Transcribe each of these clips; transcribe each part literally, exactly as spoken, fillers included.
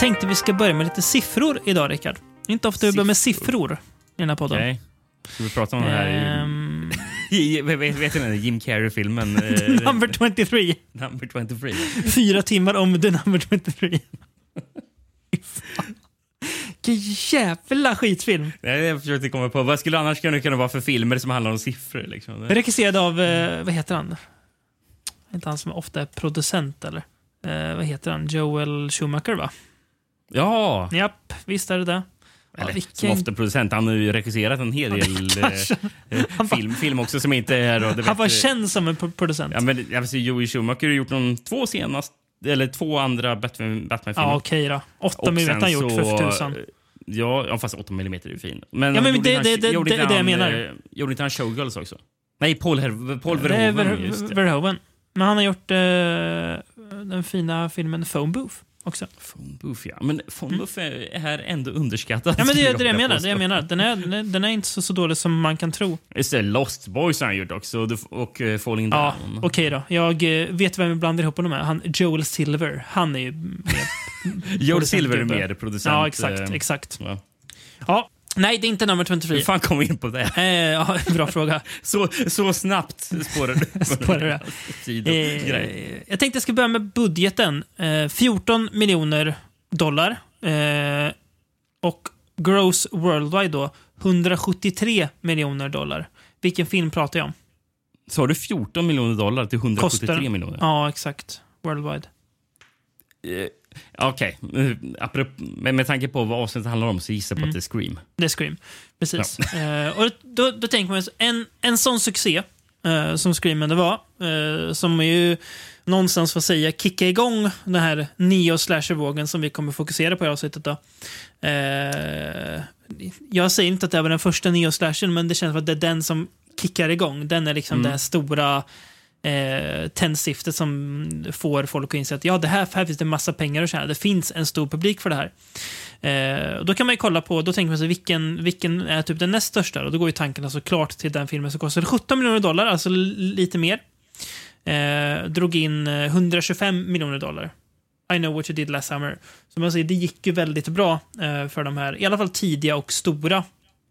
tänkte vi ska börja med lite siffror idag, Rickard. Inte ofta vi börjar med siffror i den här podden. Okej. Ska vi prata om det här Um... i... vet, vet du den Jim Carrey-filmen? Number twenty-three. Number twenty-three. Fyra timmar om The Number twenty-three. Vilken jävla skitfilm. Nej, jag försökte komma på. Vad skulle annars kunna, kunna vara för filmer som handlar om siffror? Liksom? Regisserad av, eh, vad heter han? Inte han som ofta är producent, eller? Eh, vad heter han? Joel Schumacher, va? Ja! Japp, visst är det det. Eller, Ja, vilken... som ofta producent. Han har ju regisserat en hel del eh, film, film också som inte är... Då, han var känd som en producent. Ja, men jag vill säga, Joel Schumacher har gjort någon, två senast, eller två andra Batman, Batman-filmer. Ja, okej då. åtta millimeter har han gjort för, för tusan. Ja, ja, fast åtta millimeter är ju fin. Men, ja, men gjorde det, han, det, det, gjorde det, det är det jag menar. Eh, gjorde inte han Showgirls också? Nej, Paul, Her- Paul det är Verhoeven. Ver- Ver- Verhoeven. Men han har gjort eh, den fina filmen Phone Booth också. Phone Booth, ja. Men Phone Booth är här ändå underskattad. Ja, men det är det jag menar. Det jag menar. Den, är, den är inte så, så dålig som man kan tro. Just det, Lost Boys har han gjort också. Och uh, Falling Down. Ja, okej okay då. Jag uh, vet vem vi blandar ihop honom med. Han, Joel Silver. Han är ju mer... Joel Silver är mer producent. Ja, exakt. Uh, exakt. Ja. ja. Nej, det är inte nummer twenty-three. Hur fan kom vi in på det? Eh, ja, bra fråga. så, så snabbt spårar du. spårar det. Tid och eh, grej. Jag tänkte jag ska börja med budgeten. Eh, fjorton miljoner dollar. Eh, och gross worldwide då. hundrasjuttiotre miljoner dollar. Vilken film pratar jag om? Så har du fjorton miljoner dollar till hundrasjuttiotre Kostar. miljoner? Ja, exakt. Worldwide. Eh, Okej, okay. Men med tanke på vad avsnittet handlar om så gissar jag på mm. att det är Scream. Det är Scream, precis. Ja. Uh, och då, då tänker man en, en sån succé uh, som Scream det var, uh, som är ju någonstans, vad säga, kicka igång den här neo-slasher-vågen som vi kommer fokusera på i avsnittet då. Uh, jag säger inte att det var den första neo-slashern, men det känns som att det är den som kickar igång. Den är liksom mm. det här stora eh, tändstiftet som får folk att inse att ja, det här, här finns det en massa pengar att tjäna. Det finns en stor publik för det här. Eh, då kan man ju kolla på, då tänker man sig vilken, vilken är typ den näst största, och då går ju tankarna såklart till den filmen som kostade sjutton miljoner dollar, alltså l- lite mer. Eh, drog in hundratjugofem miljoner dollar. I know what you did last summer. Så man säger, det gick ju väldigt bra eh, för de här, i alla fall tidiga och stora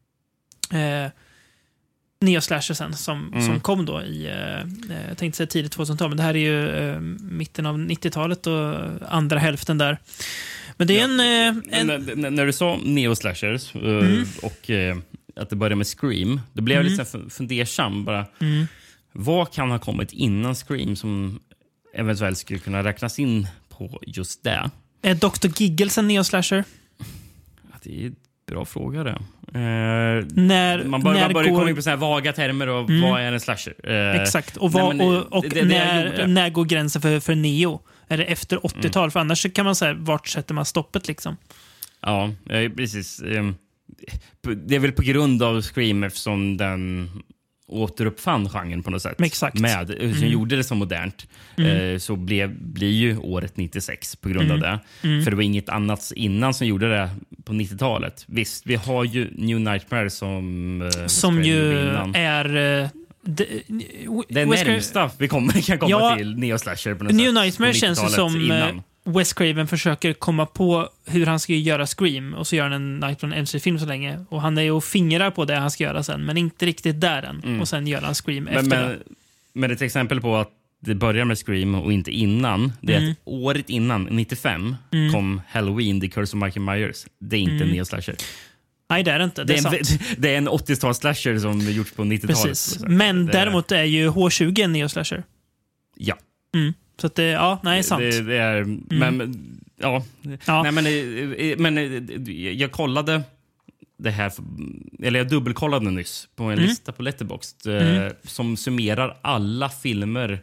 eh, neo-slashersen som, mm. som kom då i, eh, jag tänkte säga tidigt tjugohundratal, men det här är ju eh, mitten av nittiotalet och andra hälften där. Men det är ja. en... Eh, en... N- n- när du sa neo-slashers eh, mm. och eh, att det började med Scream, då blev mm. jag lite fundersam bara. Mm. Vad kan ha kommit innan Scream som eventuellt skulle kunna räknas in på just det? Är doktor Giggles en neo-slasher? Ja, det är en bra fråga det. Eh, när, man börjar, när man börjar går... komma in på så här vaga termer och mm. vad är en slasher? Eh, Exakt. Och, vad, nej, men, och, och det, det, när, det när går gränsen för, för neo? Är det efter åttiotal? Mm. För annars kan man säga, vart sätter man stoppet liksom? Ja, precis. Det är väl på grund av Scream eftersom den återuppfann genren på något sätt. Exakt. Med, som mm. gjorde det så modernt. Mm. Så blev, blir ju året nittiosex på grund mm. av det. Mm. För det var inget annat innan som gjorde det på nittiotalet. Visst, vi har ju New Nightmare som... Som ju är... Det, det närmsta vi kommer, kan komma ja, till neo-slasher på något New sätt. Nightmare känns som innan. Wes Craven försöker komma på hur han ska göra Scream, och så gör han en Nightmare M C-film så länge, och han är ju och fingrar på det han ska göra sen, men inte riktigt där än. Mm. Och sen gör han Scream men, efter men, det. Men ett exempel på att det börjar med Scream och inte innan, det är mm. att året innan, nittiofem, mm. kom Halloween, The Curse of Michael Myers. Det är inte mm. en neo-slasher. Nej, det är det inte. Det, det, är, är, en, det är en åttio-tals-slasher som gjorts på nittiotalet. Precis. Men det däremot är ju H tjugo en neo-slasher. Ja. Mm. Så att det, ja, nej, sant. Det, det är, mm. men, ja. ja. Nej, men, men jag kollade det här, eller jag dubbelkollade nyss på en mm. lista på Letterboxd mm. eh, som summerar alla filmer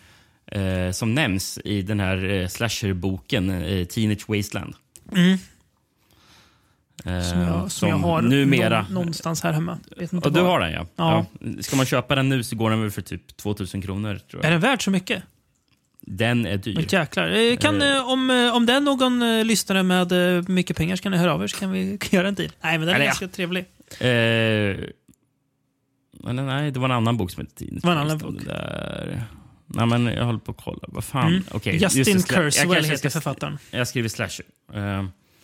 eh, som nämns i den här eh, slasherboken eh, Teenage Wasteland. Mm. Som jag, som som jag har numera, någon, någonstans här hemma. Vet inte och du var. har den, ja. Ja. ja. Ska man köpa den nu så går den väl för typ tvåtusen kronor, tror jag. Är den värd så mycket? Den är dyr. Men jäklar. Kan, uh, om, om det är någon uh, lyssnare med uh, mycket pengar så kan ni höra av er, så kan vi göra en deal. Nej, men den är Eller, ganska ja. trevlig. Uh, men, nej, det var en annan bok som hette Teenage Det var en annan bok. Där. Nej, men jag håller på att kolla. Vad fan? Mm. Okay. Justin Just det, Kurzweil heter ska, författaren. Jag skriver slasher. Uh,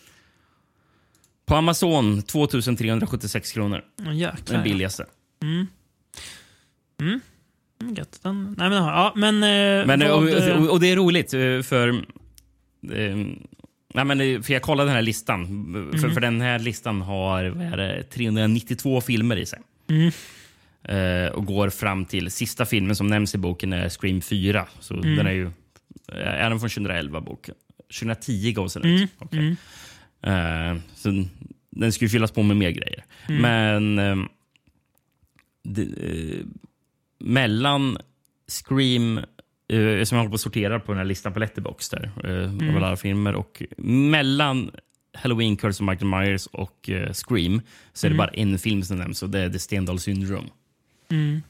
På Amazon tvåtusentrehundrasjuttiosex kronor. Oh, jäklar, den billigaste. Mm. Mm. Gött. Den, nej, men, ja, men, eh, men vad, och, och, och det är roligt för... Eh, nej, men, för jag kollade den här listan. Mm. För, för den här listan har vad är det, trehundranittiotvå filmer i sig. Mm. Eh, och går fram till sista filmen som nämns i boken är Scream fyra. Så mm. den är ju... Är den från tjugoelva boken? tjugohundratio gavs den ut. Mm. Okay. Mm. Uh, så den skulle fyllas på med mer grejer. Mm. Men uh, det, uh, mellan Scream, uh, som jag håller på att sortera på den här listan på Letterboxd där, uh, mm. av alla filmer, och mellan Halloween, Curse of Michael Myers och uh, Scream så är det mm. bara en film som nämns, och det är The Stendhal Syndrome. Mm.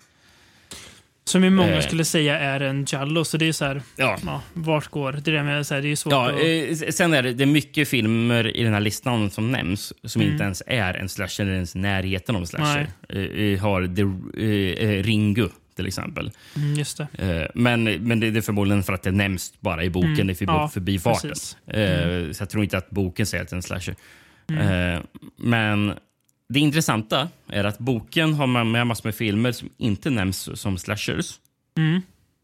Som ju många eh. skulle säga är en giallo, så det är så här, ja. Ja, vart går det där med så här, det är ju svårt ja, att... eh, sen är det, det är mycket filmer i den här listan som nämns som mm. inte ens är en slasher eller ens närheten av en slasher. Eh, vi har The, eh, Ringu till exempel. Mm, just det. Eh, men men det, det är förmodligen för att det nämns bara i boken, mm. i förbi, ja, förbi farten. Mm. Eh, så jag tror inte att boken säger att det är en slasher. Mm. Eh, men det intressanta är att boken har man med massor med filmer som inte nämns som slashers. Mm.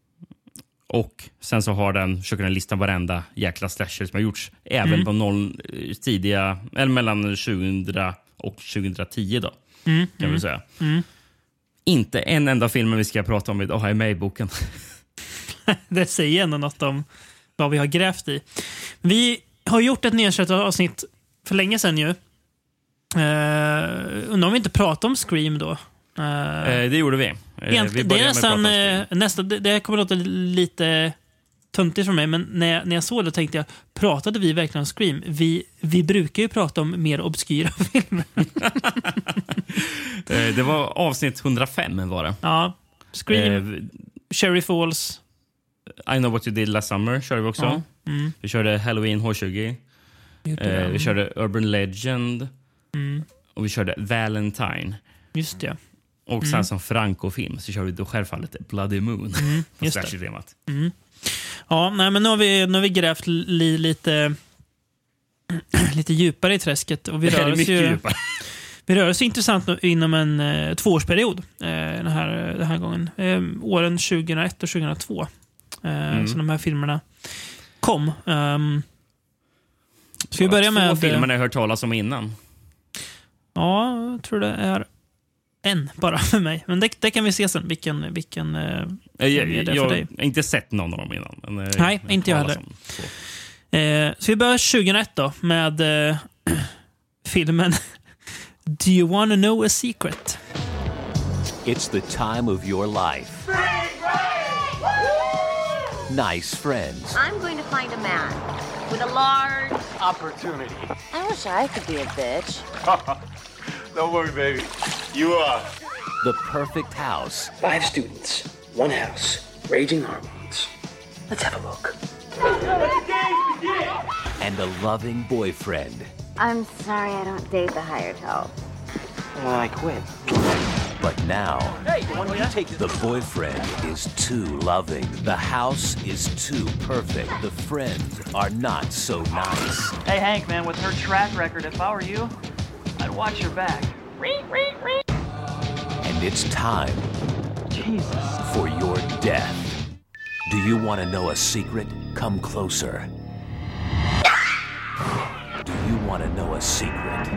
Och sen så har den, försöker den lista varenda jäkla slasher som har gjorts. Även mm. på noll, tidiga, eller mellan tjugohundra och tjugohundratio då. Mm. Kan vi säga. Mm. Inte en enda film vi ska prata om idag är med i boken. Det säger ändå något om vad vi har grävt i. Vi har gjort ett nedkört avsnitt för länge sedan ju. Uh, undrar om vi inte pratade om Scream då. Uh, eh, det gjorde vi. Eh, vi det är nästan, uh, nästa, det, det kommer låta lite töntigt för mig, men när jag, när jag såg det tänkte jag, pratade vi verkligen om Scream? Vi, vi brukar ju prata om mer obskyra filmer. eh, det var avsnitt hundrafem var det. Ja. Scream, eh, Cherry Falls. I Know What You Did Last Summer körde vi också. Ja. Mm. Vi körde Halloween H tjugo. Eh, vi körde Urban Legend. Mm. Och vi körde Valentine. Just det. Och sen mm. som Franco-film så körde vi då självfallet Bloody Moon. Mm. Just det. Mm. Ja, nej, men nu har vi, nu har vi grävt li, lite, lite djupare i träsket. Och vi rör oss ju, vi rör oss intressant inom en eh, tvåårsperiod eh, den, här, den här gången. Eh, åren tjugohundraett och tjugohundratvå. Eh, mm. Så de här filmerna kom. Um, ska vi börja med... Två filmer jag hört talas om innan. Ja, jag tror det är en bara för mig. Men det, det kan vi se sen. Vilken, vilken eh, jag, jag, är det för dig? Jag har inte sett någon av dem innan. Men, Nej, jag inte jag heller. Eh, så vi börjar tjugohundraett då med eh, filmen Do you want to know a secret? It's the time of your life. Nice friends. I'm going to find a man with a large opportunity. I wish I could be a bitch. Don't worry, baby. You are. The perfect house. Five students, one house, raging hormones. Let's have a look. And a loving boyfriend. I'm sorry I don't date the hired help. Uh, I quit. But now, hey, why don't you take the boyfriend is too loving. The house is too perfect. The friends are not so nice. Hey, Hank, man, with her track record, if I were you, I'd watch your back. And it's time Jesus. for your death. Do you want to know a secret? Come closer. Do you want to know a secret?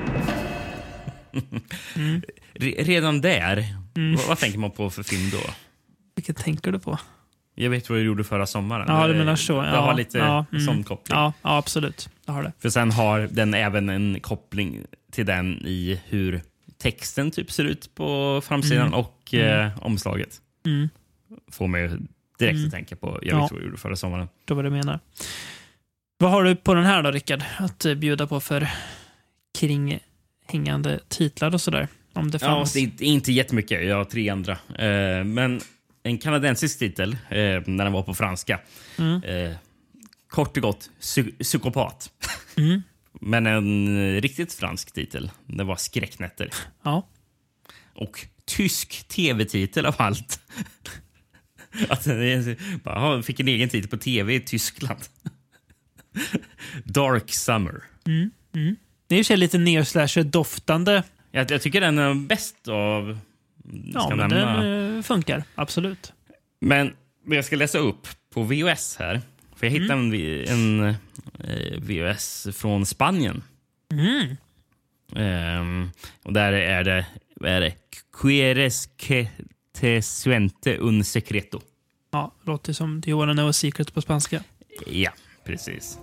Mm. Redan där, mm. vad, vad tänker man på för film då? Vilket tänker du på? Jag vet vad du gjorde förra sommaren. Ja, du menar så. Det ja, har lite ja, mm. sån koppling. Ja, ja, absolut. Det har det. För sen har den även en koppling till den i hur texten typ ser ut på framsidan mm. och eh, mm. omslaget. Mm. Får mig direkt mm. att tänka på jag vet ja. vad du gjorde förra sommaren. Det var det du menar. Vad har du på den här då, Rickard? Att bjuda på för kringhängande titlar och sådär? Om det fanns. Ja, det är inte jättemycket. Jag har tre andra. Eh, men en kanadensisk titel eh, när den var på franska. Mm. Eh, kort och gott, psy- psykopat. Mm. Men en riktigt fransk titel. Det var Skräcknätter. Ja. Och tysk tv-titel av allt. Att jag fick en egen titel på tv i Tyskland. Dark Summer. Mm. Mm. Det är ju lite neo-slasher-doftande. Jag, jag tycker den är bäst av... Ja, men nämna. Den funkar. Absolut. Men jag ska läsa upp på V H S här. För jag hittade mm. en, en eh, V H S från Spanien. Mm. Um, och där är det, vad är det? Quieres que te suente un secreto. Ja, låter som Do you wanna know a secret på spanska. Ja, precis.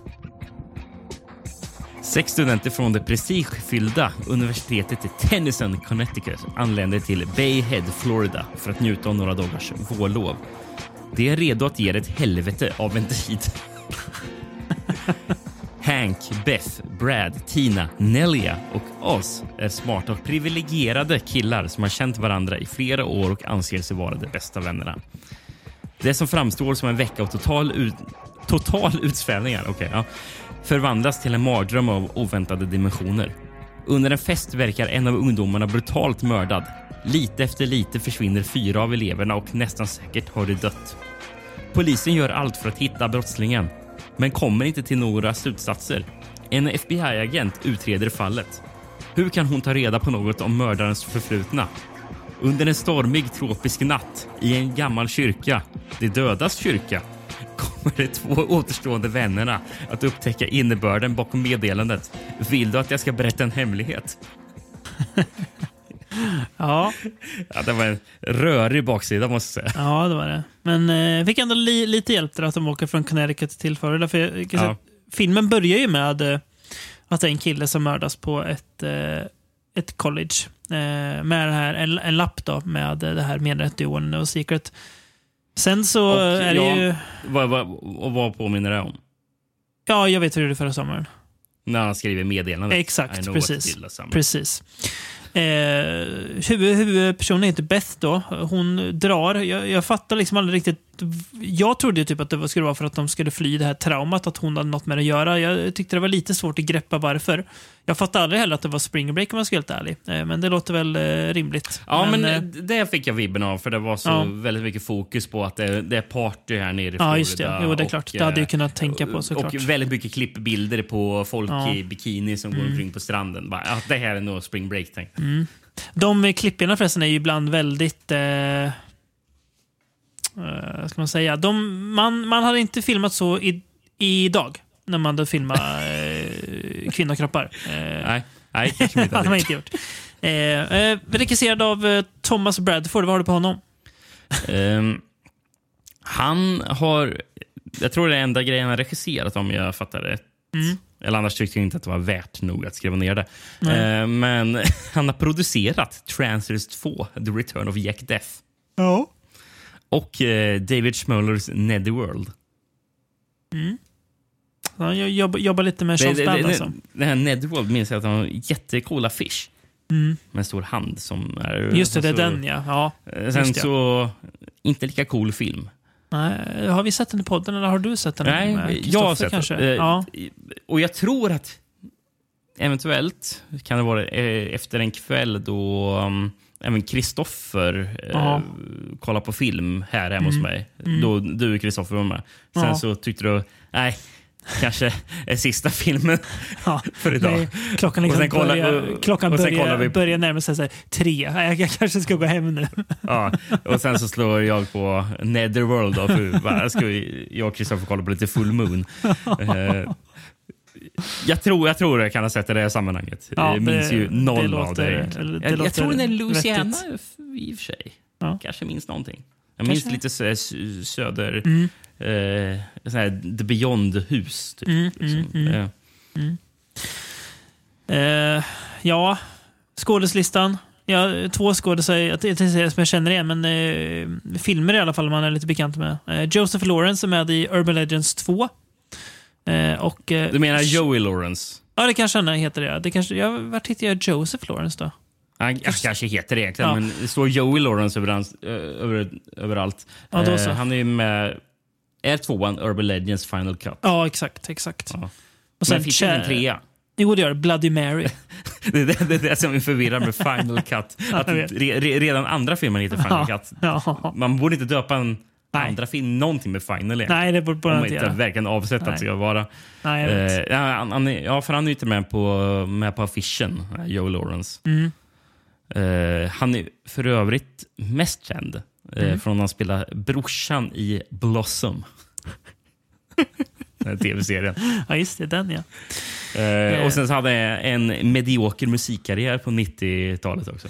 Sex studenter från det prestigefyllda universitetet i Tennyson, Connecticut anländer till Bay Head, Florida för att njuta av några dagars vårlov. De är redo att ge det ett helvete av en tid. Hank, Beth, Brad, Tina, Nelia och Oz är smarta och privilegierade killar som har känt varandra i flera år och anser sig vara de bästa vännerna. Det som framstår som en vecka av total, ut, total utsvävningar okay, ja, förvandlas till en mardröm av oväntade dimensioner. Under en fest verkar en av ungdomarna brutalt mördad. Lite efter lite försvinner fyra av eleverna och nästan säkert har de dött. Polisen gör allt för att hitta brottslingen, men kommer inte till några slutsatser. En F B I-agent utreder fallet. Hur kan hon ta reda på något om mördarens förflutna? Under en stormig tropisk natt i en gammal kyrka, de dödas kyrka, kommer de två återstående vännerna att upptäcka innebörden bakom meddelandet. Vill du att jag ska berätta en hemlighet? Ja. Ja, det var en rörig baksida måste jag säga. Ja, det var det. Men jag eh, fick ändå li- lite hjälp där att de åker från Connecticut till Florida. För jag, jag kan ja. säga, filmen börjar ju med eh, att det är en kille som mördas på ett, eh, ett college. Eh, med det här, en, en lapp då, med det här meddelandet Do you wanna know a secret. Sen så och, är det ja, ju... Vad, vad, och vad påminner det om? Ja, jag vet hur det är förra sommaren. När han skriver meddelandet. Exakt, precis. Precis. Eh, huvud, huvudpersonen heter Beth då. Hon drar. Jag, jag fattar liksom aldrig riktigt. Jag trodde typ att det skulle vara för att de skulle fly det här traumat, att hon hade något med det att göra. Jag tyckte det var lite svårt att greppa varför. Jag fattar aldrig heller att det var Spring Break om man ska vara helt ärlig. Eh, men det låter väl eh, rimligt. Ja, men, men eh, det fick jag vibben av, för det var så ja. väldigt mycket fokus på att det, det är party här nere i Florida. Ja, just det. Jo, det är klart. Det hade jag kunnat tänka på såklart. Och väldigt mycket klippbilder på folk ja. i bikini som mm. går omkring på stranden. Bara, ja, det här är nog Spring Break, tänkte mm. De klipparna förresten är ju ibland väldigt eh, uh, ska man säga, de, man, man hade inte filmat så i, idag när man hade filmat eh, kvinnokroppar. Eh, nej, nej, kanske inte hade man inte gjort. Eh, eh, regisserad av eh, Thomas Bradford. Vad har du på honom? Um, han har, jag tror det är enda grejen han har regisserat, om jag fattar det. Mm. Eller annars tyckte jag inte att det var värt nog att skriva ner det. Eh, men han har producerat Trancers två, The Return of Jack Death. Ja. Och eh, David Schmollers Netherworld. Mm. Han jobbar, jobbar lite med Charles Band alltså. Det här Netherworld minns jag att han har jättecoola fish. Mm. Med en stor hand som är... Just det, det är så, den ja. ja sen så, inte lika cool film. Nej, har vi sett den i podden eller har du sett den? Nej, jag har sett kanske? den. Ja. Och jag tror att eventuellt kan det vara efter en kväll då um, även Kristoffer uh, kollar på film här hemma mm. hos mig. Mm. Då du och Kristoffer var med. Sen ja. så tyckte du, nej, kanske är sista filmen ja, för idag. Nej, klockan liksom och kolla, börjar, klockan och börjar, vi... börjar närma sig så här, tre. Jag, jag kanske ska gå hem nu. Ja, och sen så slår jag på Netherworld då, för bara, ska vi, jag och Kristoffer kolla på lite Full Moon. uh, jag tror jag tror jag kan ha sett det i det här sammanhanget. Ja, jag minns ju noll det låter, av det. det jag, jag tror den är Louisiana i och för sig. Ja. Kanske minns någonting. Jag minns kanske. Lite sö- söder... Mm. Eh, sån här The Beyond-hus. Typ, mm, liksom. mm, mm. Mm. Eh, ja, skådeslistan. Ja, två skådespelare som jag känner igen, men eh, filmer i alla fall man är lite bekant med. Eh, Joseph Lawrence är med i Urban Legends två. Eh, och, eh, du menar Joey Lawrence? Ja, det kanske han heter det. det kanske, jag, vart hittar jag Joseph Lawrence då? Han ja, kanske heter det egentligen, ja. Men det står Joey Lawrence överallt. Över, överallt. Ja, då så. Eh, han är ju med... Är tvåan Urban Legends Final Cut? Ja, exakt. exakt. Ja. Och sen men finns det en trea? Jo, det gör Bloody Mary. det, är det, det är det som är förvirrar med Final Cut. Att re, re, redan andra filmen heter Final ja, Cut. Ja. Man borde inte döpa en Nej. andra film någonting med Final egentligen. Nej, det borde bara inte göra. Verkligen avsett att det ska vara. Nej, jag vet. Eh, ja, han, han, är- ja, för han är inte med på, med på affischen, Joe Lawrence. Mm. Eh, han är för övrigt mest känd eh, Mm. från att han spelar brorsan i Blossom. Den här tv-serien. Ja, just det. Den, ja. Eh, och sen så hade jag en medioker musikkarriär på nittiotalet också.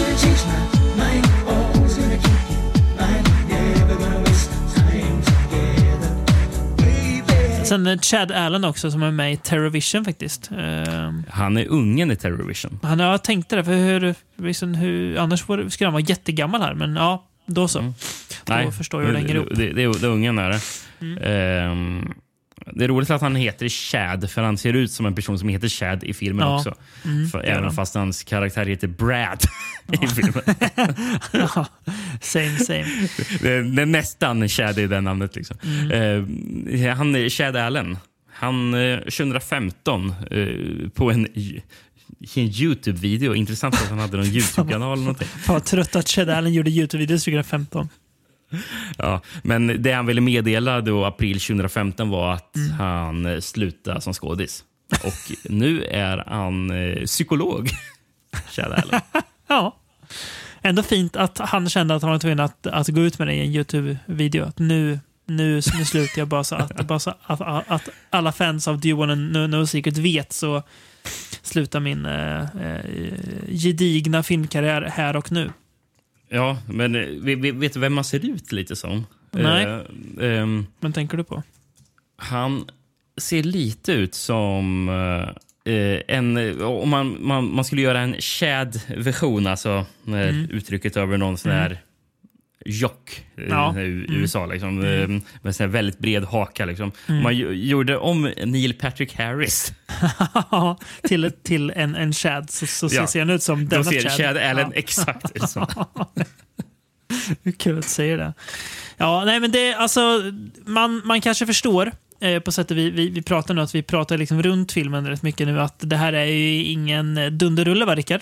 Sen är Chad Allen också som är med i Terrorvision faktiskt. Ehm, Han är ungen i Terrorvision. han, jag tänkte det, för hur, liksom, hur, annars var det- skulle han vara jättegammal här, men ja, då så. Mm. Då förstår jag hur det hänger ihop. det, det, det, är- det är ungen är det. Mm. Ehm, det är roligt att han heter Chad, för han ser ut som en person som heter Chad i filmen Ja. också. Mm, för, det gör även han. fast hans karaktär heter Brad i filmen. Ja, same, same. det, det är nästan Chad i det namnet. Liksom. Mm. Ehm, han är Chad Allen. Han eh, tjugohundrafemton eh, på en, i en YouTube-video. Intressant att han hade någon YouTube-kanal eller någonting. Jag var trött att Chad Allen gjorde YouTube-videos tjugohundrafemton. Ja, men det han ville meddela då april tjugohundrafemton var att Mm. han eh, slutade som skådis. Och nu är han eh, psykolog. Chad Allen. Ja. Ändå fint att han kände att han var tvungen att, att gå ut med det i en YouTube-video. Att nu, nu, nu slutar jag bara så att, bara så att, att, att alla fans av Do You Wanna Know, know Secret vet, så slutar min eh, eh, gedigna filmkarriär här och nu. Ja, men eh, vi- vi- vet du vem man ser ut lite som? Nej. Eh, ehm, Men tänker du på? han ser lite ut som eh, en... Om man, man, man skulle göra en Chad-version, alltså när Mm. uttrycket över någon sån här jock eh, Ja. i Mm. U S A, liksom, eh, med sån här väldigt bred haka. Liksom. Mm. Om man ju- gjorde om Neil Patrick Harris, till till en, en Chad så, så Ja. ser han ut som då denna ser Chad. Chad Allen Ja. exakt ut som. Hur kul att säga det. Ja, nej, men det, alltså, man, man kanske förstår eh, på sättet vi, vi, vi pratar nu, att vi pratar liksom runt filmen rätt mycket nu, att det här är ju ingen eh, dunderrulle, va, Rickard?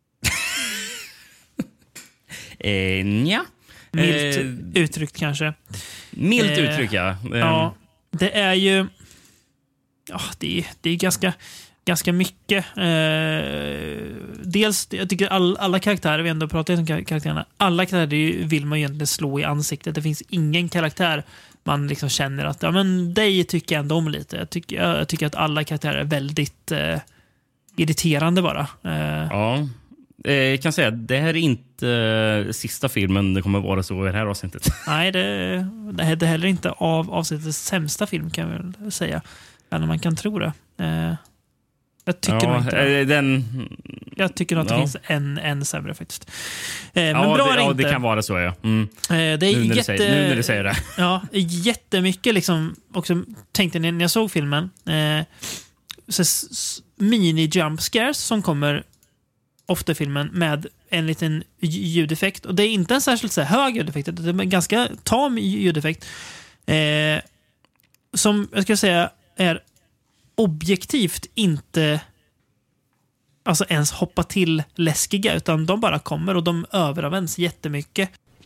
Eh, nja. Milt Eh, uttryckt kanske. milt eh, uttryck, ja. Eh, Ja, det är ju... Ja, det, är- det är ganska, ganska mycket. Eh, dels, jag tycker all, alla karaktärer, vi ändå pratar om kar- karaktärerna, alla karaktärer vill man ju egentligen slå i ansiktet. Det finns ingen karaktär man liksom känner att ja, men dig tycker jag ändå om lite. Jag tycker, jag tycker att alla karaktärer är väldigt eh, irriterande bara. Eh, Ja. Eh, Jag kan säga att det här är inte eh, sista filmen det kommer vara så i det här avsnittet. Nej, det, det är heller inte av avsnittets sämsta film, kan jag väl säga. Eller man kan tro det. Eh, jag tycker nog Ja, inte det. eh, den, Jag tycker nog att det Ja. finns en, en sämre faktiskt. Eh, men ja, bra det, är det ja, inte. det kan vara så, ja. Mm. Eh, det är Nu, när du jätte, säger, nu när du säger det. Ja, jättemycket liksom, också tänkte när jag såg filmen. Eh, så s- s- mini-jump scares som kommer ofta i filmen med en liten lj- ljudeffekt. Och det är inte en särskilt så här hög ljudeffekt, det är en ganska tam ljudeffekt. Eh, som jag ska säga är objektivt inte alltså ens hoppa till läskiga, utan de bara kommer och de överanvänds jättemycket.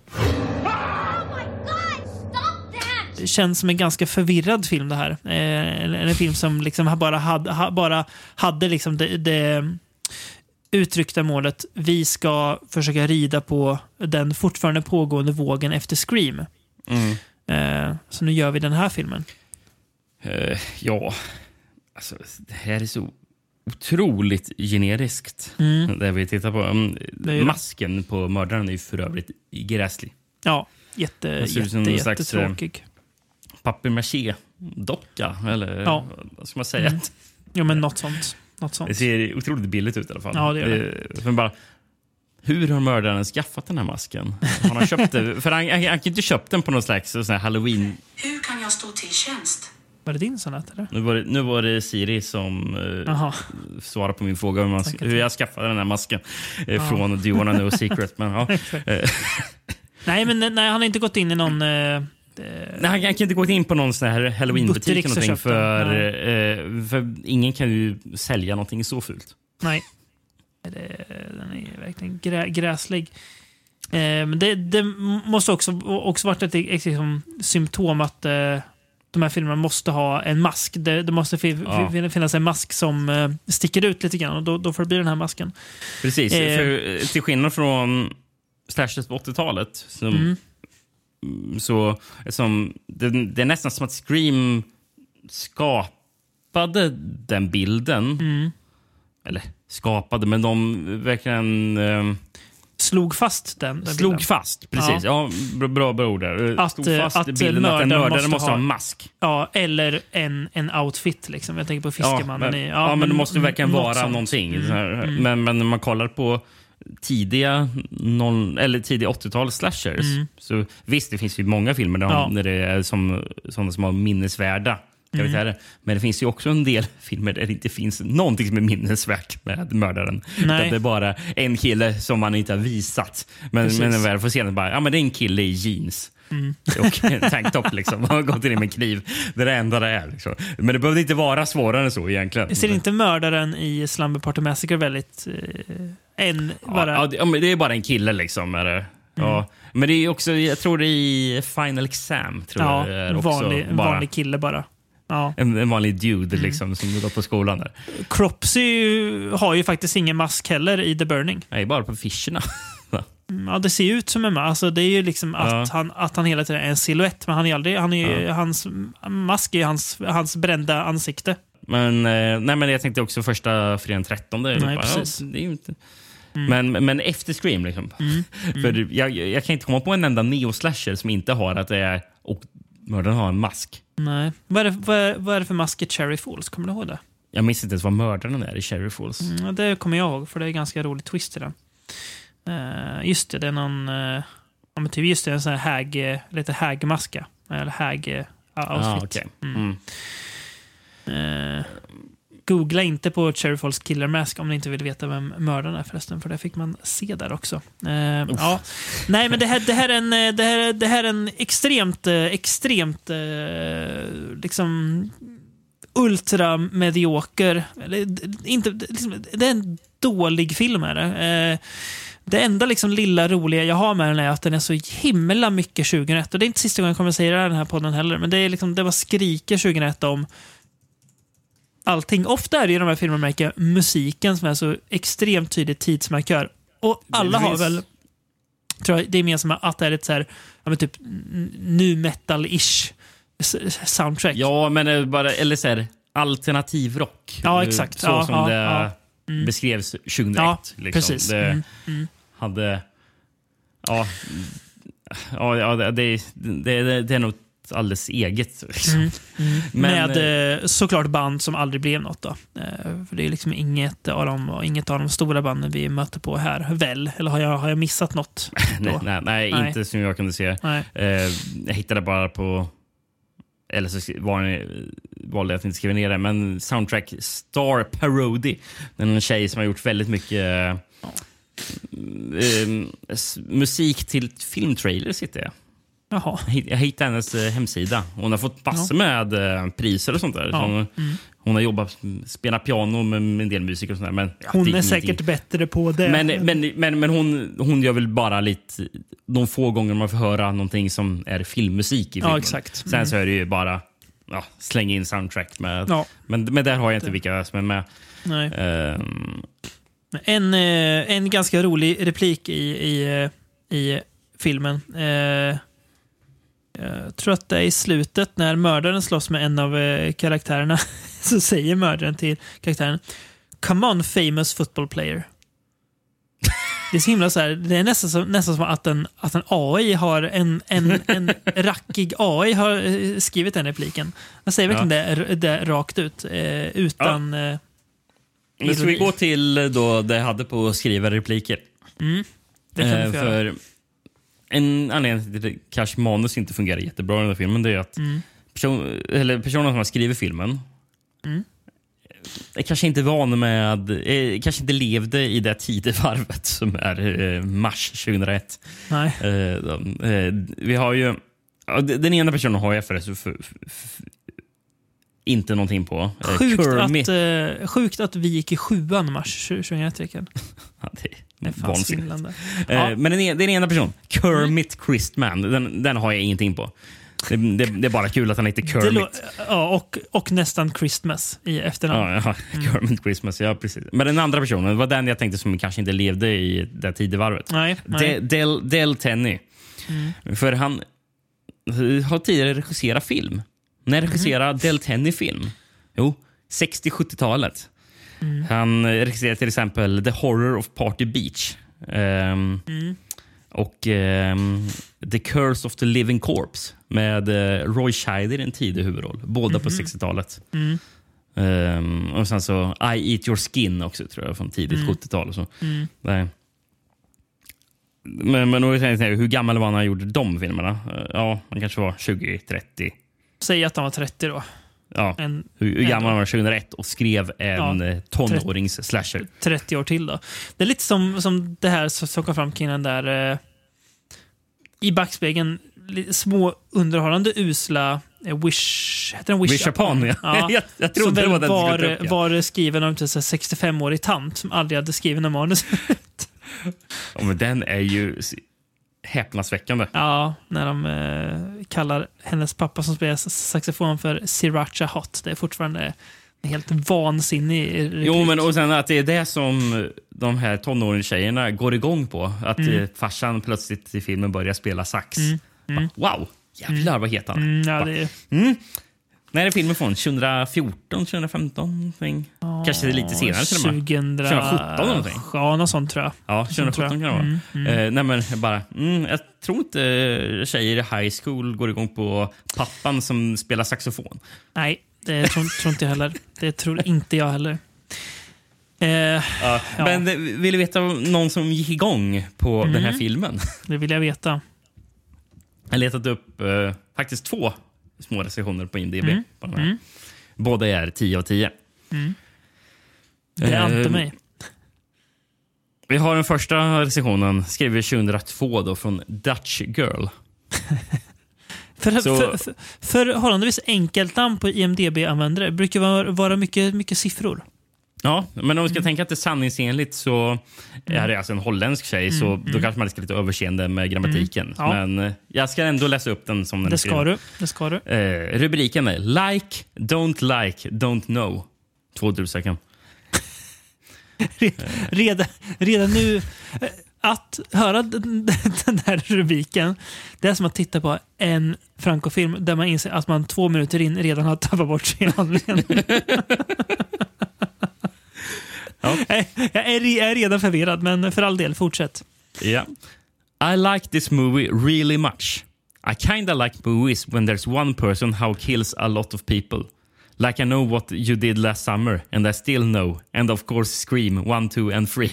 Det känns som en ganska förvirrad film det här. Eh, en, en film som liksom bara hade, ha, bara hade liksom det, det uttryckta målet: vi ska försöka rida på den fortfarande pågående vågen efter Scream. Mm. Eh, så nu gör vi den här filmen. Eh, ja, alltså, det här är så otroligt generiskt. Mm. Det vi tittar på. Mm, är ju det. masken på mördaren är ju för övrigt gräslig. Ja, jätte, Det ser ut som jätte, någon slags, jättetråkig. Papier-maché-docka, eller Ja. vad ska man säga? Mm. Jo, men något sånt. Något sånt. Det ser otroligt billigt ut i alla fall. Ja, det gör det. Eh, Men bara, hur har mördaren skaffat den här masken? Han har köpt det, för han, han, han kan inte köpt den på någon slags sån här Halloween. Hur kan jag stå till tjänst? Var det din sonat, eller? Nu var det, nu var det Siri som eh, Jaha. svarade på min fråga hur, man, Tack, hur jag skaffade den här masken eh, Ja. från Do You Wanna Know Secret. Men, ja. Eh, Nej, men nej, han har inte gått in i någon... Eh, Nej, han kan inte gå in på någon sån här Halloween-butik Buttericks eller och någonting, köpt för, eh, för ingen kan ju sälja någonting så fult. nej. Det, den är verkligen grä, gräslig. Eh, men det, det måste också, också varit ett, ett, ett symptom att eh, de här filmerna måste ha en mask. Det, det måste fi, ja. fi, finnas en mask som eh, sticker ut lite grann och då, då får det bli den här masken. Precis, eh, för, till skillnad från slashers på åttiotalet som, mm. så som, det, det är nästan som att Scream skapade den bilden. Mm. Eller skapade, men de verkligen... Eh, slog fast den. den slog bilden. fast, precis. Ja, ja bra, bra, bra ord där. Att, slog fast att bilden att en mördare måste, måste ha en mask. Ja, eller en, en outfit. Liksom. Jag tänker på Fiskemannen. Ja, men, i, ja, ja, men det måste verkligen vara sånt. Någonting. Mm. Mm. Men, men när man kollar på tidiga, noll, eller tidiga åttiotal slashers mm. så visst, det finns ju många filmer där, ja. där det är som, sådana som har minnesvärda karaktärer. Mm. Men det finns ju också en del filmer där det inte finns någonting som är minnesvärt med mördaren. Nej. Det är bara en kille som man inte har visat. Men, men när väl får se den bara, ja men det är en kille i jeans. Mm. Och en tanktop liksom. Man har gått in med en kniv. Det är det enda det är. Liksom. Men det behöver inte vara svårare än så egentligen. Ser inte mördaren i Slumber Party Massacre väldigt... Eh, en, bara... ja, det, ja, men det är bara en kille liksom. Är det? Mm. Ja. Men det är också, jag tror det är i Final Exam. Tror ja, jag, är en också vanlig, bara... vanlig kille bara. Ja. En, en vanlig dude liksom, mm. som går på skolan där. Cropsy har ju faktiskt ingen mask heller i The Burning. Nej, bara på fischerna. Ja, det ser ut som en mask. Alltså, det är ju liksom att, ja. han, att han hela tiden är en silhuett. Men han är aldrig, han är ju, ja. hans mask är ju hans, hans brända ansikte. Men, eh, nej, men jag tänkte också första fredagen trettonde. Nej, bara, precis. Ja, det är ju inte... Mm. Men, men efter Scream liksom. Mm. Mm. För jag, jag kan inte komma på en enda neo-slasher som inte har att det är... Och mördaren har en mask. Nej. Vad är, det, vad, är, vad är det för mask i Cherry Falls? Kommer du ihåg det? Jag minns inte ens vad mördaren är i Cherry Falls. Mm, det kommer jag ihåg, för det är en ganska rolig twist i den. Uh, just det, det är någon... Uh, ja, men typ just det, en sån här hag, lite hagmaska. Eller hag uh, outfit. Ah, okay. mm. Mm. Uh, googla inte på Cherry Falls Killer Mask om ni inte vill veta vem mördaren är förresten, för det fick man se där också. Uh, ja. Nej, men det här, det här är en, det här, det här är en extremt, extremt uh, liksom ultra medioker. Eller, inte, liksom, det är en dålig film är det. Uh, Det enda liksom lilla roliga jag har med den är att den är så himla mycket tjugohundraett. Och det är inte sista gången jag kommer att säga det den här podden heller. Men det är liksom, det var skriker tjugohundraett om allting. Ofta är det i de här filmerna musiken som är så extremt tydligt tidsmarkör. Och alla har väl, tror jag, det är mer som att det är ett så här, ja, men typ nu metal-ish soundtrack. Ja, men bara, eller så här, alternativ rock. Ja, exakt. Så ja, som ja, det... Ja. Mm. beskrevs tjugohundraett. Ja, liksom. precis. Det mm. Mm. hade... Ja, ja, ja det, det, det, det är nog alldeles eget. Liksom. Mm. Mm. Men, med eh, såklart band som aldrig blev något. Då. Eh, för det är liksom inget av, de, inget av de stora banden vi möter på här. Väl? Eller har jag, har jag missat något? nej, nej, nej, nej, inte som jag kunde se. Eh, jag hittade bara på... Eller så var det, valde jag att inte skriva ner det. Men soundtrack Star Parody. Den är en tjej som har gjort väldigt mycket eh, musik till filmtrailers. Sitter jag. Jaha. Jag hittade hennes eh, hemsida. Hon har fått massor ja. med eh, priser och sånt där. Ja. Hon, mm. hon har jobbat, spelat piano med en del musik och sånt där. Men, ja, hon är säkert bättre på det. Men, men, men, men hon, hon gör väl bara lite... De få gånger man får höra någonting som är filmmusik i filmen. Ja, exakt. Mm. Sen så är det ju bara ja, slänga in soundtrack med. Ja. Men, men där har jag inte vilka som är med. Nej. Um. En, en ganska rolig replik i, i, i filmen. Uh, jag tror att det är i slutet när mördaren slåss med en av uh, karaktärerna så säger mördaren till karaktären: "Come on, famous football player." Det är så himla så här, det är nästan, så, nästan som att en, att en A I har en, en, en rackig A I har skrivit den repliken. Jag säger verkligen ja. det, det rakt ut eh, utan ja. eh, Men ska vi gå till då det jag hade på att skriva repliker? Mm, det kan eh, för en anledning till att kanske manus inte fungerar jättebra i den här filmen, det är att mm. person, eller personen som har skrivit filmen mm. är kanske inte van med, eh, kanske inte levde i det tidevarvet som är eh, mars tjugohundraett. Nej. Eh, de, eh, vi har ju, ja, den ena personen har jag förresten för, för, för, inte någonting på. Eh, sjukt, att, eh, sjukt att vi gick i sjuan mars tjugohundraett. ja, det, Det är fan svindlande. Eh, Ja. Men den, är- den ena person, Kermit Christman, den, den har jag ingenting på. Det, det, det är bara kul att han heter Det Kermit. lå- ja, och, och nästan Christmas i efternamn. Ja, ja. Kermit Christmas, ja precis. Men den andra personen, det var den jag tänkte som kanske inte levde i det tidevarvet. Nej, nej. De, Del, Del Tenney. För han har tidigare regisserat film. När regisserade Mm. Del Tenney film? Jo, sextio-sjuttiotalet. Mm. Han regisserade till exempel The Horror of Party Beach. Ehm, Mm. Och ehm, The Curse of the Living Corpse med eh, Roy Scheider i en tidig huvudroll. Båda på sextiotalet. Mm. Ehm, och sen så I Eat Your Skin också, tror jag, från tidigt Mm. sjuttiotal. Och så. Mm. Nej. Men, men då tänkte jag, hur gammal var han när han gjorde de filmerna? Eh, Ja, han kanske var tjugo trettio. Säg att han var trettio då. Ja. En, Hur, hur gammal han var tjugohundraett och skrev en Ja, ja, tonårings-slasher. trettio år till då. Det är lite som, som det här som kom fram kring den där eh, i backspegeln li- små underhållande usla eh, Wish... Heter den Wish, Wish Upon, ja. jag, jag som trodde det väl var den var, som skulle ta upp, ja. var skriven av en sextiofem-årig tant som aldrig hade skrivit någon manus. Ja, men den är ju s- häpnadsväckande. Ja, när de eh, kallar hennes pappa som spelar saxofon för Sriracha Hot. Det är fortfarande en helt vansinnig replik. Jo, men och sen att det är det som de här tonåringstjejerna går igång på. Att Mm. eh, farsan plötsligt i filmen börjar spela sax. Mm. Mm. Bara, wow, jävlar vad het han är. Mm, ja, Bara, det är... mm. När är filmen från? tjugofjorton, tjugofemton? Någonting. Kanske lite senare till och med. tjugohundra... tjugosjutton någonting. Ja, något sånt tror jag. Ja, tjugosjutton kan det vara. Mm, mm. Eh, nej, men jag bara, mm, jag tror inte eh, tjejer i high school går igång på pappan som spelar saxofon. Nej, det tror, tror inte jag heller. Det tror inte jag heller. Eh, Ja. ja. Men eh, vill du veta någon som gick igång på Mm. den här filmen? Det vill jag veta. Jag har letat upp eh, faktiskt två små recensioner på IMDb. Mm. På den här. Mm. Båda är tio av tio. Mm. Det är Eh, inte mig. Vi har den första recensionen skriven tjugohundratvå då, från Dutch Girl. För, så- för, för, förhållandevis enkelt namn på IMDb-användare brukar vara, vara mycket, mycket siffror. Ja, men om vi ska Mm. tänka att det är sanningsenligt så är det alltså en holländsk tjej, så Mm. då kanske man ska lite överseende med grammatiken. Mm. Ja. Men eh, jag ska ändå läsa upp den som den är Det ska skriven. du. Det ska du. Eh, rubriken är Like, don't like, don't know. Två utropstecken. Redan, redan nu, eh, att höra den, den här rubriken, det är som att titta på en Franco-film där man inser att man två minuter in redan har tappat bort sig i handlingen. Ja. Jag, jag, är, jag är redan förvirrad, men för all del, fortsätt. Yeah. I like this movie really much. I kinda like movies when there's one person who kills a lot of people. Like I know what you did last summer, and I still know. And of course Scream one, two and three.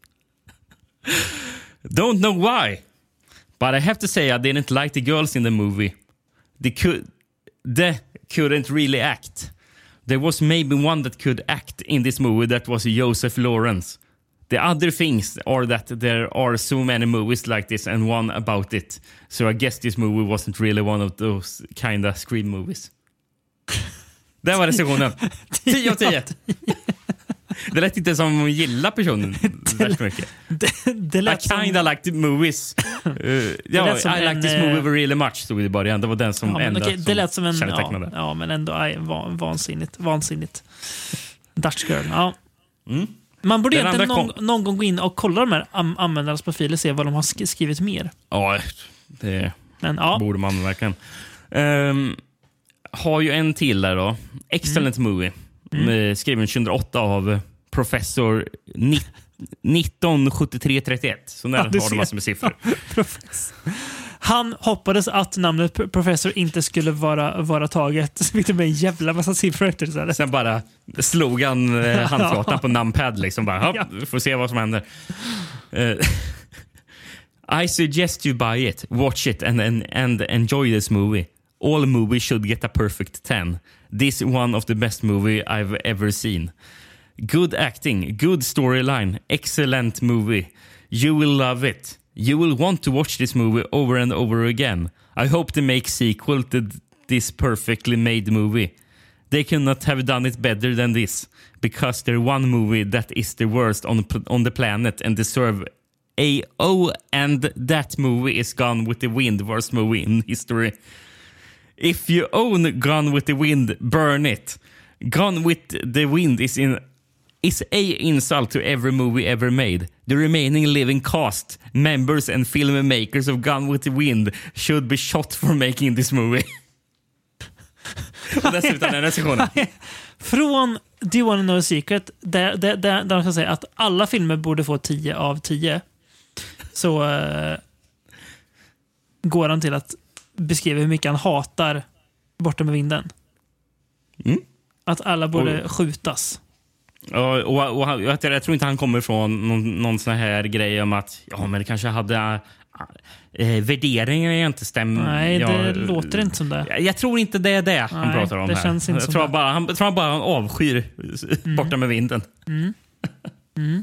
Don't know why, but I have to say I didn't like the girls in the movie. They could, they couldn't really act. There was maybe one that could act in this movie, that was Joseph Lawrence. The other things are that there are so many movies like this and one about it. So I guess this movie wasn't really one of those kind of Scream movies. Det var recensionen. tio av tio. Det lät inte som om hon gillar personen väldigt mycket. Det, det lät I kinda som, like the movies. Uh, ja, lät som I like en, this eh, movie really much, stod det i början. Det var den som ja, men enda okej, det som lät som en... Ja, kännetecknade. ja, men ändå aj, van, vansinnigt. Vansinnigt. Dutch Girl, ja. Mm. Man borde Den egentligen andra någon, kom- någon gång gå in och kolla de här am- användarnas profiler och se vad de har sk- skrivit mer. Ja, det Men ja, borde man verkligen. Um, har ju en till där då. Excellent movie. Mm. Skriven tjugohundraåtta av professor ni- nitton sjuttiotre trettioett. Så där Ja, har du de ser. massor med siffror. professor. Han hoppades att namnet p- professor inte skulle vara, vara taget. Så fick det med en jävla massa siffror efter det. Så här. Sen bara slog han eh, handflatan Ja. på numpad. Liksom bara, Ja. ja. Vi får se vad som händer. Eh, I suggest you buy it, watch it and, and, and enjoy this movie. All movies should get a perfect ten. This is one of the best movie I've ever seen. Good acting, good storyline, excellent movie. You will love it. You will want to watch this movie over and over again. I hope they make sequel to this perfectly made movie. They cannot have done it better than this because they're one movie that is the worst on, on the planet and deserve a oh and that movie is Gone with the Wind, worst movie in history. If you own Gone with the Wind, burn it. Gone with the Wind is in is a insult to every movie ever made. The remaining living cast, members and filmmakers of Gone with the Wind should be shot for making this movie. Och dessutom den recensionen. Från Do You Wanna Know a Secret, där, där, där, där de kan säga att alla filmer borde få tio av tio, så uh, går han till att beskriva hur mycket han hatar Borta med vinden. Mm. Att alla borde och, skjutas. Och, och, och, och jag, jag tror inte han kommer från någon, någon sån här grej om att ja, men det kanske hade äh, värderingar är inte stämmer. Nej, det jag, låter inte som det. Jag, jag tror inte det är det han Nej, pratar om det här. Känns inte jag som tror det. bara han tror bara han avskyr mm. Borta med vinden. Mm. Mm.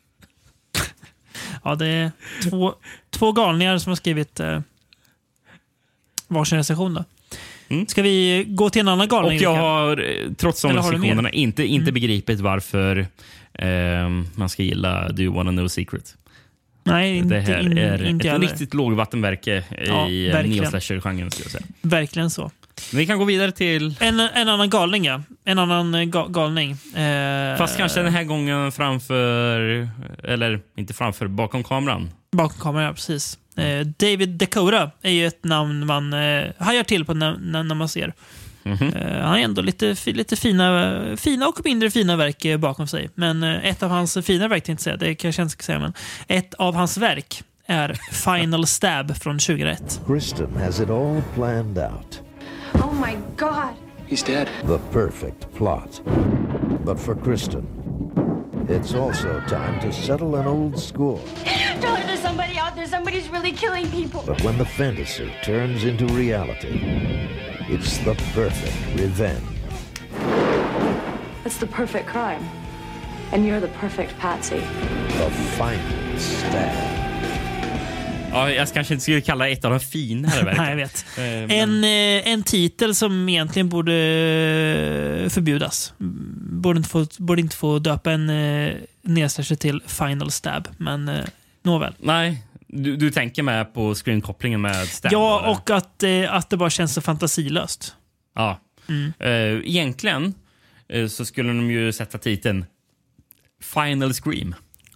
Ja, det är två, två galningar som har skrivit eh, varsin recension då. Mm. Ska vi gå till en annan galning? Och jag har, trots de recensionerna, inte, inte mm. begripit varför eh, man ska gilla Do You Wanna Know a Secret. Nej, inte, det här in, är inte ett heller. Riktigt lågvattenverke ja, i neo-slasher-genren, skulle jag säga. Verkligen så. Vi kan gå vidare till... En, en annan galning, ja. En annan ga, galning. Eh, Fast kanske den här gången framför... Eller inte framför, bakom kameran. Bakom kameran, ja, precis. Eh, David Dakota är ju ett namn man eh, hajar till på när, när, när man ser. Mm-hmm. Eh, han har ändå lite, lite fina, fina och mindre fina verk eh, bakom sig. Men eh, ett av hans fina verk, tänkte jag säga, det kanske jag inte ska säga, men ett av hans verk är Final Stab från tjugohundraett. Kristen has it all planned out. Oh my God. He's dead. The perfect plot. But for Kristen, it's also time to settle an old score. Tell her there's somebody out there. Somebody's really killing people. But when the fantasy turns into reality, it's the perfect revenge. It's the perfect crime. And you're the perfect patsy. The final stab. Ja, jag kanske inte skulle kalla ett av de finare verken. Nej, jag vet. Eh, men... en, en titel som egentligen borde förbjudas. Borde inte få, borde inte få döpa en eh, nedsläckare till Final Stab. Men eh, nåväl. Nej, du, du tänker med på screen-kopplingen med Stab? Ja, eller? och att, eh, att det bara känns så fantasilöst. Ja. Mm. Eh, egentligen eh, så skulle de ju sätta titeln Final Scream.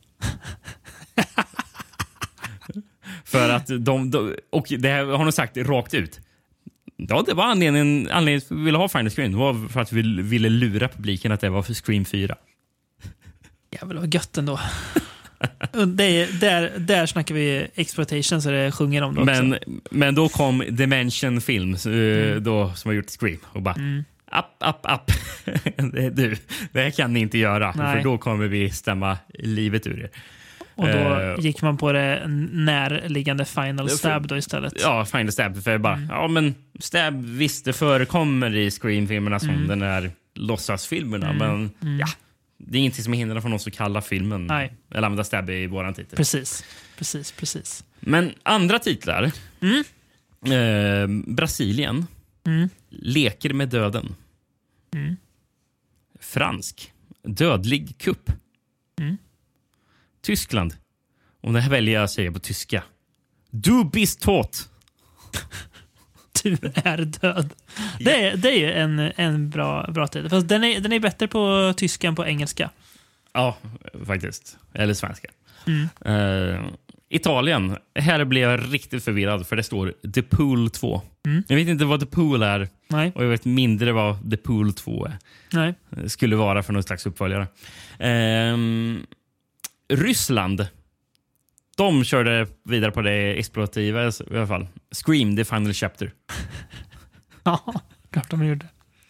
För att de, de, och det har de sagt rakt ut. Ja, det var anledningen, anledningen att vi ville ha Final Scream. Det var för att vi ville lura publiken att det var för Scream fyra. Jävlar vad gött ändå. det är, där, där snackar vi exploitation, så det sjunger om det också. Men, men då kom Dimension Films mm. då, som har gjort Scream och bara mm. App, app, app. Du, det här kan ni inte göra. Nej. För då kommer vi stämma livet ur er. Och då uh, gick man på det närliggande Final Stab då istället. Ja, Final Stab. För bara, mm. ja men Stab visst det förekommer i Scream-filmerna som mm. den här låtsasfilmerna. Mm. Men mm. ja, det är ingenting som hindrar från oss att kalla filmen. Nej. Eller använda Stab i våran titel. Precis, precis, precis. Men andra titlar. Mm. Eh, Brasilien. Mm. Leker med döden. Mm. Fransk. Dödlig kupp. Mm. Tyskland. Och det här väljer jag att säga på tyska. Du bist tot. Du är död. Det är, det är en, en bra, bra titel. Fast den är, den är bättre på tyska än på engelska. Ja, faktiskt. Eller svenska. Mm. Uh, Italien. Här blev jag riktigt förvirrad för det står The Pool två. Mm. Jag vet inte vad The Pool är. Nej. Och jag vet mindre vad The Pool två är. Nej. Skulle vara för någon slags uppföljare. Uh, Ryssland. De körde vidare på det exploativa i alla fall. Scream, the final chapter. Ja, klart de gjorde.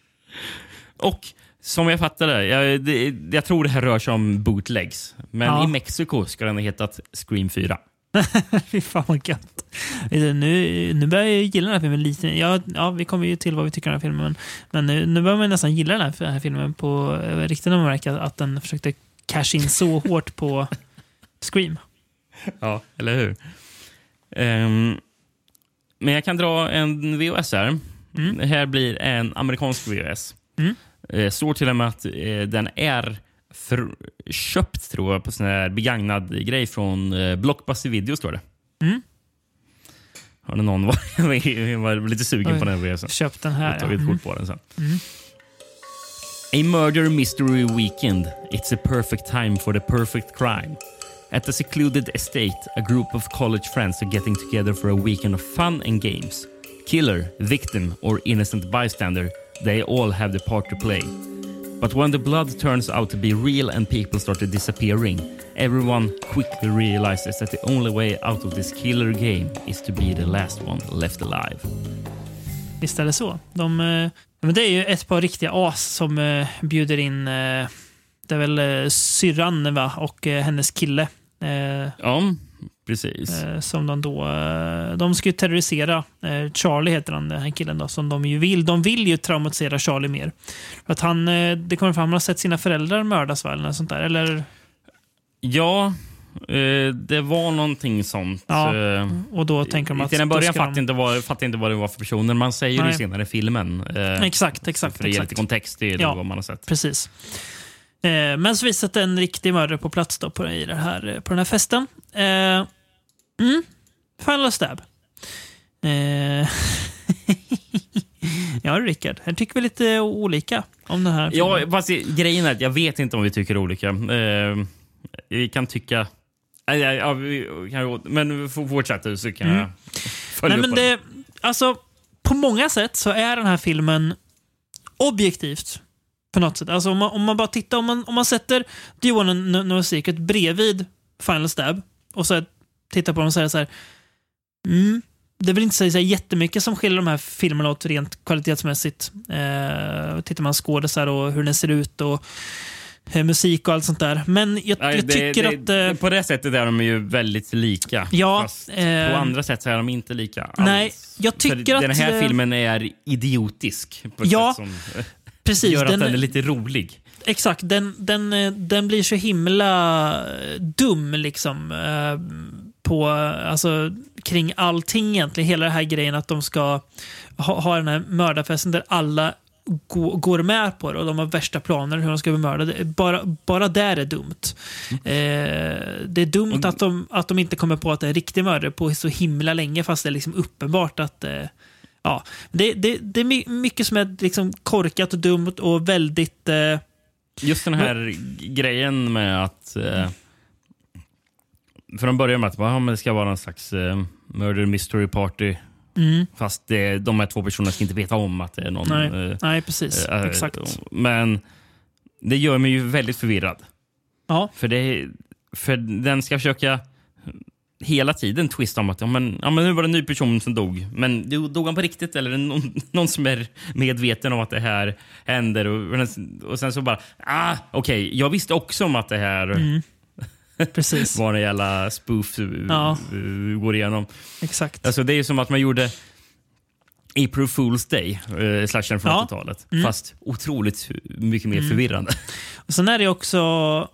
Och som jag fattade, jag, det, jag tror det här rör sig om bootlegs. Men ja. I Mexiko ska den ha hetat Scream fyra. Fy fan vad gött. Nu, nu börjar jag gilla den här filmen lite. Ja, ja, vi kommer ju till vad vi tycker om den här filmen. Men, men nu, nu börjar man nästan gilla den här, den här filmen på riktigt när man märker att den försökte cash in så hårt på Scream. Ja, eller hur? Um, men jag kan dra en V H S här. Mm. Det här blir en amerikansk V H S. Mm. Eh, står till och med att eh, den är för, köpt, tror jag, på sån här begagnad grej från eh, Blockbuster Video, står det. Mm. Har det någon var, var lite sugen Oj, på den resan? Köpt den här. Jag har tagit ja. kort på den sen. Mm. A murder mystery weekend. It's a perfect time for the perfect crime. At a secluded estate, a group of college friends are getting together for a weekend of fun and games. Killer, victim, or innocent bystander, they all have the part to play. But when the blood turns out to be real and people started disappearing, everyone quickly realizes that the only way out of this killer game is to be the last one left alive. Visst är det så. De, eh, men det är ju ett par riktiga as som eh, bjuder in eh, det är väl eh, syrran, va? Och eh, hennes kille. Eh, ja, precis. Eh, som de då eh, de ska ju terrorisera eh, Charlie heter han, den här killen då, som de ju vill. De vill ju traumatisera Charlie mer. För att han, eh, det kommer fram, han har sett sina föräldrar mördas, väl, eller sånt där, eller? Ja, eh, det var någonting sånt. Ja, och då tänker de att... Till en början fattade de... inte, vad, fattade inte vad det var för personer. Man säger Nej. ju senare i filmen. Eh, exakt, exakt. För det ger lite kontext till ja, vad man har sett. Precis. Eh, men så visar det en riktig mördare på plats då på, i det här, på den här festen. Eh, mm, Final Stab. Eh, ja, Rickard. Jag tycker vi lite olika om den här filmen. Ja, fast grejen är att jag vet inte om vi tycker olika. Eh, vi kan tycka... Ja, ja, vi kan, men fortsätta så kan mm. jag följa Nej, upp men det. Alltså, på många sätt så är den här filmen objektivt på något sätt. Alltså om man, om man bara tittar, om man, om man sätter Do You Wanna Know a Secret bredvid Final Stab och så tittar på dem och säger så här, mm, det vill inte säga så här jättemycket som skiljer de här filmerna åt rent kvalitetsmässigt. Eh, tittar man skådespelare och hur den ser ut och eh, musik och allt sånt där. Men jag, Nej, jag det, tycker det, att... Eh, på det sättet är de ju väldigt lika. Ja, fast eh, på andra sätt så är de inte lika. Nej, alls. jag tycker För att... den här eh, filmen är idiotisk på ett ja, sätt som eh, precis, gör att den, den är lite rolig. Exakt, den, den, den blir så himla dum liksom eh, på, alltså, kring allting egentligen. Hela den här grejen att de ska ha, ha den här mördarfesten där alla gå, går med på det och de har värsta planer hur de ska bli mördade. Bara, bara där är dumt. Eh, det är dumt att de, att de inte kommer på att det är riktig mördare på så himla länge, fast det är liksom uppenbart att eh, ja, det, det, det är mycket som är liksom korkat och dumt och väldigt... Eh, Just den här men, grejen med att... Eh, för de börjar med att ja, men det ska vara en slags eh, murder mystery party. Mm. Fast det, de här två personerna ska inte veta om att det är någon... Nej, eh, nej precis. Eh, Exakt. Men det gör mig ju väldigt förvirrad. Ja. För, det, för den ska försöka... hela tiden twist om att ja, men, ja, men nu var det en ny person som dog. Men dog han på riktigt eller är det någon, någon som är medveten om att det här händer? Och, och sen så bara, ah, okej, okay, jag visste också om att det här mm. Precis. var en jävla spoof ja. går igenom. Exakt. Alltså det är ju som att man gjorde April Fool's Day, äh, slashen från ja. åttiotalet. Mm. Fast otroligt mycket mer mm. förvirrande. Och sen är det också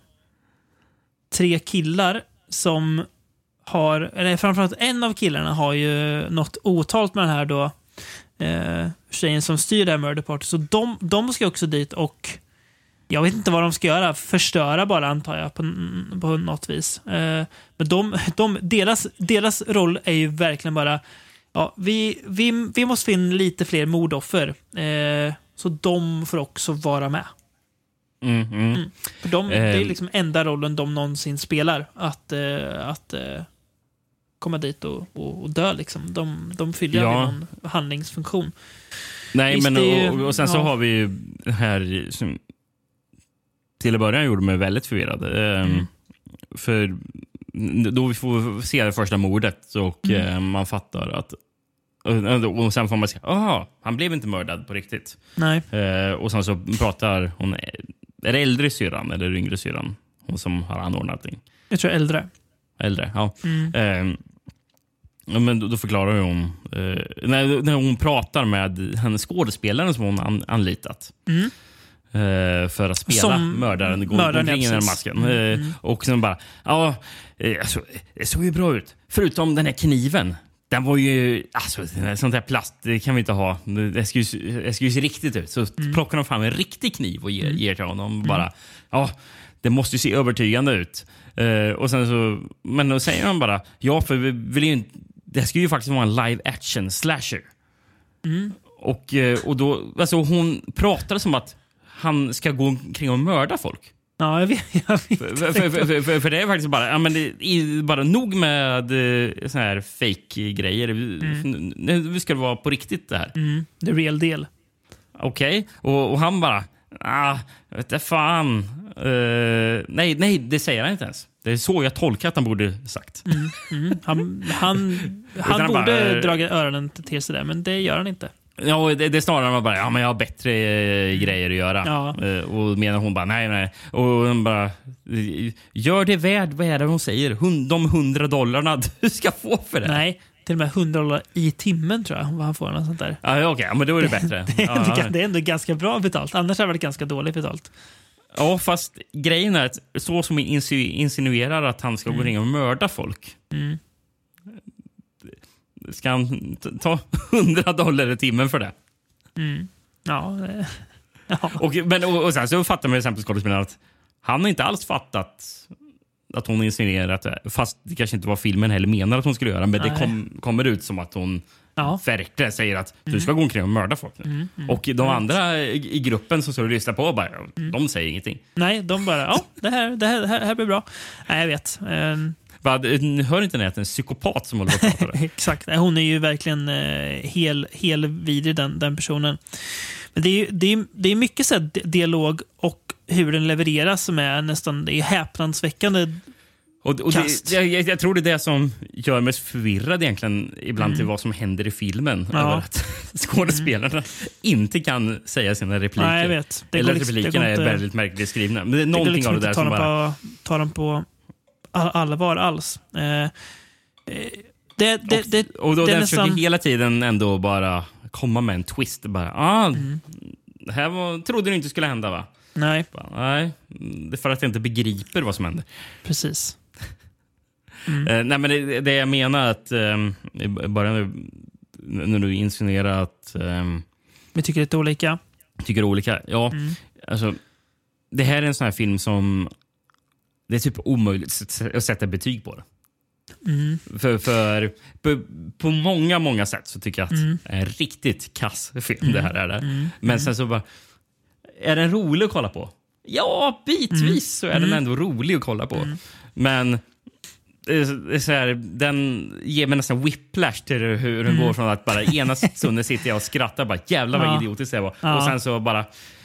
tre killar som har, eller framförallt en av killarna har ju något otalt med den här då eh, tjejen som styr det här murder party. Så de, de ska också dit och jag vet inte vad de ska göra. Förstöra bara, antar jag, på, på något vis. Eh, men de, de, deras, deras roll är ju verkligen bara ja, vi, vi, vi måste finna lite fler mordoffer. Eh, så de får också vara med. Mm, mm. Mm. För de, det är liksom enda rollen de någonsin spelar. Att, eh, att eh, komma dit och, och, och dö. Liksom. De, de fyller ja. någon handlingsfunktion. Nej, Visst, men det, och, och sen ja. så har vi ju här som till början gjorde mig väldigt förvirrad. Mm. Um, för då vi får se det första mordet och mm. uh, man fattar att och, och sen får man säga, aha, han blev inte mördad på riktigt. Nej. Uh, och sen så pratar hon, är det äldre syran eller yngre syran? Hon som har anordnat allting. Jag tror äldre. Äldre, ja. Mm. Uh, men då, då förklarar hon uh, när, när hon pratar med hennes skådespelaren som hon an, anlitat. Mm. Uh, för att spela som mördaren, gå mördaren omkring i den masken. Mm. Uh, och sen bara, ja, uh, alltså, det såg ju bra ut. Förutom den här kniven. den var ju... Alltså, sånt här plast, det kan vi inte ha. Det ska ju, det ska ju se riktigt ut. Så mm. plockar de fram en riktig kniv och ger, mm. ger till honom. Mm. Bara, ja, det måste ju se övertygande ut. Uh, och sen så... Men då säger han bara, ja, för vi vill ju inte... Det ska ju faktiskt vara en live action slasher. Mm. Och, och då... Alltså, hon pratar som att han ska gå omkring och mörda folk. Ja, jag vet. Jag vet. För, för, för, för, för det är faktiskt bara, ja, men det är bara nog med så här fake-grejer. Mm. Nu ska det vara på riktigt det här. Mm. The real deal. Okej. Okay. Och, och han bara, ah, vet du fan. Uh, nej, nej, det säger han inte ens. Det är så jag tolkar att han borde sagt. Mm. Mm. Han, han, han borde bara, dra öronen till sig där, men det gör han inte. Ja, det, det snarare man bara, ja men jag har bättre eh, grejer att göra. Ja. Eh, och menar hon bara, nej nej. Och hon bara, gör det värd, vad är det hon säger? Hund, de hundra dollarna du ska få för det. Nej, till och med hundra dollar i timmen tror jag vad han får. Något sånt där. Ja, okej, okay, ja, men då är det bättre. det, är ändå, ja. det är ändå ganska bra betalt. Annars har det varit ganska dåligt betalt. Ja, fast grejen är att så som insinuerar att han ska mm. gå in och mörda folk. Mm. Ska han ta hundra dollar i timmen för det? Mm. Ja. ja. Och, men, och, och sen så fattar man exempelvis skådespelaren att han har inte alls fattat att hon insinuerat det. Fast det kanske inte var filmen heller menar att hon skulle göra. Men Nej. det kom, kommer ut som att hon ja. verkligen säger att mm. du ska gå omkring och mörda folk nu. Mm. Mm. Och de mm. andra i, i gruppen som står och lyssnar på bara, mm. de säger ingenting. Nej, de bara, ja, det här, det här, det här, det här blir bra. Nej, jag vet. Um... Hör inte ni att det är en psykopat som håller på att prata? Exakt. Hon är ju verkligen eh, hel, hel vidrig, den, den personen. Men det är, det är, det är mycket så här dialog och hur den levereras som är nästan det är häpnadsväckande och, och kast. Det, jag, jag tror det är det som gör mig förvirrad egentligen ibland mm. till vad som händer i filmen. Ja. Över att skådespelarna mm. inte kan säga sina repliker. Nej, jag vet. Det Eller att replikerna är inte, väldigt märkligt skrivna. Men det är det någonting liksom av det där som bara... På, ta dem på allvar alls. Eh, det, det, och, det, och då det den nästan... försöker hela tiden ändå bara komma med en twist. Bara, ah, mm. det här var, trodde du inte skulle hända, va? Nej. Bara, nej, det är för att jag inte begriper vad som händer. Precis. Mm. Eh, nej, men det, det jag menar att eh, bara nu, när du insinuerar att eh, vi tycker lite olika. Tycker olika, ja. Mm. Alltså, det här är en sån här film som det är typ omöjligt att sätta betyg på det. Mm. För, för på, på många, många sätt så tycker jag att mm. det är en riktigt kass film mm. det här är det. Mm. Men sen så bara, är den rolig att kolla på? Ja, bitvis mm. så är den mm. ändå rolig att kolla på. Mm. Men det är, det är så här, den ger mig nästan whiplash till hur den mm. går från att bara ena stunden sitter jag och skrattar bara jävlar vad ja. idiotiskt det var. Ja. Och sen så bara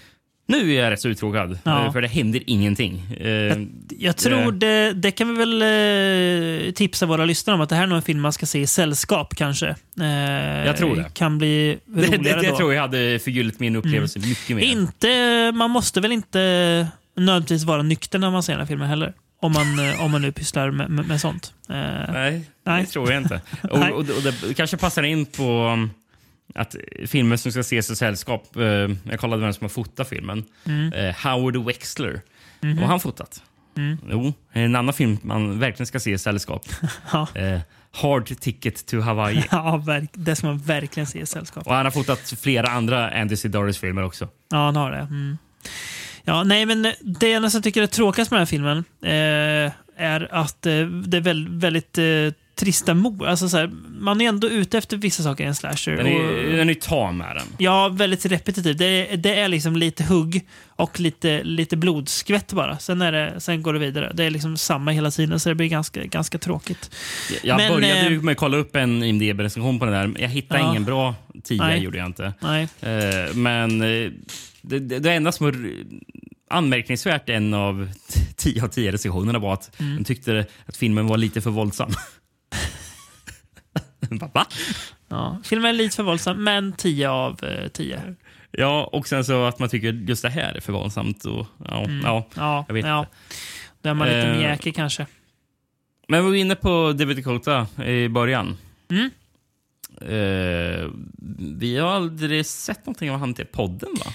nu är jag rätt så uttråkad, ja. för det händer ingenting. Jag, jag tror det, det kan vi väl eh, tipsa våra lyssnare om att det här är nog en film man ska se i sällskap kanske. Eh, jag tror det. Kan bli roligare det, det, det då. tror jag hade förgyllt min upplevelse mm. mycket mer. Inte, man måste väl inte nödvändigtvis vara nykter när man ser den här filmen heller. Om man, om man nu pysslar med, med, med sånt. Eh, nej, nej, det tror jag inte. och, och, och det kanske passar in på att filmer som ska ses i sällskap, eh, jag kollade vem som har fotat filmen, mm. eh, Howard Wexler. Mm-hmm. Och han fotat. Mm. Jo, en annan film man verkligen ska se i sällskap. ja. eh, Hard Ticket to Hawaii. ja, verk- det ska man verkligen se i sällskap. Och han har fotat flera andra Andy Sidaris-filmer också. Ja, han har det. Mm. Ja, nej, men det jag nästan tycker är tråkigast med den här filmen eh, är att eh, det är väldigt, väldigt eh, trista mord. Alltså så här, man är ändå ute efter vissa saker i en slasher. Den är, och, den är tam med den. Ja, väldigt repetitiv. Det är, det är liksom lite hugg och lite, lite blodskvätt bara. Sen, är det, sen går det vidare. Det är liksom samma hela tiden, så det blir ganska, ganska tråkigt. Jag men, började ju eh, med att kolla upp en I M D B-recension på den där. Jag hittade ja. ingen bra tia, Nej. gjorde jag inte. Nej. Eh, men eh, det, det, det enda som var anmärkningsvärt en av tio av tio recensionerna var att mm. de tyckte att filmen var lite för våldsam. Va? Ja, filmen är lite för våldsam, men tio av tio. Ja, och sen så att man tycker just det här är för våldsamt. Och, ja, mm. ja, ja, jag vet ja. inte. Då är man lite eh, mjäkig kanske. Men vi var inne på David Dakota i början. Mm. Eh, vi har aldrig sett någonting av han till podden, va?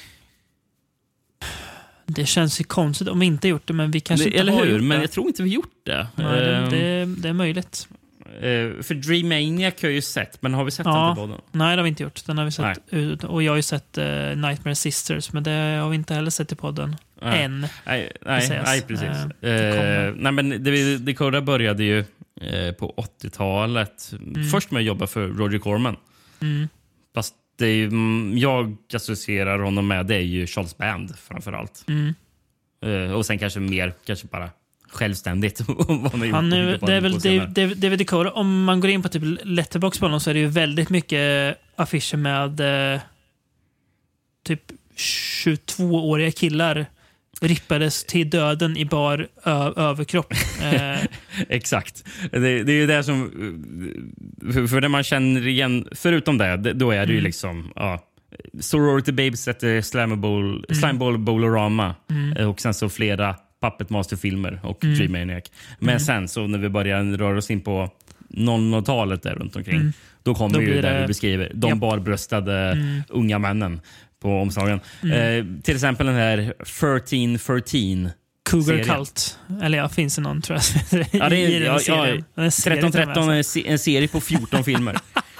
Det känns ju konstigt om vi inte gjort det, men vi kanske det, inte eller har hur? gjort Men det. jag tror inte vi gjort det. Nej, det, det, det är möjligt. Uh, för Dreamaniac har jag ju sett, men har vi sett ja. den till podden? Nej, det har vi inte gjort. Den har vi sett ut, och jag har ju sett uh, Nightmare Sisters, men det har vi inte heller sett i podden. Nej. Än. Nej, nej, nej precis. Uh, uh, nej, men Dakota började ju uh, på åttiotalet. Mm. Först med att jobba för Roger Corman. Mm. Fast det är ju, jag associerar honom med det är ju Charles Band framförallt. Mm. Uh, och sen kanske mer, kanske bara självständigt. Han nu, det är väl David, David Dakota. Om man går in på typ Letterboxd på honom så är det ju väldigt mycket affischer med eh, typ tjugotvå-åriga killar rippades till döden i bar ö- överkropp. Eh. Exakt. Det, det är ju det som... För, för det man känner igen... Förutom det, då är det mm. ju liksom... Ja, Sorority Babes at Slamable, mm. Slimeball Bowlerama. Mm. Och sen så flera Puppet Master-filmer och mm. Dreamaniac. Men mm. sen så när vi börjar röra oss in på noll noll-talet där runt omkring, mm. då kommer då ju det där vi beskriver. De yep. barbröstade mm. unga männen på omslagen. Mm. Eh, till exempel den här tretton tretton Cougar serien. Cult. Eller ja, finns det någon tror jag. Ja, det är, ja, ja, tretton tretton är en serie på fjorton filmer.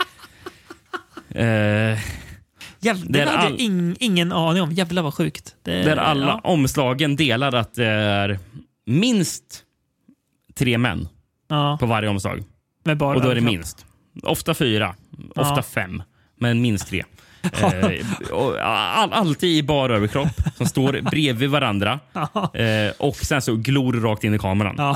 eh, Jävlar, det hade all... jag ing, ingen aning om. Jävlar vad sjukt. Det, där alla ja. omslagen delar att det är minst tre män ja. på varje omslag. Med bara och då är det minst. Ofta fyra, ofta ja. fem, men minst tre. eh, och all, alltid i bara överkropp som står bredvid varandra eh, och sen så glor rakt in i kameran.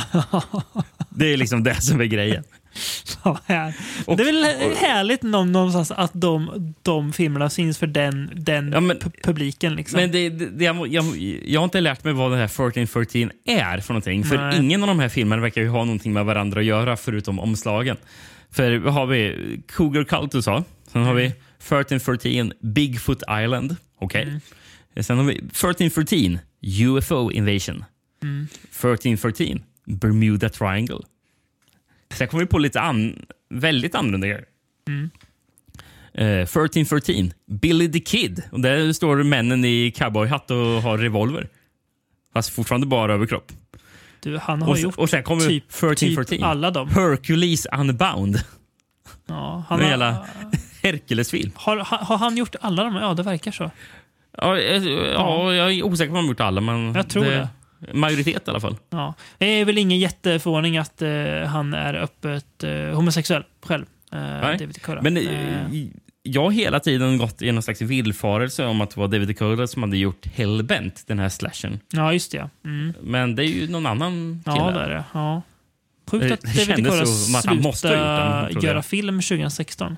Det är liksom det som är grejen. Och, det är väl härligt någonstans att de, de filmerna syns för den, den ja, men, publiken. Liksom. Men det, det, det, jag, jag, jag har inte lärt mig vad det här tretton tretton är för någonting. För Nej. ingen av de här filmerna verkar ju ha någonting med varandra att göra förutom omslagen. För har vi Cougar Cult du sa. Sen har vi tretton tretton Bigfoot Island. Okej. Okay. Mm. Sen har vi tretton tretton U F O Invasion. Mm. tretton tretton Bermuda Triangle. Sen kommer vi på lite an, väldigt annorlunda grejer. Mm. Uh, tretton tretton Billy the Kid. Och där står männen i cowboyhatt och har revolver. Fast fortfarande bara överkropp. Du, han har och, gjort och sen kommer typ, tretton tretton typ alla dem. Hercules Unbound. Ja, han har... hela Hercules-film. Har, har, har han gjort alla dem? Ja, det verkar så. Ja, ja, ja. jag är osäker på om han har gjort alla. Men jag tror det. det. Majoritet i alla fall. Ja. Det är väl ingen jätteförvåning att uh, han är öppet uh, homosexuell själv. Uh, David Dakota. Men uh, jag har hela tiden gått i någon slags villfarelse om att det var David Dakota som hade gjort Hellbent, den här slashen. Ja, just det. Mm. Men det är ju någon annan kille. Ja, det är det. Ja. Sjukt att David Dakota slutade göra film tjugo sexton.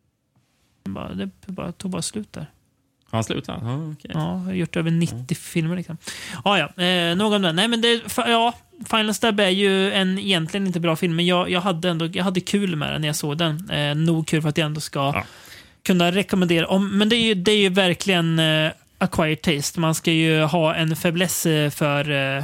Bara, det bara, tog bara slut där. Han slutade? Ah, okay. Ja, har gjort över nittio mm. filmer. Liksom. Ah, ja, eh, någon om det. Nej, men det, ja, Final Stab är ju en egentligen inte bra film, men jag, jag, hade, ändå, jag hade kul med den när jag såg den. Eh, nog kul för att jag ändå ska ja. kunna rekommendera. Om, men det är ju, det är ju verkligen eh, acquired taste. Man ska ju ha en fäbless för eh,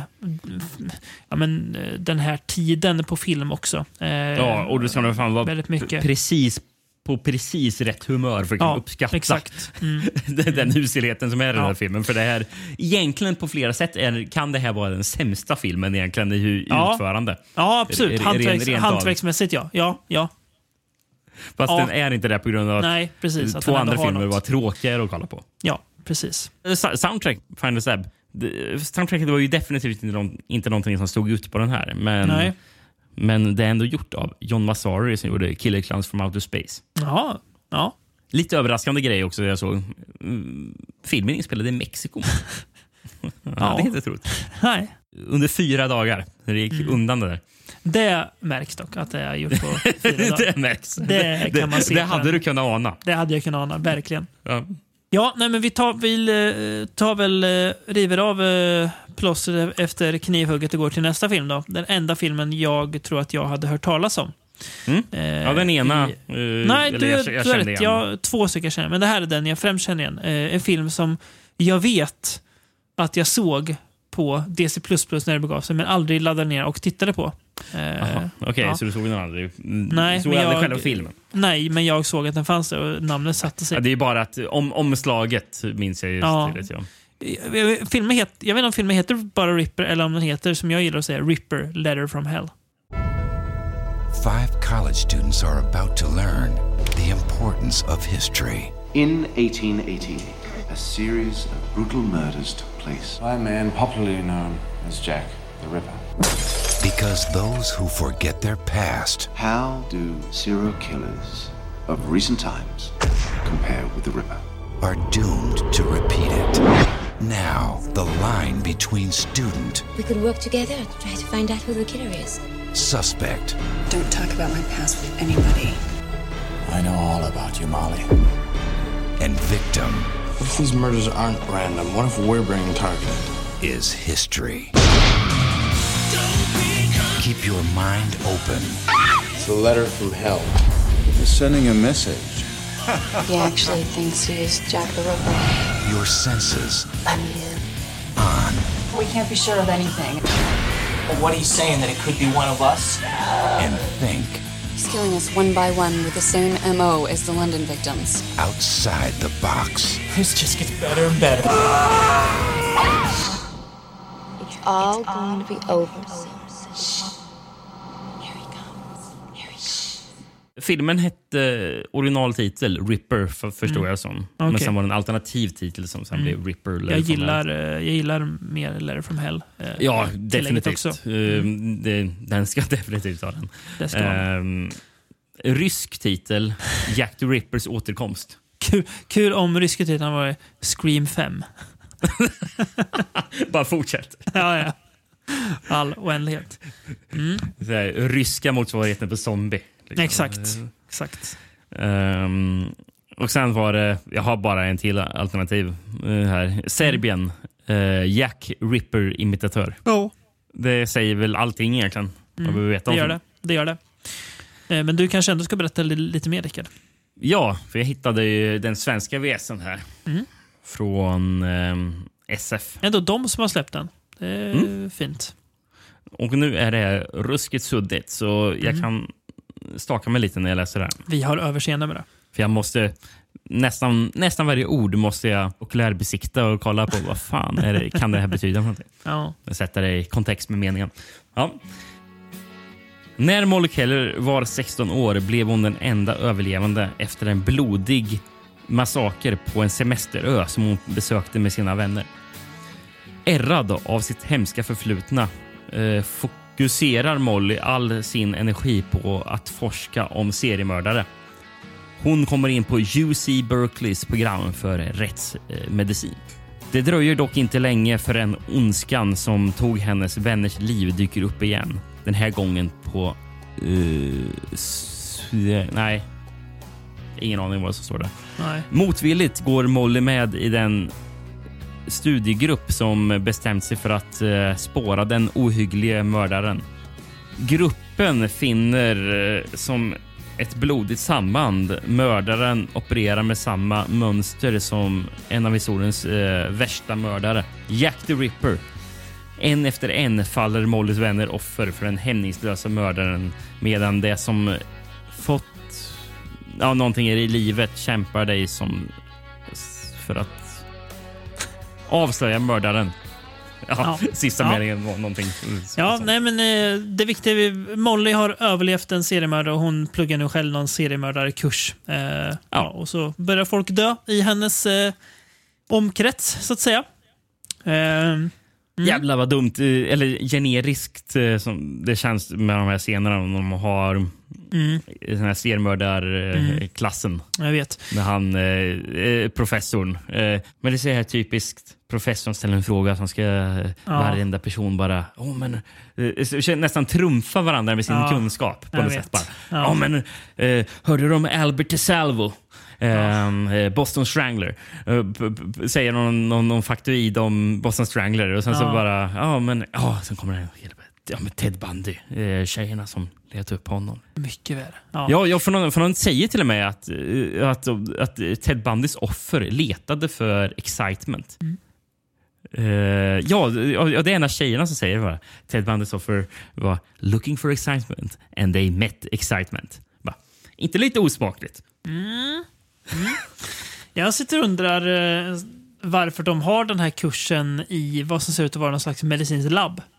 ja, men, den här tiden på film också. Eh, ja, och det ska nog fan vara väldigt mycket. precis på precis rätt humör för att ja, uppskatta exakt. Mm. den husilheten som är i den här filmen. För det här, egentligen på flera sätt är, kan det här vara den sämsta filmen egentligen i ja. utförande. Ja, absolut. R- Hantverks, ren, hantverksmässigt, ja. ja, ja. Fast ja. den är inte det på grund av att Nej, precis, två andra filmer något. var tråkigare att kolla på. Ja, precis. Soundtrack, Final Stab. Soundtracket var ju definitivt inte, någon, inte någonting som stod ut på den här. Men... Nej. Men det är ändå gjort av John Massari som gjorde Killer Clowns from Outer Space. Jaha, ja. Lite överraskande grej också. Jag såg. Filmen inspelade i Mexiko. ja, ja. Det är inte troligt. Nej. Under fyra dagar. Det gick mm. undan det där. Det märks dock att det är gjort på fyra dagar. det märks. Det, kan man se det hade du kunnat ana. Det hade jag kunnat ana, verkligen. Ja. Ja, nej, men vi tar, vi, tar väl, river av eh, plåster efter knivhugget och går till nästa film då. Den enda filmen jag tror att jag hade hört talas om. Mm. Eh, ja, den ena. I, uh, nej, du, jag, jag du rätt. Igen. Jag, två stycken känner, men det här är den jag främst känner igen. Eh, en film som jag vet att jag såg på D C plus plus när det begav sig, men aldrig laddade ner och tittade på. Eh, Okej, okay, ja. Så du såg den aldrig? Nej, såg men aldrig jag, själva filmen? Nej, men jag såg att den fanns där och namnet satte sig. Ja, det är bara att om, omslaget minns jag just ja. det. Ja. Filmen het, jag vet inte om filmen heter bara Ripper eller om den heter, som jag gillar att säga, Ripper, Letter from Hell. five college students are about to learn the importance of history. In eighteen eighty, a series of brutal murders took place by a man popularly known as Jack the Ripper. Because those who forget their past... How do serial killers of recent times compare with the Ripper? ...are doomed to repeat it. Now, the line between student... We could work together to try to find out who the killer is. ...suspect... Don't talk about my past with anybody. I know all about you, Molly. ...and victim... What if these murders aren't random? What if we're being targeted? ...is history. Keep your mind open. It's a letter from hell. It's sending a message. He actually thinks he is Jack the Ripper. Your senses I mean, on. We can't be sure of anything. But what he's saying, that it could be one of us? And think. He's killing us one by one with the same M O as the London victims. Outside the box. This just gets better and better. It's all going to be over soon. Filmen hette originaltitel Ripper, för, förstår mm. jag som. Okay. Men sen var det en alternativ titel som sen mm. blev Ripper. Jag gillar, jag gillar mer Letter from Hell. Eh, ja, definitivt. Också. Mm. Det, den ska definitivt ha den. Det ska eh, rysk titel, Jack the Rippers återkomst. Kul, kul om ryska titeln var Scream fem. Bara fortsätt. Ja, ja. All oändlighet. Mm. Så här, ryska motsvarigheten på zombie. Liksom. Exakt. Exakt. Um, och sen var det, jag har bara en till alternativ uh, här. Serbien, uh, Jack Ripper imitatör. Oh. Det säger väl allting egentligen. Mm. Man veta det gör det. Det gör det. Uh, men du kanske ändå ska berätta lite, lite mer, Rickard. Ja, för jag hittade ju den svenska V S:en här. Mm. Från um, S F. Ändå de som har släppt den. Det är mm. fint. Och nu är det ruskigt suddigt, så mm. jag kan staka mig lite när jag läser det här. Vi har överseende med det. För jag måste, nästan, nästan varje ord måste jag okulärbesikta och kolla på vad fan är det, kan det här betyda för någonting. Ja. Jag sätter det i kontext med meningen. Ja. När Molly Keller var sexton år blev hon den enda överlevande efter en blodig massaker på en semesterö som hon besökte med sina vänner. Ärrad av sitt hemska förflutna eh, fokuserar Molly all sin energi på att forska om seriemördare. Hon kommer in på U C Berkeleys program för rättsmedicin. Det dröjer dock inte länge förrän ondskan som tog hennes vänners liv dyker upp igen. Den här gången på... Uh, nej. Ingen aning vad som står där. Nej. Motvilligt går Molly med i den studiegrupp som bestämt sig för att uh, spåra den ohyggliga mördaren. Gruppen finner uh, som ett blodigt samband. Mördaren opererar med samma mönster som en av historiens uh, värsta mördare. Jack the Ripper. En efter en faller Mollys vänner offer för den hämningslösa mördaren, medan det som fått ja, någonting i livet kämpar dig som för att avslöja mördaren. Ja, ja. Sista ja. meningen var någonting. Ja, nej men eh, det viktiga är Molly har överlevt en seriemördare och hon pluggar nu själv någon seriemördarkurs. Eh, ja. ja, och så börjar folk dö i hennes eh, omkrets, så att säga. Eh, Mm. Jävlar vad dumt, eller generiskt som det känns med de här scenerna när de har mm. den här seriemördarklassen. Mm. Jag vet. Med han eh, professorn. Eh, men det är så här typiskt, professorn ställer en fråga som ska ja. varenda person bara oh, men, eh, nästan trumfa varandra med sin ja. kunskap på något sätt. Bara, ja. oh, men, eh, hörde du om Albert DeSalvo? Ja. Boston Strangler säger någon, någon, någon faktoid om Boston Strangler och sen ja. så bara ja men ja sen kommer det ja men Ted Bundy tjejerna som letade upp honom mycket värre. Ja, ja jag för någon, för någon säger till och med att, att, att Ted Bundys offer letade för excitement. Mm. Uh, ja, ja, det är en av tjejerna som säger det. Ted Bundys offer var looking for excitement and they met excitement. Bara, inte lite osmakligt. Mm. Mm. Jag sitter och undrar eh, varför de har den här kursen i vad som ser ut att vara någon slags medicinsk labb.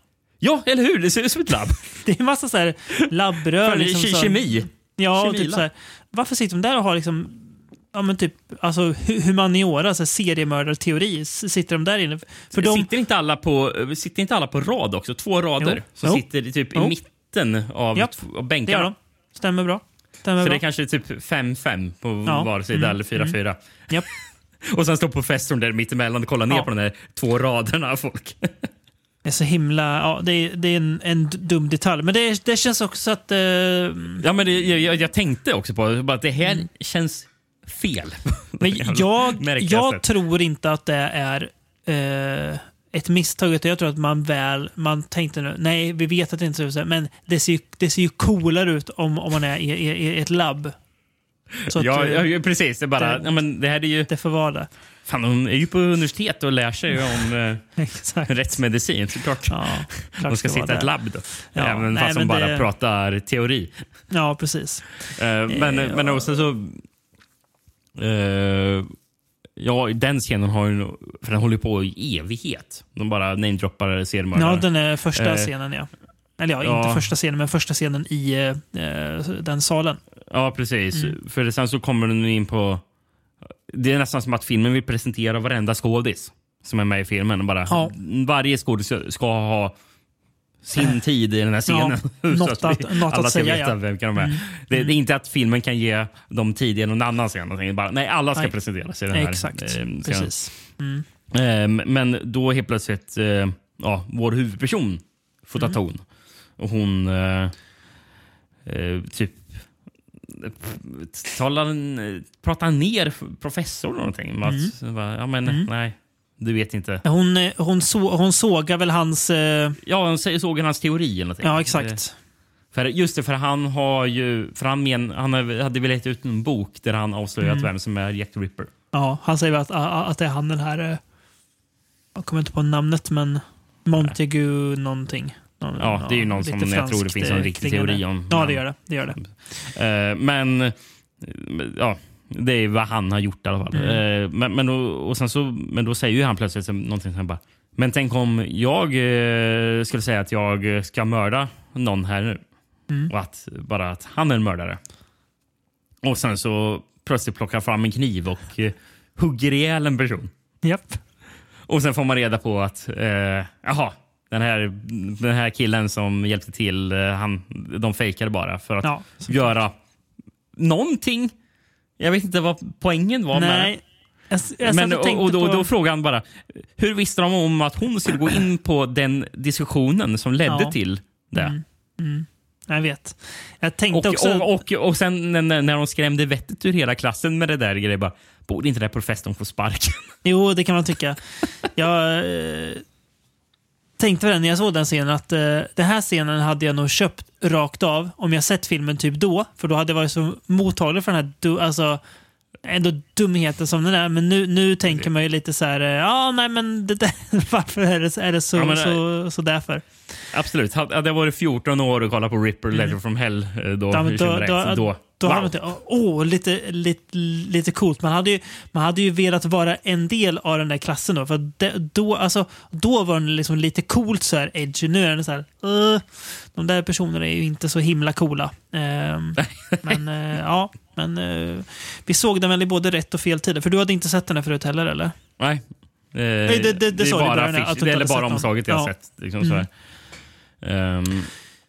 Ja, eller hur? Det ser ut som ett labb. Det är en massa så här labbrör. Liksom, ke- kemi. Ja, Kemila. typ så här. Varför sitter de där och har liksom... Ja, men typ, alltså humaniora, så seriemördarteori, sitter de där inne? För de... sitter, inte alla på, sitter inte alla på rad också? Två rader Jo. som Jo. sitter typ Jo. i mitten av, Japp. av bänkarna. Det gör de. Stämmer bra. Stämmer så bra. det är kanske typ fem fem på Ja. var sida Mm. eller fyra fyra. Mm. Japp. Och sen står professorn där mittemellan och kollar ner Ja. på de där två raderna av folk. Det är så himla... Ja, det är, det är en, en dum detalj. Men det, det känns också att... Uh... Ja, men det, jag, jag tänkte också på bara att det här mm. känns fel. Men jag, jag tror inte att det är uh, ett misstag. Jag tror att man väl... Man tänkte nu, nej, vi vet att det inte ser ut så här, men det ser, det ser ju coolare ut om, om man är i, i, i ett labb. Så att, ja, ja, precis. Det, är bara, det, ja, men det här är ju... Det får vara det. Fan, hon är ju på universitet och lär sig om eh, rättsmedicin, såklart. Ja, de ska sitta i ett labb då. Ja, Även nej, fast de bara det... pratar teori. Ja, precis. Uh, men, eh, men också så... Uh, ja, den scenen har ju... För den håller på i evighet. De bara namedroppar seriemördare. Ja, den är första uh, scenen, ja. Eller ja, ja, inte första scenen, men första scenen i uh, den salen. Ja, precis. Mm. För sen så kommer den in på... Det är nästan som att filmen vill presentera varenda skådis som är med i filmen. Och bara, ja. Varje skådis ska ha sin tid i den här scenen. Ja, något att, att, något alla att ska säga, veta ja. vem kan de är. Mm. Det, det är inte att filmen kan ge dem tid i någon annan scen. Bara, nej, alla ska nej. presenteras i den här Exakt, eh, precis. Mm. Eh, men då helt plötsligt, eh, ja, vår huvudperson får ta ton. Mm. Och hon eh, eh, typ talar, pratar ner professorn någonting. Mm. Att, bara, ja, men mm. nej, du vet inte. Hon, hon, så, hon sågar väl hans... Eh... Ja, hon såg hans teori eller någonting. Ja, exakt. För, just det, för han har ju... För han, men, han hade väl gett ut en bok där han avslöjat mm. vem som är Jack the Ripper. Ja, han säger att, att det är han den här... Jag kommer inte på namnet, men Montague någonting. Någon, ja, det är ju någon som jag tror det finns en riktig teori om. Ja, det gör det. det, gör det. Uh, men... Ja, det är vad han har gjort i alla fall. Mm. Uh, men, men, då, och sen så, men då säger ju han plötsligt någonting som bara... Men tänk om jag uh, skulle säga att jag ska mörda någon här nu. Mm. Och att bara att han är en mördare. Och sen så plötsligt plockar fram en kniv och uh, hugger ihjäl en person. Japp. Och sen får man reda på att uh, jaha, den här, den här killen som hjälpte till, uh, han, de fejkade bara för att ja, göra någonting. Jag vet inte vad poängen var. Nej. Jag, jag men, och, och, då, på... och då frågar han bara, hur visste de om att hon skulle gå in på den diskussionen som ledde ja. till det? Mm. Mm. Jag vet. Jag tänkte och, också... Och, och, och sen när, när de skrämde vettet ur hela klassen med det där grejen, bara, borde inte det professorn få sparken? Jo, det kan man tycka. Jag eh, tänkte väl när jag såg den scenen att eh, den här scenen hade jag nog köpt rakt av om jag sett filmen typ då. För då hade jag varit så mottaglig för den här du, alltså, ändå dumheten som den är. Men nu, nu tänker man ju lite så här, ja nej men det där, varför är det, är det så, ja, men, så, så därför? Absolut. Hade det varit fjorton år och kolla på Ripper mm. Letter from Hell då, ja, men då, då, då, då, då wow. hade man inte, åh, lite, lite, lite coolt. Man hade, ju, man hade ju velat vara en del av den där klassen då. För det, då, alltså, då var den liksom lite coolt så här edgy. Nu är den så här, uh, de där personerna är ju inte så himla coola. Um, men uh, ja, men uh, vi såg den väl i både rätt och fel tider. För du hade inte sett den här förut heller, eller? Nej. Eh, Nej det, det, det, det är bara, början, fick, det är bara omslaget jag har ja. sett. Liksom, så här. Um.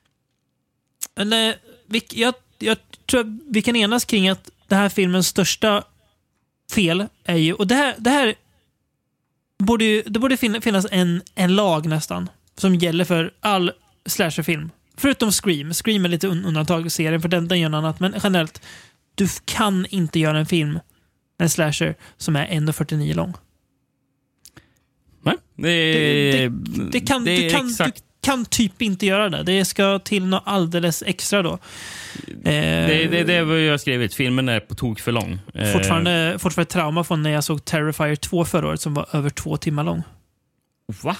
Men, uh, vi, jag Jag tror att vi kan enas kring att det här filmens största fel är ju... Och det här, det här borde ju... Det borde finnas en, en lag nästan som gäller för all slasherfilm. Förutom Scream. Scream är lite undantag i serien för den, den gör något annat. Men generellt, du kan inte göra en film, en slasher, som är en fyrtionio lång. Nej, det, det, det, det kan... Det du kan, exakt. Du kan typ inte göra det. Det ska till något alldeles extra då. Det, det, det är vad jag har skrivit. Filmen är på tok för lång. Fortfarande, fortfarande trauma från när jag såg Terrifier två förra året som var över två timmar lång. Va?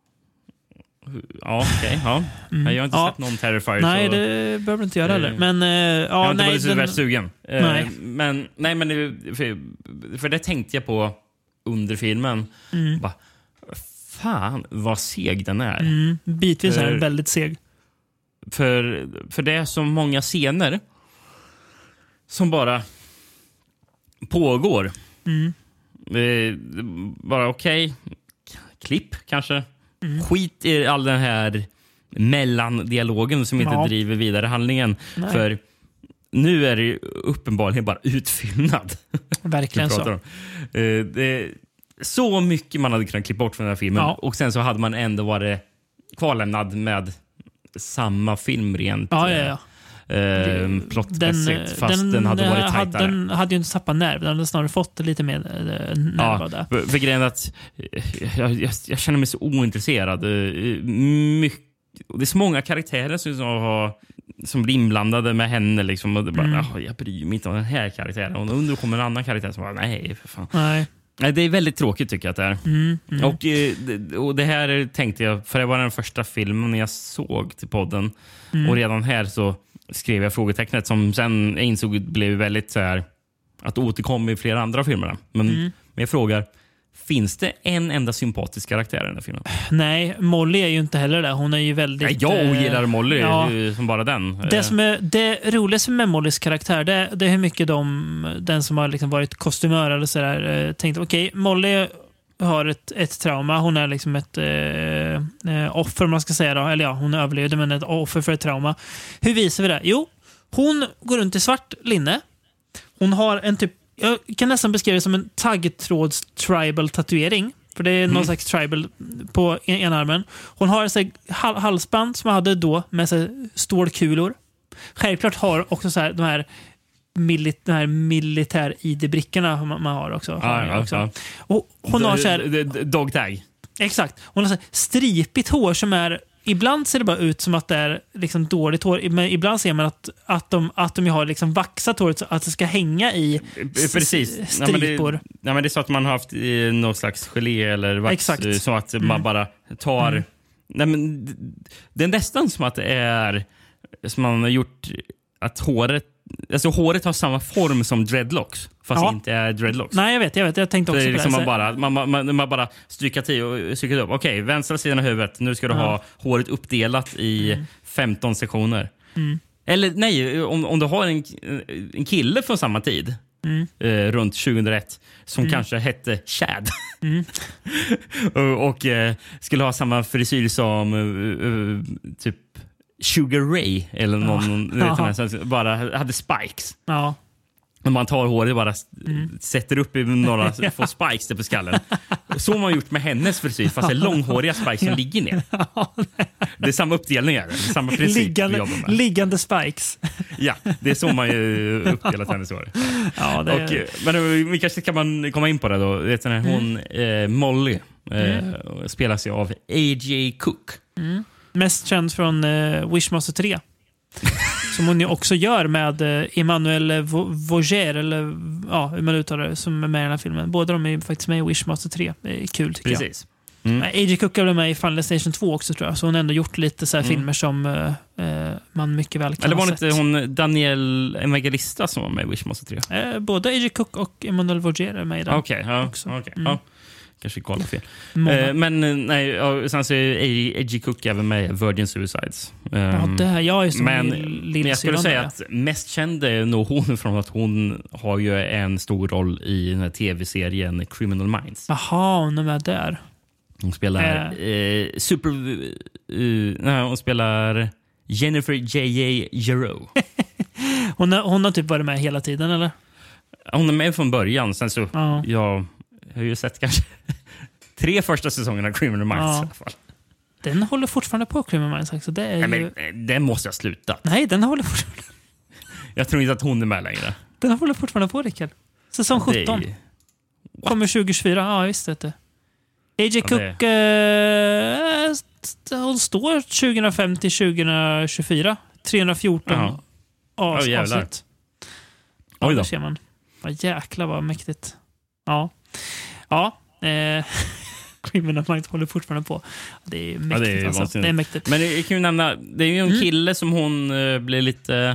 Ja, okej. Okay, ja. Mm. Jag har inte ja. sett någon Terrifier. Nej, så... det behöver du inte göra heller. Men, uh, ja, jag har inte nej, varit så värst sugen. Nej. Uh, men, nej, men för, för det tänkte jag på under filmen. Mm. Bara, fan vad seg den är. Mm, bitvis för, är den väldigt seg. För, för det är så många scener som bara pågår. Mm. Eh, bara okej. Okay. Klipp kanske. Mm. Skit i all den här mellandialogen som inte ja. driver vidare handlingen. Nej. För nu är det uppenbarligen bara utfyllnad. Verkligen så. Eh, det är så mycket man hade kunnat klippa bort från den här filmen. Ja. Och sen så hade man ändå varit kvarlämnad med samma film rent ja, ja, ja. Eh, plottmässigt. Fast den, den hade varit tajtare. Hade, den hade ju inte tappat nerv. Den hade snarare fått lite mer eh, nerv ja, av det. För, för grejen att jag, jag, jag känner mig så ointresserad. Mycket, det är så många karaktärer som, har, som blir inblandade med henne. Liksom, och det bara, mm. jag bryr mig inte om den här karaktären. Och under kommer en annan karaktär som bara, nej för fan. Nej. Nej, det är väldigt tråkigt tycker jag att det är. Mm, mm. Och, och det här tänkte jag, för det var den första filmen jag såg till podden. Mm. Och redan här så skrev jag frågetecknet som sen jag insåg blev väldigt så här att återkomma i flera andra filmer. Men, mm. men jag frågar, finns det en enda sympatisk karaktär i den här filmen? Nej, Molly är ju inte heller det. Hon är ju väldigt... Nej, jag gillar Molly ja. som bara den. Det, som är, det roligaste med Mollys karaktär, det, det är hur mycket de, den som har liksom varit kostymör eller sådär, tänkte okej, okay, Molly har ett, ett trauma. Hon är liksom ett eh, offer, man ska säga då. Eller ja, hon överlevde, men ett offer för ett trauma. Hur visar vi det? Jo, hon går runt i svart linne. Hon har en typ, jag kan nästan beskriva det som en taggtråds tribal tatuering. För det är någon mm. slags tribal på ena armen. Hon har ett halsband som hade då med sig stålkulor. Självklart har också så här, de här Milit, de här militär-I D-brickorna man, man har också. Ah, ja, också. Ja. Och hon har så här... Dogtag. Exakt. Hon har så här stripigt hår som är... Ibland ser det bara ut som att det är liksom dåligt hår. Men ibland ser man att, att, de, att de har liksom vaxat håret så att det ska hänga i Precis. stripor. Ja, men, det, ja, men det är så att man har haft i någon slags gelé eller vax. Exakt. Så att mm. man bara tar... Mm. Nej, men, det är nästan som att det är... Som man har gjort... Att håret... Alltså håret har samma form som dreadlocks, fast ja. inte är dreadlocks. Nej, jag vet, jag vet. Jag tänkte också det är på liksom det. Man bara, man, man, man bara stryker till och stryker upp. Okej, okay, vänstra sidan av huvudet. Nu ska du ja. ha håret uppdelat i mm. femton sektioner. Mm. Eller nej, om, om du har en, en kille från samma tid, mm. eh, runt tjugohundraett, som mm. kanske hette Chad. Mm. och och eh, skulle ha samma frisyr som uh, typ Sugar Ray eller någon ja. vet du, som bara hade spikes. Ja. När man tar håret bara mm. sätter upp i några få spikes där på skallen. Så har man gjort med hennes frisyr, fast det är långhåriga spikes som ligger ner. Det är samma uppdelningar, det är samma princip liggande, liggande spikes. Ja, det är så man ju uppdelat hennes hår. Ja, det är... Och, men vi kanske kan man komma in på det då. Vet du, hon eh, Molly eh, mm. spelas ju av A J Cook. Mm. Mest känd från uh, Wishmaster tre. Som hon ju också gör med uh, Emmanuel Vaugier, eller ja, hur man uttalar det, som är med i den här filmen. Båda de är faktiskt med i Wishmaster tre. Det är kul tycker Precis. jag. Mm. A J Cook är med i Final Station två också tror jag. Så hon har ändå gjort lite så här mm. filmer som uh, uh, man mycket väl kan Eller var ha det sett. inte hon Daniel Evangelista som var med i Wishmaster tre? Uh, både A J Cook och Emmanuel Vaugier är med i den. Okej, okay, ja, också. Okay, mm. ja. Kanske kolla fel. Eh, men nej, ja, sen så är A J Cook även med Virgin Suicides. Um, ja, det här, jag är som men, men jag skulle säga att mest känd är nog hon från att hon har ju en stor roll i den här tv-serien Criminal Minds. Jaha, hon är med där. Hon spelar äh. eh, super... Uh, nej, hon spelar Jennifer J J Jarreau. hon, har, hon har typ varit med hela tiden, eller? Hon är med från början. Sen så, ja. jag har ju sett kanske tre första säsongerna av Criminal Minds ja. i alla fall. Den håller fortfarande på, Criminal Minds. Alltså. Det är nej, ju... men den måste jag sluta. Nej, den håller fortfarande... Jag tror inte att hon är med längre. Den håller fortfarande på, Rickard. Säsong sjutton. Är... Kommer tjugo tjugofyra. Ja, visst vet du. A J ja, Cook det... äh, hon står tjugohundrafem till tjugohundratjugofyra. trehundrafjorton ja. as- oh, avsnitt. Ja, Oj då. ser man. Vad jäkla vad mäktigt. Ja. Ja. Eh, Criminal Minds håller fortfarande på. Det är mäktigt. Ja, det, är alltså. det är mäktigt. Men jag kan ju nämna, det är ju en mm. kille som hon uh, blir lite...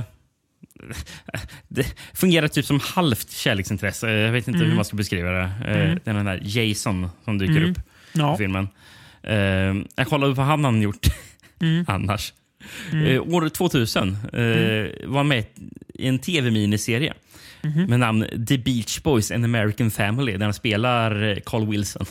det fungerar typ som halvt kärleksintresse. Jag vet inte mm. hur man ska beskriva det. Mm. Den där Jason som dyker mm. upp ja. i filmen. Uh, jag kollade på vad han har gjort mm. annars. Mm. Uh, år tvåtusen uh, mm. var med i en tv-miniserie mm-hmm. med namn The Beach Boys and American Family där han spelar Carl Wilson.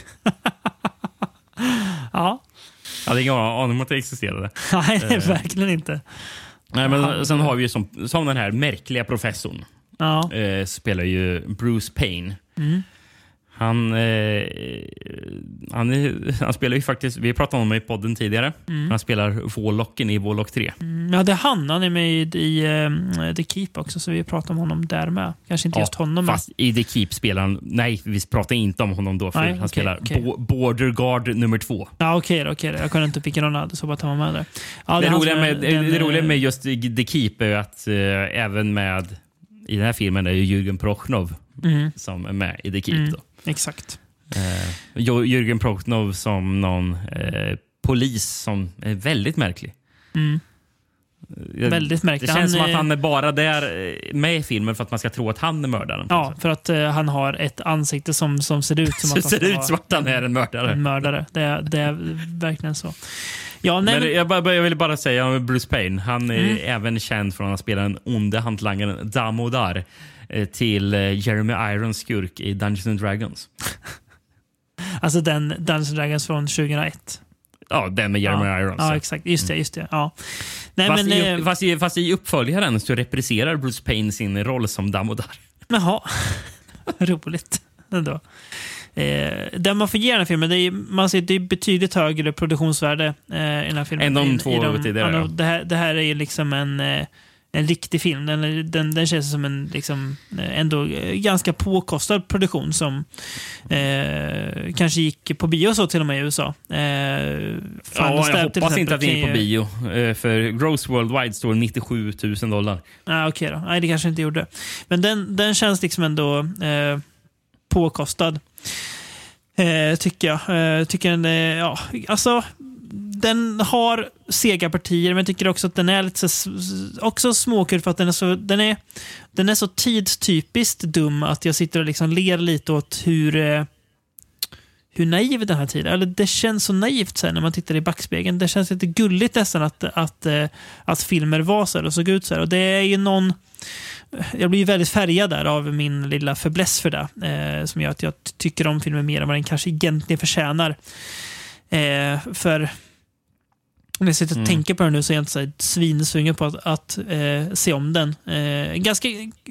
Ja. Jag hade ingen aning om att det existerade. Nej, uh, verkligen inte. Nej, men ja. Sen har vi ju som, som den här märkliga professorn. Ja. Uh, spelar ju Bruce Payne. Mm. Han, eh, han, han spelar ju faktiskt, vi pratade om honom i podden tidigare. Mm. Han spelar Warlocken i Warlock tre. Mm, ja, det är han. Han är med i, i uh, The Keep också, så vi pratar om honom där med. Kanske inte ja, just honom. Fast men... i The Keep spelar han, nej, vi pratar inte om honom då, för nej, han okay, spelar okay. Bo, Border Guard nummer två. Ja, okej okay, okej. Okay. Jag kunde inte picka någon annan, så bara ta med där. Ja, det, det, roliga med, den, det roliga med just The Keep är att uh, även med, i den här filmen är ju Jürgen Prochnov mm. som är med i The Keep mm. då. Exakt. Uh, Jürgen Prochnov som någon uh, polis som är väldigt märklig. Mm. Jag, väldigt märklig. Det känns han, som att han är bara där med i filmen för att man ska tro att han är mördaren. Ja, för att uh, han har ett ansikte som, som ser ut som att han ser ut som att han är en mördare. En mördare. Det är, det är verkligen så. Ja, nej, men jag, bara, jag vill bara säga om Bruce Payne. Han är mm. även känd från att spela den onde hantlangaren Damodar till Jeremy Irons skurk i Dungeons and Dragons. Alltså den Dungeons and Dragons från tjugohundraett. Ja, den med Jeremy ja. Irons. Ja, exakt. Just det, just det. Ja. Nej, fast, men, i, eh, fast, i, fast i uppföljaren så representerar Bruce Payne sin roll som Damodar. Jaha, roligt ändå. Eh, där man får ge den här filmen, det är, man ser, det är betydligt högre produktionsvärde eh, i den här filmen. Än de två de, tidigare. Ja, det, här, det här är ju liksom en... Eh, en riktig film. Den, den, den känns som en liksom, ändå ganska påkostad produktion som eh, kanske gick på bio så till och med i U S A. Eh, ja, jag hoppas inte att det är på bio. Eh, för Gross Worldwide står nittiosju tusen dollar. Ah, okej okay då. Nej, det kanske inte gjorde. Men den, den känns liksom ändå eh, påkostad. Eh, tycker jag. Eh, tycker den, eh, ja, alltså den har sega partier, men jag tycker också att den är lite så, också småkul för att den är så, den är, den är så tidstypiskt dum att jag sitter och liksom ler lite åt hur hur naiv den här tiden, eller det känns så naivt sen när man tittar i backspegeln. Det känns lite gulligt nästan att, att, att filmer var så här och såg ut så här. Och det är ju någon, jag blir ju väldigt färgad där av min lilla fäbless för det, eh, som gör att jag tycker om filmer mer än vad den kanske egentligen förtjänar. Eh, för om jag sitter och mm. tänker på den nu så är jag inte så här svinsvungen på att, att eh, se om den. Eh, ganska,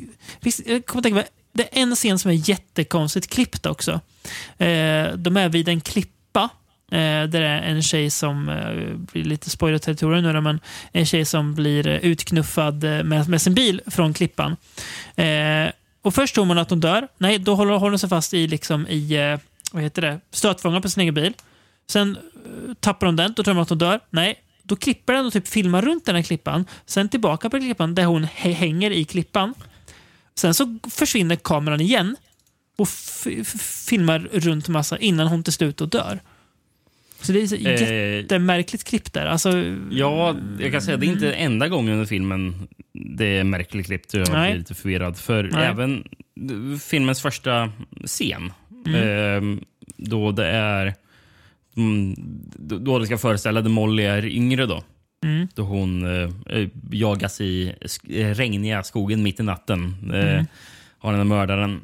jag kommer tänka på, det är en scen som är jättekonstigt klippt också. Eh, de är vid en klippa eh, där det är en tjej som eh, blir lite spoiler-territorium nu, men en tjej som blir utknuffad med, med sin bil från klippan. Eh, och först tror man att hon dör. Nej, då håller hon sig fast i, liksom, i eh, vad heter det? Stötfångaren på sin egen bil. Sen uh, tappar hon den, då tror man att hon dör. Nej, då klipper den och typ filmar runt den här klippan. Sen tillbaka på klippan där hon h- hänger i klippan. Sen så försvinner kameran igen och f- f- filmar runt massa innan hon till slut och dör. Så det är så eh, jättemärkligt klipp där. Alltså, ja, jag kan säga att det är inte enda gången under filmen det är märkligt klippt. Jag blir lite förvirrad. För nej. Även filmens första scen mm. eh, då det är Mm, då det ska föreställa att Molly är yngre då. Mm. Då hon eh, jagas i sk- regniga skogen mitt i natten. Eh, mm. Har den här mördaren.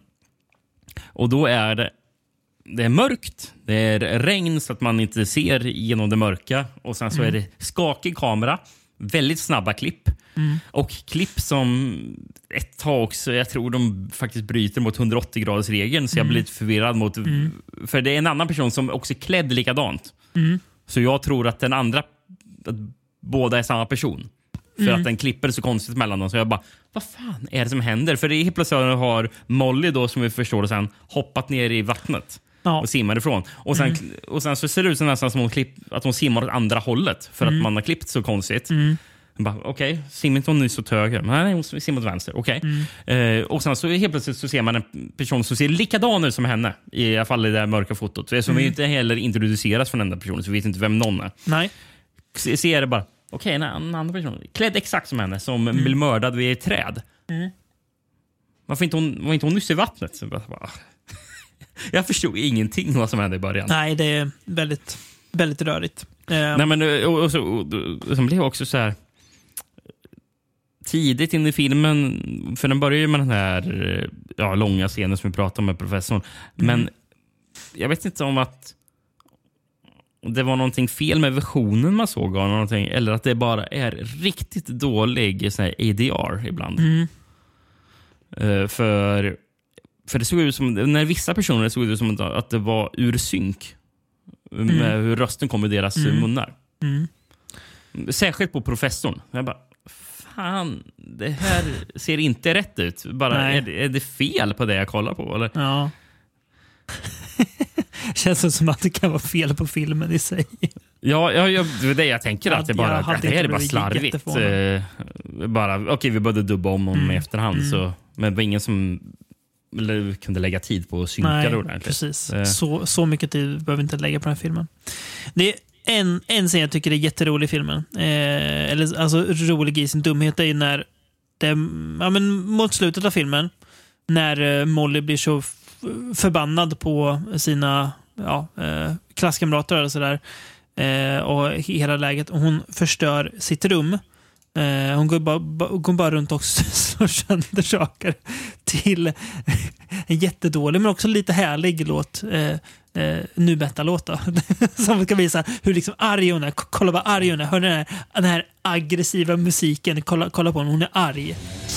Och då är det det är mörkt. Det är regn så att man inte ser genom det mörka. Och sen så mm. är det skakig kamera. Väldigt snabba klipp. Mm. Och klipp som ett tag också, jag tror de faktiskt bryter mot hundraåttio graders regeln, så jag mm. blir lite förvirrad mot mm. för det är en annan person som också är klädd likadant. Mm. Så jag tror att den andra att båda är samma person. För mm. att den klipper så konstigt mellan dem, så jag bara, vad fan är det som händer? För det är helt plötsligt har Molly då, som vi förstår det sen, hoppat ner i vattnet. Ja. Och simmar ifrån. Och sen, mm. och sen så ser det ut som nästan som hon klipp, att hon simmar åt andra hållet. För mm. att man har klippt så konstigt. Mm. Okej, okay, simmar inte hon nyss åt höger? Nej, hon simmar åt vänster. Okej. Okay. Mm. Eh, och sen så helt plötsligt så ser man en person som ser likadan ut som henne. I alla fall i det där mörka fotot. Som mm. inte heller introduceras från den där personen, så vi vet inte vem någon är. Nej. Ser det bara, okej, okay, en annan person. Klädd exakt som henne, som mm. blir mördad vid ett träd. Mm. Varför inte hon, var inte hon nyss i vattnet? Så bara, jag förstod ingenting vad som hände i början. Nej, det är väldigt väldigt rörigt. Nej, men och, och, så, och, och, sen blev också så här tidigt in i filmen, för den börjar ju med den här ja, långa scenen som vi pratade om med professorn. Men mm. jag vet inte om att det var någonting fel med versionen man såg av någonting, eller att det bara är riktigt dålig så här A D R ibland. Mm. Uh, för för det såg ut som, när vissa personer såg ut som att det var ur synk mm. med hur rösten kom i deras mm. munnar. Mm. Särskilt på professorn. Jag bara, fan, det här ser inte rätt ut. Bara, är det, är det fel på det jag kollar på? Eller? Ja. Känns som att det kan vara fel på filmen i sig. Ja, ja, ja det är det jag tänker. Att det, bara, att det här är bara slarvigt. Eh, bara, okej, okay, vi började dubba om om mm. i efterhand. Mm. Så, men det var ingen som eller, kunde lägga tid på att synka. Nej, det ordentligt. Precis. Eh. Så, så mycket tid behöver vi inte lägga på den här filmen. Det är en, en scen jag tycker är jätterolig i filmen. Eh, eller, alltså rolig i sin dumhet är när det, ja, men mot slutet av filmen när eh, Molly blir så f- förbannad på sina ja, eh, klasskamrater och sådär. Eh, och hela läget. Och hon förstör sitt rum. Eh, hon går bara, ba, går bara runt och slår sönder saker till en jättedålig men också lite härlig låt. Eh, eh, nu betta-låt då. Som ska visa hur liksom arg hon är. Kolla vad arg hon är. Hör den här, den här aggressiva musiken. Kolla, kolla på henne. Hon är arg.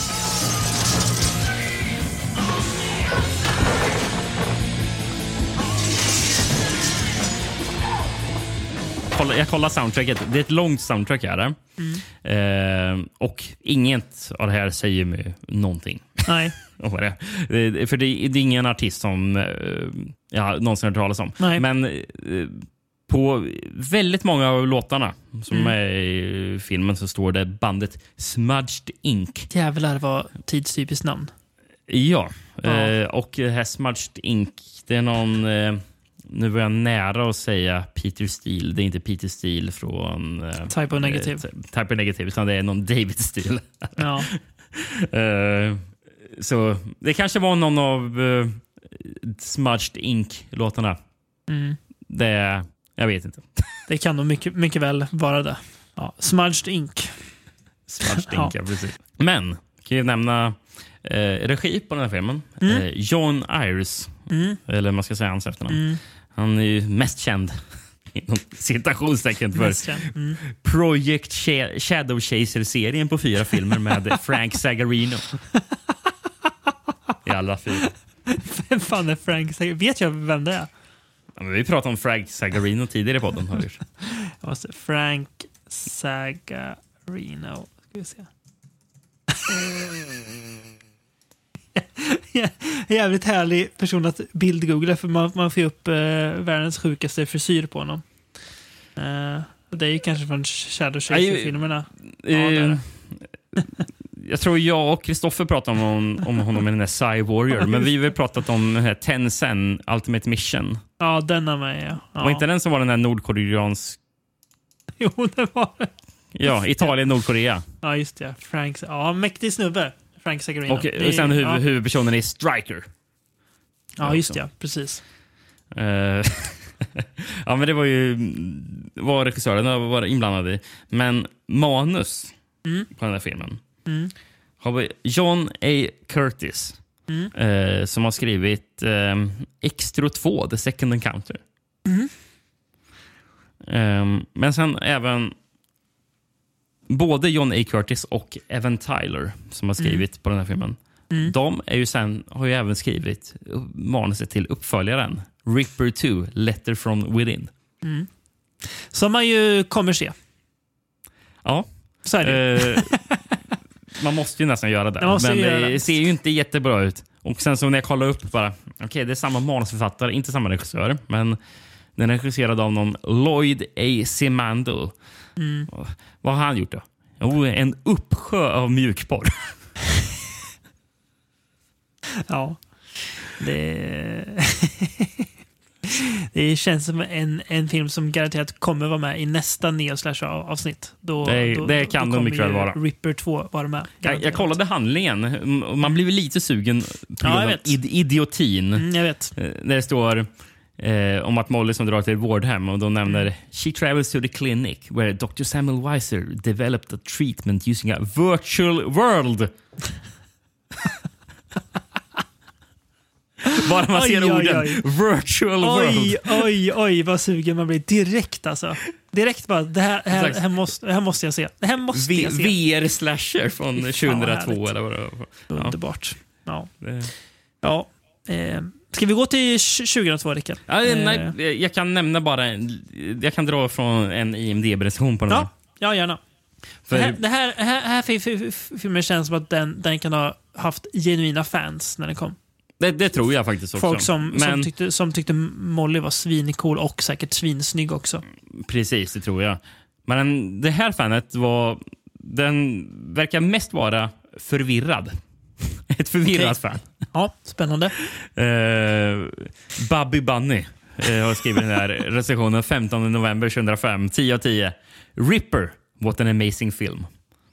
Jag kollar soundtracket. Det är ett långt soundtrack här. Mm. Eh, och inget av det här säger mig någonting. Nej. det. Eh, för det, det är ingen artist som eh, jag någonsin har hört talas om. Nej. Men eh, på väldigt många av låtarna som mm. är i filmen så står det bandet Smudged Ink. Jävlar vad tidstypiskt namn. Ja. ja. Eh, och det här Smudged Ink, det är någon... Eh, nu var jag nära att säga Peter Steele. Det är inte Peter Steele från... Uh, Type of Negative. Uh, Type of Negative, utan det är någon David Steele. Ja. uh, så det kanske var någon av uh, Smudged Ink-låtarna. Mm. Det... Jag vet inte. Det kan nog mycket, mycket väl vara det. Ja. Smudged Ink. Smudged Ink, ja. Ja, precis. Men, kan jag nämna uh, regi på den här filmen. Mm. Uh, John Ayres. Mm. Eller man ska säga hans efternamn. Mm. Han är ju mest känd inom citationstecken för mm. Project Sh- Shadow Chaser-serien på fyra filmer med Frank Zagarino. I alla fyra. Vem fan är Frank Zagarino? Vet jag vem det är? Ja, men vi pratade om Frank Zagarino tidigare i podden. Har vi. måste, Frank Zagarino. Ska vi se. Jävligt härlig person att bildgoogla, för man, man får upp eh, världens sjukaste frisyr på honom. Eh, det är ju kanske från Shadow Chaser-filmerna. Ja, eh, jag tror jag och Kristoffer pratade om, om honom i den här Psy Warrior, men vi har väl pratat om den här Tencent Ultimate Mission. Ja, den av mig, ja. ja. Var inte den som var den här nordkoreansk... Jo, det var det. Ja, Italien, Nordkorea. Ja, just det. Frank, ja, mäktig snubbe. Frank Zagarino. Och, och sen huvud, ja. huvudpersonen är Striker. Ja, just det. Precis. Uh, ja, men det var ju vad regissörerna var inblandade i. Men manus mm. på den här filmen mm. har vi John A. Curtis mm. uh, som har skrivit uh, Extra två, The Second Encounter. Mm. Um, men sen även både John A. Curtis och Evan Tyler som har skrivit mm. på den här filmen. Mm. De är ju sen, har ju även skrivit manuset till uppföljaren Ripper två, Letter from Within. Mm. Som man ju kommer se. Ja. Så är det. Eh, man måste ju nästan göra det. Men göra det ser ju inte jättebra ut. Och sen så när jag kollar upp bara, okej, okay, det är samma manusförfattare, inte samma regissör, men den är regisserad av någon Lloyd A. Simando. Mm. Vad har han gjort då? Jo, en uppsjö av mjukporr. Ja. Det... det känns som en, en film som garanterat kommer vara med i nästa Neo-slash-avsnitt. Då, det, då, det kan då de mycket väl vara. Ripper två vara med. Jag, jag kollade handlingen. Man blir lite sugen på ja, id- idiotin. Mm, jag vet. Där det står Eh, om att Molly som drar till ett vårdhem och de nämner mm. She travels to the clinic where doctor Samuel Weiser developed a treatment using a virtual world. Bara man ser oj, orden oj, oj. Virtual oj, world. Oj, oj, vad sugen man blir direkt alltså. Direkt bara, det här, här, här, måste, det här måste jag se. Det här måste v- jag se. V R-slasher från tjugohundratvå eller vad det var. Ja. Underbart. Ja. Ja. Eh, ska vi gå till tjugohundratvå, Rickard? Ja, eh. Nej, jag kan nämna bara en, jag kan dra från en I M D B-recension på den ja. här. Ja, gärna. För det här, det här, här, här filmen känns som att den, den kan ha haft genuina fans när den kom. Det, det tror jag faktiskt också. Folk som, Men, som, tyckte, som tyckte Molly var svincool och säkert svinsnygg också. Precis, det tror jag. Men det här fanet var... Den verkar mest vara förvirrad. Ett förvirrat okay. fan. Ja, spännande. Uh, Bubby Bunny uh, har skrivit den här recensionen femtonde november tjugohundrafem. tio av tio. Ripper, what an amazing film.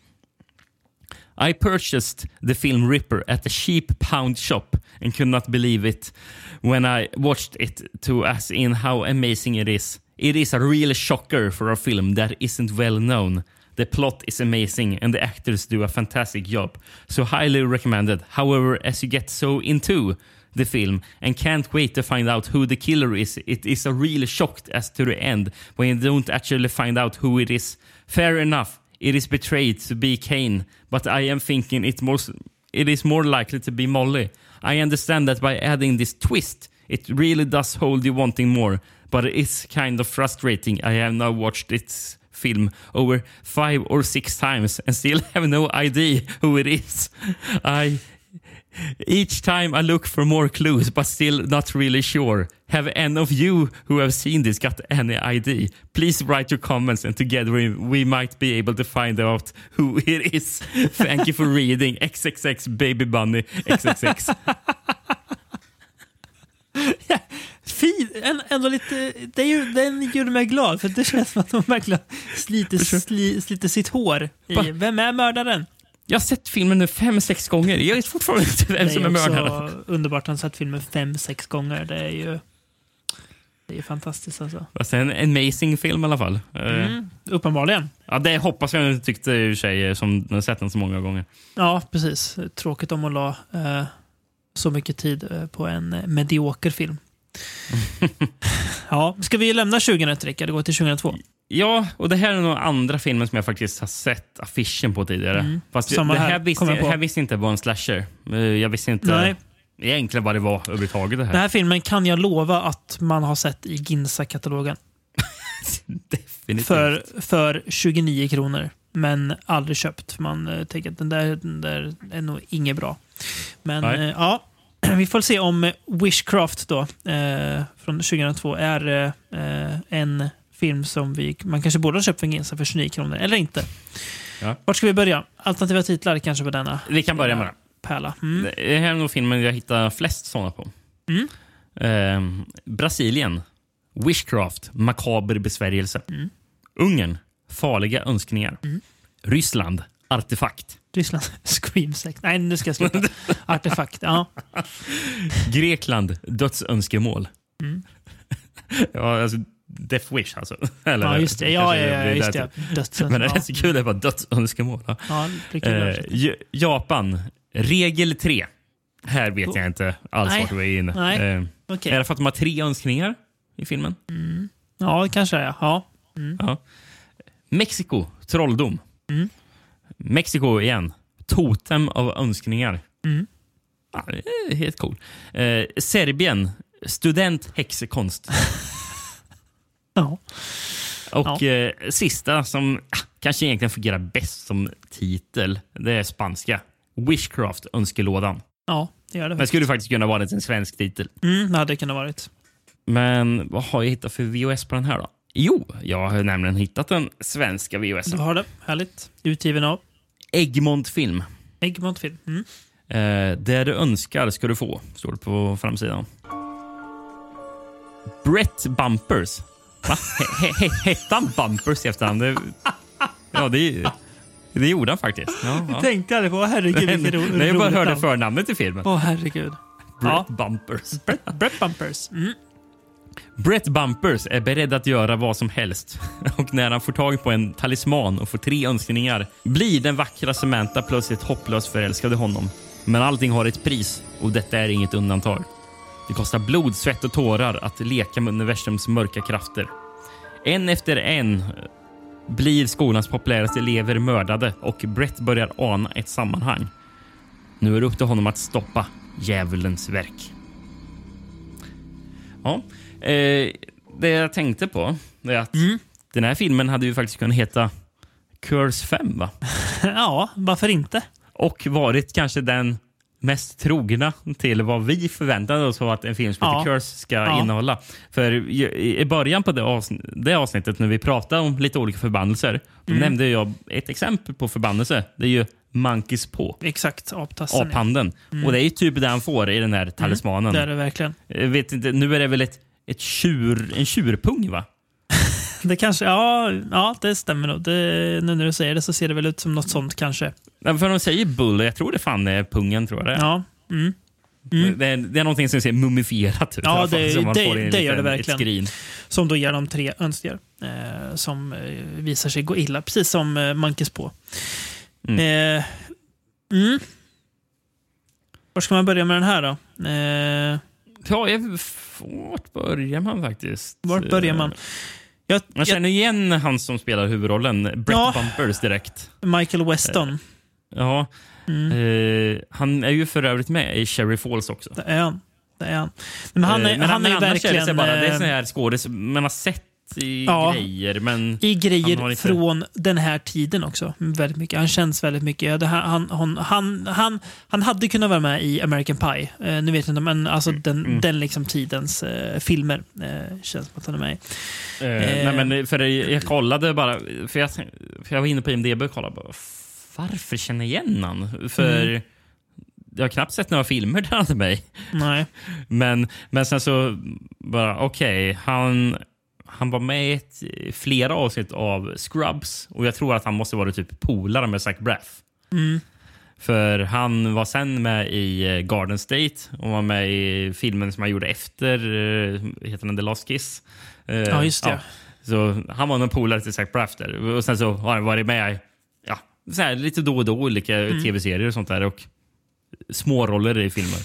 I purchased the film Ripper at a cheap pound shop and could not believe it when I watched it to as in how amazing it is. It is a real shocker for a film that isn't well known. The plot is amazing and the actors do a fantastic job. So highly recommended. However, as you get so into the film and can't wait to find out who the killer is, it is a real shock as to the end when you don't actually find out who it is. Fair enough. It is betrayed to be Kane, but I am thinking it, more, it is more likely to be Molly. I understand that by adding this twist, it really does hold you wanting more, but it is kind of frustrating. I have now watched its film over five or six times and still have no idea who it is. I... Each time I look for more clues, but still not really sure. Have any of you who have seen this got any idea? Please write your comments and together we, we might be able to find out who it is. Thank you for reading. X X X Baby Bunny X X X. Ja, fin, ändå lite, det är ju, den gjorde mig glad för det känns som att de verkligen sliter, sli, sliter sitt hår i. Vem är mördaren? Jag har sett filmen nu fem, sex gånger. Jag vet fortfarande inte vem som är mördaren. Det är också underbart att ha sett filmen fem, sex gånger. Det är ju det är ju fantastiskt alltså. Fast en amazing film i alla fall. Mm, uppenbarligen. Ja, det hoppas jag inte tyckte i sig som har sett den så många gånger. Ja, precis. Tråkigt om att la eh, så mycket tid eh, på en eh, medioker film. Ja, ska vi lämna tjugohundraett, Rickard? Det går till tjugohundratvå. Ja, och det här är några andra filmer som jag faktiskt har sett affischen på tidigare. Mm. Fast det här, här, visste, här visste inte var en slasher. Jag visste inte Nej. egentligen vad det var överhuvudtaget det här. Den här filmen kan jag lova att man har sett i Ginza-katalogen. Definitivt. För, för tjugonio kronor. Men aldrig köpt. Man tänker att den där, den där är nog inget bra. Men eh, ja, vi får se om Wishcraft då eh, från tjugohundratvå är eh, en film som vi, man kanske borde ha köpt för Ginza för tjugonio kronor eller inte. Ja. Vart ska vi börja? Alternativa titlar kanske på denna. Vi kan börja med det. Pärla. Mm. Det här är nog filmen jag hittar flest sådana på. Mm. Eh, Brasilien. Wishcraft. Makaber besvärjelse. Mm. Ungern. Farliga önskningar. Mm. Ryssland. Artefakt. Ryssland. Scream sex. Nej, nu ska jag sluta. Artefakt, ja. Grekland. Dödsönskemål. Mm. Ja, alltså Death Wish alltså. Eller, ja, just det. Ja, ja, ja, just det. Dödsönskemål. Men det är så kul, det är bara dödsönskemål. Ja, ja det är kul. Eh, Japan. Regel tre. Här vet jag inte alls vart du är inne. Nej. Eh, okay. Är det för att de har tre önskningar i filmen? Mm. Ja, det kanske är. Ja. Mm. Ja. Mexiko. Trolldom. Mm. Mexiko igen. Totem av önskningar. Mm. Ja, det är helt cool. Eh, Serbien. Student häxekonst. Ja. Och ja. Eh, sista som ah, kanske egentligen fungerar bäst som titel, det är spanska. Wishcraft, önskelådan. Ja, det gör det. Det skulle faktiskt kunna vara en svensk titel. Mm, det hade kunnat varit. Men vad har jag hittat för V H S på den här då? Jo, jag har nämligen hittat en svenska V H S. Du har det, härligt. Utgiven av? Egmont Film. Egmont Film. Mm. Eh, det du önskar ska du få, står det på framsidan. Brett Bumpers. Va? Hette han Bumpers i efterhand? Det, ja, det, det gjorde han faktiskt. Ja, ja. Jag tänkte aldrig på, herregud vilket roligt. Nej, jag bara hörde förnamnet i filmen. Åh, herregud. Brett ja. Bumpers. Brett, Brett Bumpers. Mm. Brett Bumpers är beredd att göra vad som helst. Och när han får tag på en talisman och får tre önskningar blir den vackra Samantha plötsligt hopplöst förälskad i honom. Men allting har ett pris och detta är inget undantag. Det kostar blod, svett och tårar att leka med universums mörka krafter. En efter en blir skolans populäraste elever mördade och Brett börjar ana ett sammanhang. Nu är det upp till honom att stoppa djävulens verk. Ja, eh, det jag tänkte på är att mm. den här filmen hade ju faktiskt kunnat heta Curse fem, va? Ja, varför inte? Och varit kanske den mest trogna till vad vi förväntade oss att en film som heter ja. Curse ska ja. innehålla. För i början på det, avsnitt, det avsnittet när vi pratade om lite olika förbannelser, då mm. nämnde jag ett exempel på förbannelse. Det är ju Monkeys Paw. Exakt, aptassen. Aphanden. Mm. Och det är ju typ det han får i den här talismanen. Mm, det är det verkligen. Jag vet inte, nu är det väl ett, ett tjur, en tjurpung, va? Det kanske, ja, ja, det stämmer nog. Det, nu när du säger det så ser det väl ut som något sånt kanske. Ja, för de säger bull, jag tror det fan är pungen, tror jag det är. Ja. Mm. Mm. Det, är, det är någonting som ser mumifierat ut. Ja, det, som man det, får det liten, gör det verkligen. Skrin. Som då ger de tre önskningar eh, som eh, visar sig gå illa. Precis som eh, Monkeys Paw. Mm. Eh, mm. Var ska man börja med den här då? Eh, ja, jag, vart börjar man faktiskt? Vart börjar man? Jag, man känner igen han som spelar huvudrollen, Brett ja, Bumpers, direkt. Michael Weston. Eh, ja, mm. eh, han är ju för övrigt med i Cherry Falls också. Det är han. Det är han. Men han är, eh, men han är ju verkligen... Är det, bara, det är sån här skådis man har sett i ja, grejer. Men i grejer inte... från den här tiden också. Väldigt mycket. Han känns väldigt mycket. Det här, han, han, han, han, han hade kunnat vara med i American Pie. Eh, nu vet jag inte, men alltså den, mm. den liksom tidens eh, filmer eh, känns som att han är med. Eh, eh, nej, men för jag kollade bara, för jag, för jag var inne på I M D B och kollade bara, varför känner jag igen han? För mm. jag har knappt sett några filmer där han är med. Nej. Men, men sen så bara, okej, okay, han Han var med i ett, flera avsnitt av Scrubs. Och jag tror att han måste vara typ polare med Zach Braff. Mm. För han var sen med i Garden State. Och var med i filmen som han gjorde efter, heter den The Last Kiss. Ja, just det. Ja. Så han var en polare till Zach Braff där. Och sen så har han varit med ja, så här, lite då och då olika mm. tv-serier och sånt där. Och små roller i filmer.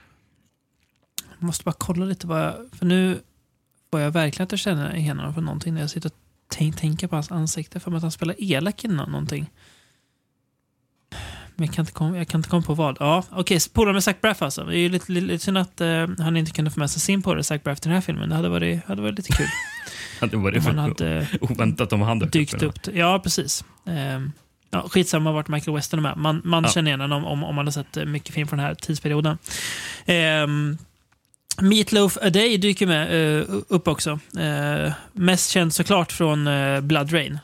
Jag måste bara kolla lite vad jag... För nu... Var jag verkligen att jag känner igen honom för någonting när jag sitter och tänk, tänker på hans ansikte för att han spelar elak innan någonting. Men jag kan inte komma, jag kan inte komma på vad. Ja, okej, okay, polare med Zach Braff alltså. Det är ju lite, lite, lite synd att uh, han inte kunde få med sig sin polare Zach Braff till den här filmen. Det hade varit, hade varit lite kul. Det var det man hade oväntat om han dykt upp. Ja, precis. Um, ja, skitsamma vart Michael Weston är med. Man, man ja. känner igen honom om, om man har sett mycket film från den här tidsperioden. Um, Meatloaf A Day dyker med uh, upp också. Uh, mest känd såklart från uh, Blood Rain.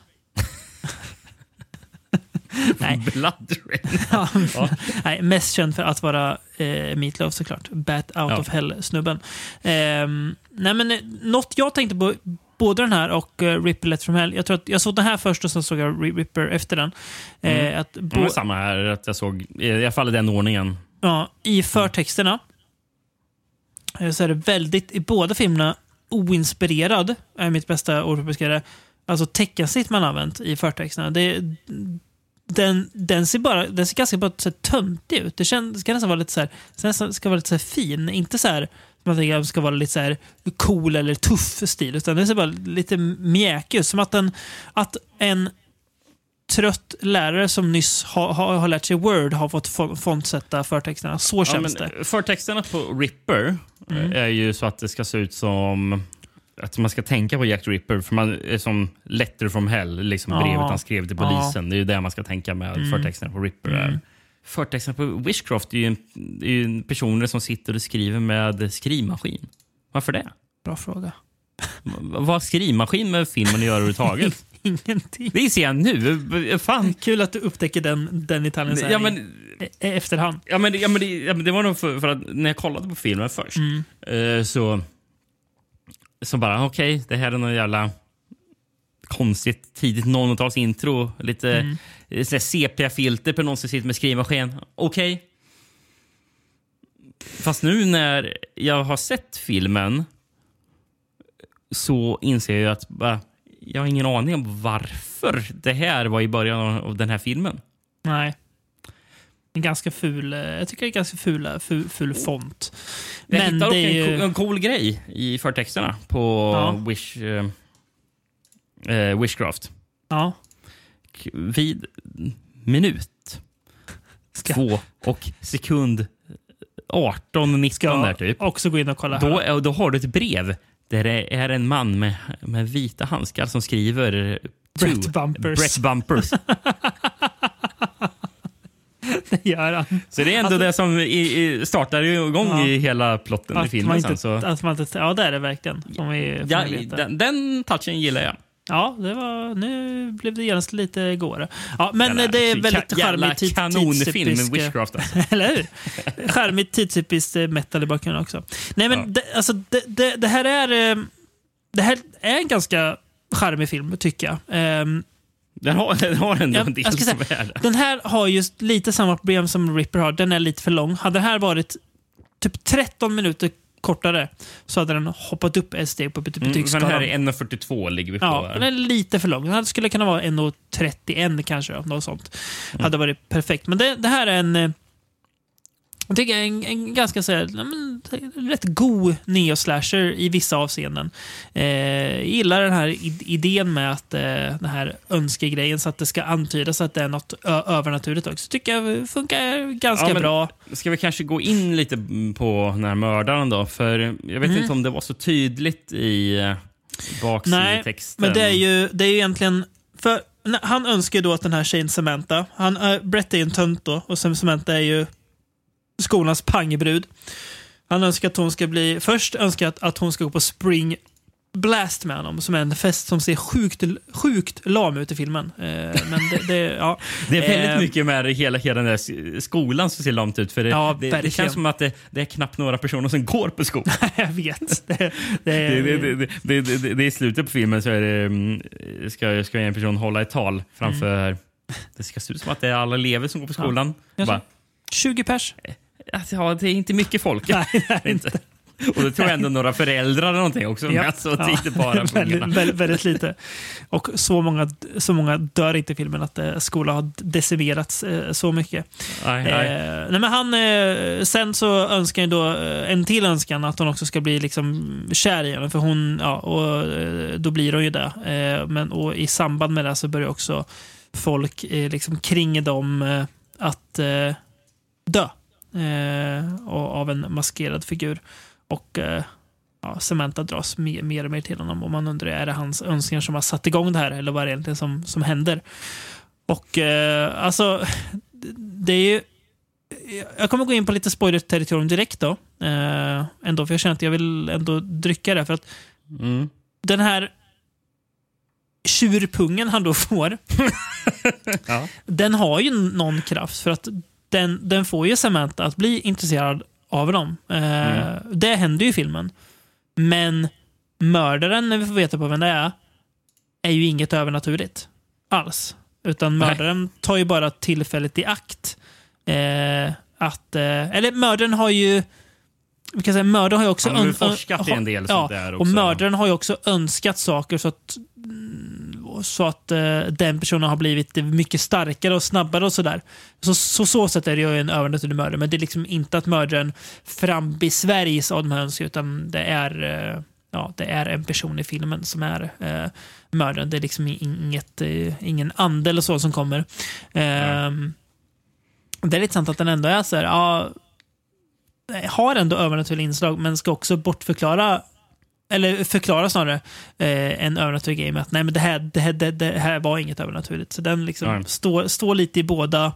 Nej. Blood Rain? ja, nej, mest känd för att vara uh, Meatloaf såklart. Bat Out ja. of Hell-snubben. Uh, nej, men uh, något jag tänkte på både den här och uh, Ripper Let From Hell. Jag tror att jag såg den här först och sen såg jag Ripper efter den. Mm. Uh, att bo- det var samma här, att jag såg i alla fall i den ordningen. Ja, i förtexterna så är det väldigt, i båda filmerna, oinspirerad är mitt bästa ord för att beskriva det. Alltså teckensnitt man använt i förtexterna. Det, den, den ser bara, den ser ganska bara så här töntig ut. Det känns, ska nästan vara lite så här, nästan ska vara lite så här fin. Inte så här, man tänker att det ska vara lite så här cool eller tuff stil. Utan det ser bara lite mjäkig ut. Som att en, att en trött lärare som nyss har, har, har lärt sig Word har fått fontsätta förtexterna. Så känns ja, men det. Förtexterna på Ripper mm. är ju så att det ska se ut som att man ska tänka på Jack the Ripper, för man är som Letter from Hell, liksom ja. brevet han skrev till polisen. Ja. Det är ju det man ska tänka med mm. förtexterna på Ripper. Mm. Förtexterna på Wishcraft är ju, en, är ju en personer som sitter och skriver med skrivmaskin. Varför det? Bra fråga. Vad har skrivmaskin med filmen att göra överhuvudtaget? Ingenting. Det ser jag nu. Fan. Kul att du upptäcker den, den detaljen så här ja, men, i, i efterhand. Ja, men, ja, men, det, ja, men det var nog för, för att när jag kollade på filmen först mm. eh, så, så bara, okej, okay, det här är någon jävla konstigt tidigt nittonhundratals intro. Lite mm. C P-filter på någon som sitter med skrivmaskin. Okej. Okay. Fast nu när jag har sett filmen så inser jag att bara, jag har ingen aning om varför det här var i början av den här filmen. Nej. En ganska ful, jag tycker det är ganska ful, ful, ful font. Jag Men hittade det är en, ju... en cool grej i förtexterna på Ja. Wish, uh, Wishcraft. Ja. Vid minut Ska... två och sekund arton nitton där typ. Också gå in och kolla då, här. då har du ett brev där det är en man med, med vita handskar som skriver Brett Bumpers. Brett Bumpers. Det gör han. Så det är ändå alltså, det som i, i startar igång ja. i hela plotten att i filmen. Inte, sen, så. Att man inte, ja, det är det verkligen. Om vi, ja, den, den touchen gillar jag. Ja, det var, nu blev det genast lite gåre. Ja, men jävla, det är väldigt charmigt tid, kanonfilm med Wishcraft. Alltså. Eller hur? Charmigt tidstypiskt metal i bakgrunden också. Nej, men ja. det, alltså, det, det, det här är det här är en ganska charmig film, tycker jag. Um, Den har, den har ändå jag, en del jag ska som säga, är det. Den här har just lite samma problem som Ripper har. Den är lite för lång. Hade den här varit typ tretton minuter kortare så hade den hoppat upp ett steg på betygsskalan. Mm, den här är en fyrtiotvå ligger vi på. Ja, här. den är lite för lång. Den här skulle kunna vara en trettioett kanske. Något sånt. Mm. Hade varit perfekt. Men det, det här är en... Jag tycker en, en ganska så här, men, rätt god neo-slasher i vissa avseenden. Eh, jag gillar den här idén med att eh, den här önskegrejen så att det ska antydas att det är något ö- övernaturligt också. Tycker jag funkar ganska ja, bra. Ska vi kanske gå in lite på den här mördaren då? För jag vet mm. inte om det var så tydligt i eh, baksidetexten. Nej, men det är ju, det är ju egentligen... För han önskar då att den här tjejen Samantha... Han, äh, Brett är ju en tönt då, och Samantha är ju skolans pangbrud. Han önskar att hon ska bli... Först önskar att, att hon ska gå på Spring Blast med honom, som är en fest som ser sjukt, sjukt lam ut i filmen. Eh, men det, det, ja. det är väldigt eh, mycket med hela, hela den där skolan som ser lamt ut. För det, ja, det, det känns som att det, det är knappt några personer som går på skolan. Jag vet. Det, det, är, det, det, det, det, det, det, det är i slutet på filmen så är det, ska, ska en person hålla ett tal framför... Mm. Det ska se ut som att det är alla elever som går på skolan. Ja. Bara, tjugo pers. Ja, det är inte mycket folk. Nej, det är inte. Och det tror jag ändå några föräldrar eller någonting också. Ja. Alltså, det är inte bara väldigt, väldigt, väldigt lite. Och så många, så många dör inte i filmen att eh, skolan har decimerats eh, så mycket. Nej, nej. Eh, nej, men han, eh, sen så önskar han då eh, en till önskan att hon också ska bli liksom kär i henne. För hon, ja, och eh, då blir hon ju det. Eh, men och i samband med det så börjar också folk eh, liksom kring dem eh, att eh, dö. Eh, och, av en maskerad figur. Och eh, ja, Samantha dras mer, mer och mer till honom. Och man undrar, är det hans önskningar som har satt igång det här? Eller vad är det egentligen som, som händer? Och eh, alltså, det är ju... Jag kommer gå in på lite spoiler-territorium direkt då. Eh, ändå, för jag känner att jag vill ändå drycka det. För att mm. den här tjurpungen han då får, ja. den har ju någon kraft. För att den, den får ju Samantha att bli intresserad av dem. Eh, mm. Det händer ju i filmen. Men mördaren, när vi får veta på vem det är, är ju inget övernaturligt alls. Utan mördaren Nej. tar ju bara tillfället i akt. Eh, att, eh, eller mördaren har ju vi kan säga, mördaren har ju också Han har ju forskat i en del ja, sånt där också. Och mördaren har ju också önskat saker så att så att uh, den personen har blivit mycket starkare och snabbare och sådär. Så, så så sätt är det ju en övernaturlig mördare. Men det är liksom inte att mördaren frambesvärjs av de här önskningarna, utan det är, uh, ja, det är en person i filmen som är uh, mördaren. Det är liksom inget, uh, ingen ande eller så som kommer. Uh, mm. Det är lite sant att den ändå är så här, ja, har ändå övernaturliga inslag, men ska också bortförklara eller förklara snarare eh, en övernaturlig grej med att nej, men det här, det, här, det, det här var inget övernaturligt. Så den liksom mm. står, står lite i båda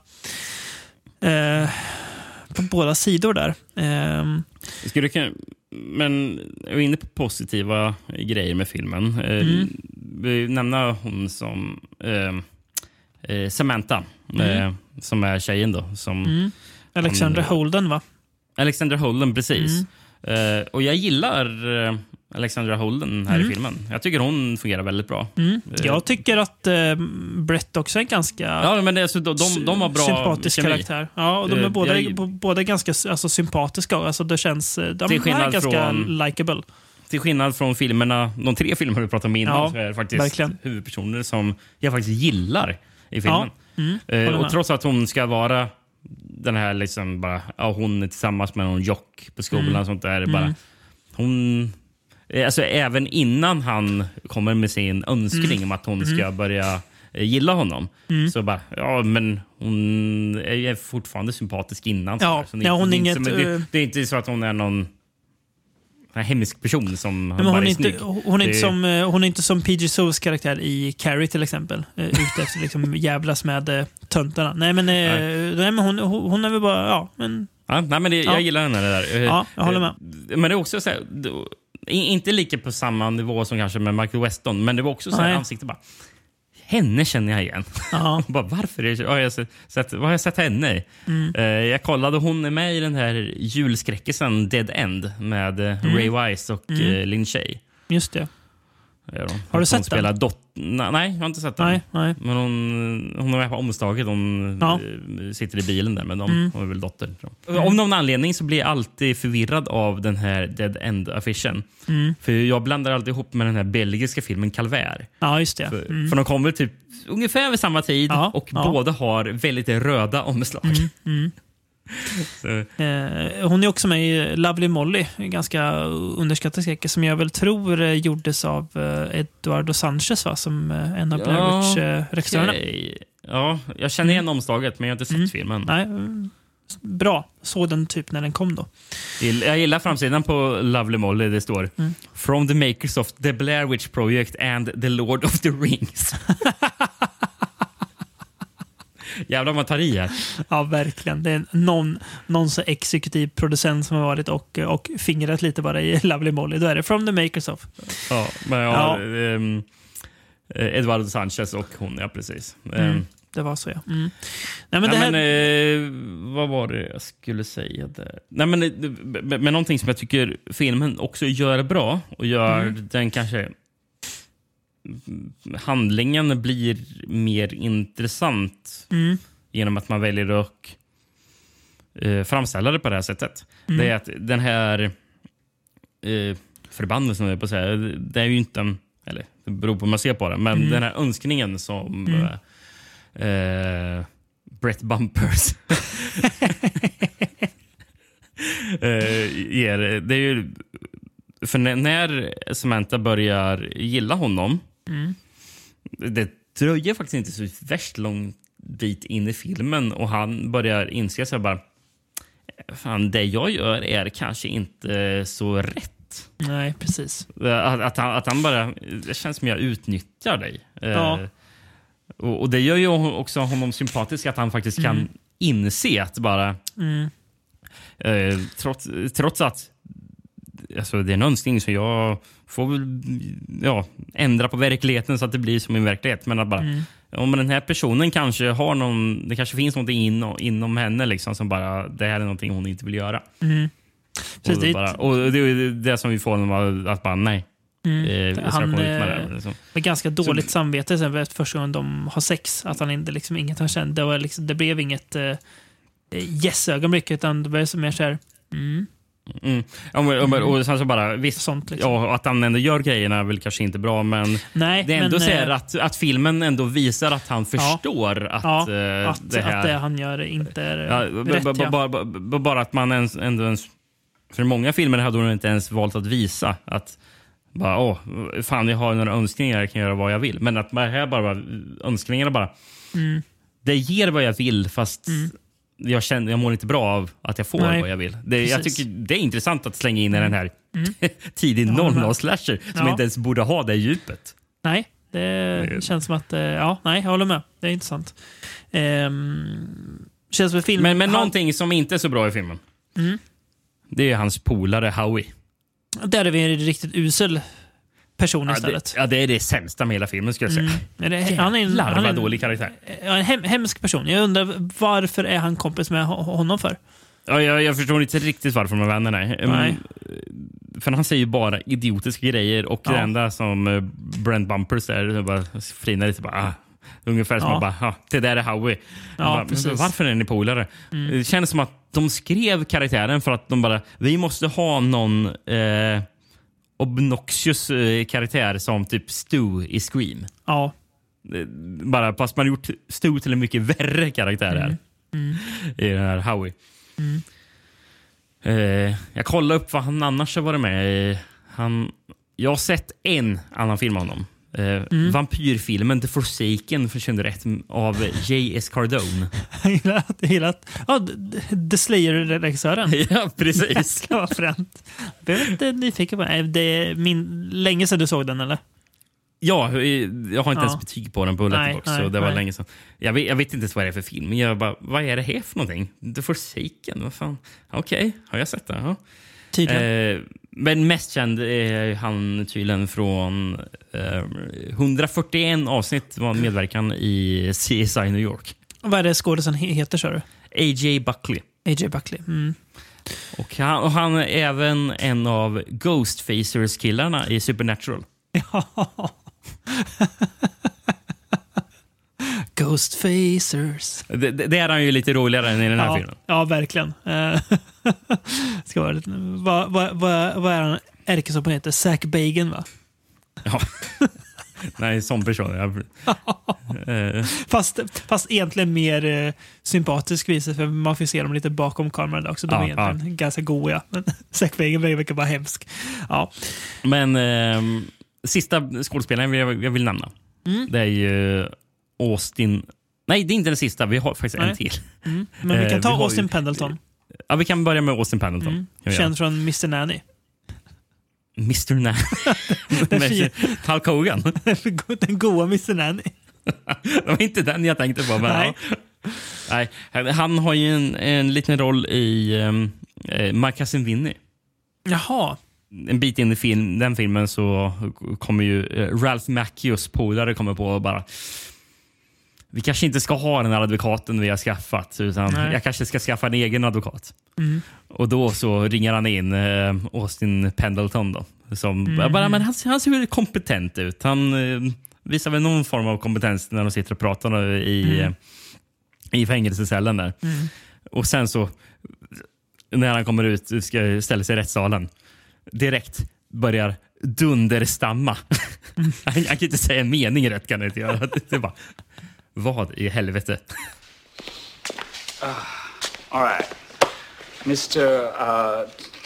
eh, på båda sidor där. Eh, Ska du kunna, men jag är inne på positiva grejer med filmen. Eh, mm. Vi nämner hon som eh, eh, Samantha, mm. eh, som är tjejen då. Som mm. Alexandra hon, Holden, va? Alexandra Holden, precis. Mm. Uh, och jag gillar uh, Alexandra Holden här mm. i filmen. Jag tycker hon fungerar väldigt bra. Mm. Uh, jag tycker att uh, Brett också är ganska ja, men det, alltså, de, de, de har bra sympatisk kemi. karaktär. Ja, och de är uh, båda, jag, båda ganska alltså, sympatiska. Alltså, det känns, de är ganska från, likeable. till skillnad från filmerna, de tre filmer vi pratade om innan, ja, så är det faktiskt verkligen huvudpersoner som jag faktiskt gillar i filmen. Ja. Mm, eh, och trots att hon ska vara den här liksom bara, ja, hon är tillsammans med någon jock på skolan mm. och sånt där, mm. bara hon, alltså även innan han kommer med sin önskning mm. om att hon ska mm. börja gilla honom, mm. så bara, ja men hon är fortfarande sympatisk innan. Ja, så det, ja, hon det, inget, det, det, det är inte så att hon är någon en hemsk person som men hon, är inte, hon, är inte som, hon är inte som P J Souls karaktär i Carrie till exempel. Ute efter liksom jävlas med uh, töntarna. Nej men, uh, nej, men hon, hon är väl bara, ja men... Ja, nej, men det, ja. Jag gillar henne det där. Ja, jag håller med. Men det är också så här, inte lika på samma nivå som kanske med Michael Weston, men det var också så här ansikte bara, henne känner jag igen. Ja. Bara, varför är det, har jag sett, sett, vad har jag sett henne i? Mm. Uh, jag kollade, hon är med i den här julskräckisen Dead End med uh, mm. Ray Wise och mm. uh, Lin Shay. Just det. Ja, då. Har du sett spelar dot- Na- nej, jag har inte sett den. Nej, nej. Men hon, hon är med på omslaget. Hon ja. sitter i bilen där med dem. Mm. Hon är väl dotter. Mm. Om någon anledning så blir jag alltid förvirrad av den här Dead End-affischen. Mm. För jag blandar alltid ihop med den här belgiska filmen Calvaire. Ja, just det. För, mm. för de kommer typ ungefär vid samma tid ja, och ja. båda har väldigt röda omslag. Mm. Mm. Eh, hon är också med i Lovely Molly, en ganska underskattad skräck som jag väl tror eh, gjordes av eh, Eduardo Sanchez, va? Som eh, en av Blair Witch-regissörerna. Okay. Ja, jag känner igen mm. omslaget, men jag har inte sett mm. filmen. Nej, bra. Så den typ när den kom då. Jag gillar framsidan på Lovely Molly. Det står mm. From the makers of The Blair Witch Project and The Lord of the Rings. Jävlar man tar i här. Ja, verkligen. Det är någon, någon så exekutiv producent som har varit och, och fingrat lite bara i Lovely Molly. Då är det From the makers of. Ja, men jag har ja. um, Eduardo Sanchez och hon, ja precis. Mm, um, det var så, ja. Mm. Nej, men nej, det här... men, eh, vad var det jag skulle säga där? Nej, men, men, men någonting som jag tycker filmen också gör bra och gör mm. den kanske... handlingen blir mer intressant mm. genom att man väljer att eh, framställa det på det här sättet. Mm. Det är att den här eh, förbannelsen, jag på att säga, det är ju inte en, eller det beror på hur man ser på det, men mm. den här önskningen som mm. eh, Brett Bumpers eh, ger, det är ju för när Samantha börjar gilla honom mm. det dröjer faktiskt inte så värst lång bit in i filmen och han börjar inse sig bara fan, det jag gör är kanske inte så rätt. Nej, precis. Att, att, han, att han bara, det känns som jag utnyttjar dig. Ja. Eh, och, och det gör ju också honom sympatisk att han faktiskt kan mm. inse att bara mm. eh, trots, trots att alltså, det är en önskning så jag får väl ja, ändra på verkligheten så att det blir som en verklighet. Men att bara, mm. om den här personen kanske har någon, det kanske finns någonting in, inom henne liksom, som bara, det här är någonting hon inte vill göra. Mm. Och, det, bara, och det är det som vi får honom att bara, nej. Mm. Eh, han med det, liksom. med ganska dåligt så, samvete sen efter första gången de har sex. Att han inte, liksom, inget han kände. Det, var liksom, det blev inget uh, yes-ögonblick utan det blev mer så här, mm. Mm. Ja, men, mm. och sen så bara visst, sånt liksom. Ja, att han ändå gör grejerna är väl kanske inte bra, men nej, det är ändå men, så här att, att filmen ändå visar att han förstår ja, att, ja, äh, att, det här att det han gör inte är ja, rätt. b- b- ja. bara, bara, bara att man ens, ändå ens, för många filmer hade hon inte ens valt att visa att bara, åh, fan jag har några önskningar, jag kan göra vad jag vill, men att här bara önskningarna bara mm. det ger vad jag vill fast mm. Jag känner jag mår inte bra av att jag får Nej, vad jag vill. Det, jag tycker det är intressant att slänga in i den här mm. tidig noll-noll-slasher som ja. inte ens borde ha det djupet. Nej, det mm. känns som att ja, nej, jag håller med. Det är intressant. Ehm, känns som film. Men, men han... någonting som inte är så bra i filmen. Mm. Det är hans polare Howie. Där är vi en riktigt usel person istället. Ja, det, ja, det är det sämsta med hela filmen skulle jag säga. Mm. Det, han är en larva dålig karaktär. Ja, en hem, hemsk person. Jag undrar varför är han kompis med honom för? Ja, jag, jag förstår inte riktigt varför de är vänner. Nej. nej. För han säger bara idiotiska grejer och ja. det enda som uh, Brent Bumpers är bara frinar lite bara ah. Ungefär som ja. att bara, ah, det där är Howie. Ja, bara, varför är ni polare? Mm. Det känns som att de skrev karaktären för att de bara, vi måste ha någon eh, obnoxious uh, karaktär som typ Stu i Scream. Ja. Bara fast man har gjort Stu till en mycket värre karaktär här. Mm. Mm. I den här Howie. Mm. Uh, jag kollar upp vad han annars har varit med i. Han, jag har sett en annan film av honom. Uh, mm. Vampyrfilmen The Forsaken från tjugohundraett av J S Cardone. Jag gillar att... Ja, The Slayer-regissören. Ja, precis. Det ska vara fränt. Jag är lite nyfiken på det. Det är min... länge sedan du såg den, eller? Ja, jag har inte ja. ens betyg på den på Letterboxd, så det var nej. länge sedan. Jag vet, jag vet inte vad det är för film, men jag bara, vad är det här för någonting? The Forsaken, vad fan? Okej, okay, har jag sett det? Ja. Tydligen. Eh, men mest känd är han tydligen från eh, hundrafyrtioen avsnitt var medverkan i C S I New York. Och vad är det skådisen heter, så du? A J Buckley. A J Buckley, mm. Och han, och han är även en av Ghostfacers-killarna i Supernatural. Ja. Ghostfacers. Det, det är han ju lite roligare än i den här ja, filmen. Ja, verkligen. Ska vara lite, vad, vad, vad, vad är han? Erke som heter Zach Bagan, va? Ja. Nej, som person. Jag, uh. fast, fast egentligen mer uh, sympatisk visar, för man får se dem lite bakom kameran också. De ja, är egentligen ja. ganska goda. Men Zach Bagan verkar bara hemsk. Ja. Men uh, sista skådespelaren jag, jag vill nämna. Mm. Det är ju Austin... Nej, det är inte den sista. Vi har faktiskt Nej. en till. Mm. Men vi kan ta uh, vi Austin ju... Pendleton. Ja, vi kan börja med Austin Pendleton. Mm. Känd från mister Nanny. mister Nanny. Hulk Hogan. Den goa mister Nanny. Det var inte den jag tänkte på. Men Nej. Ja. Nej. Han har ju en, en liten roll i um, uh, My Cousin Vinny. Jaha. En bit in i film, den filmen så kommer ju uh, Ralph Macchios polare kommer på och bara... Vi kanske inte ska ha den här advokaten vi har skaffat, utan Nej. jag kanske ska skaffa en egen advokat. Mm. Och då så ringer han in eh, Austin Pendleton då. Som mm. bara, men han, han ser väl kompetent ut. Han eh, visar väl någon form av kompetens när de sitter och pratar i, mm. eh, i fängelsecellen där. Mm. Och sen så, när han kommer ut och ska ställa sig i rättssalen, direkt börjar dunderstamma. Mm. han, han kan inte säga en mening rätt, kan jag inte göra. Det är bara... Vad i helvete? Uh, all right. mister Uh,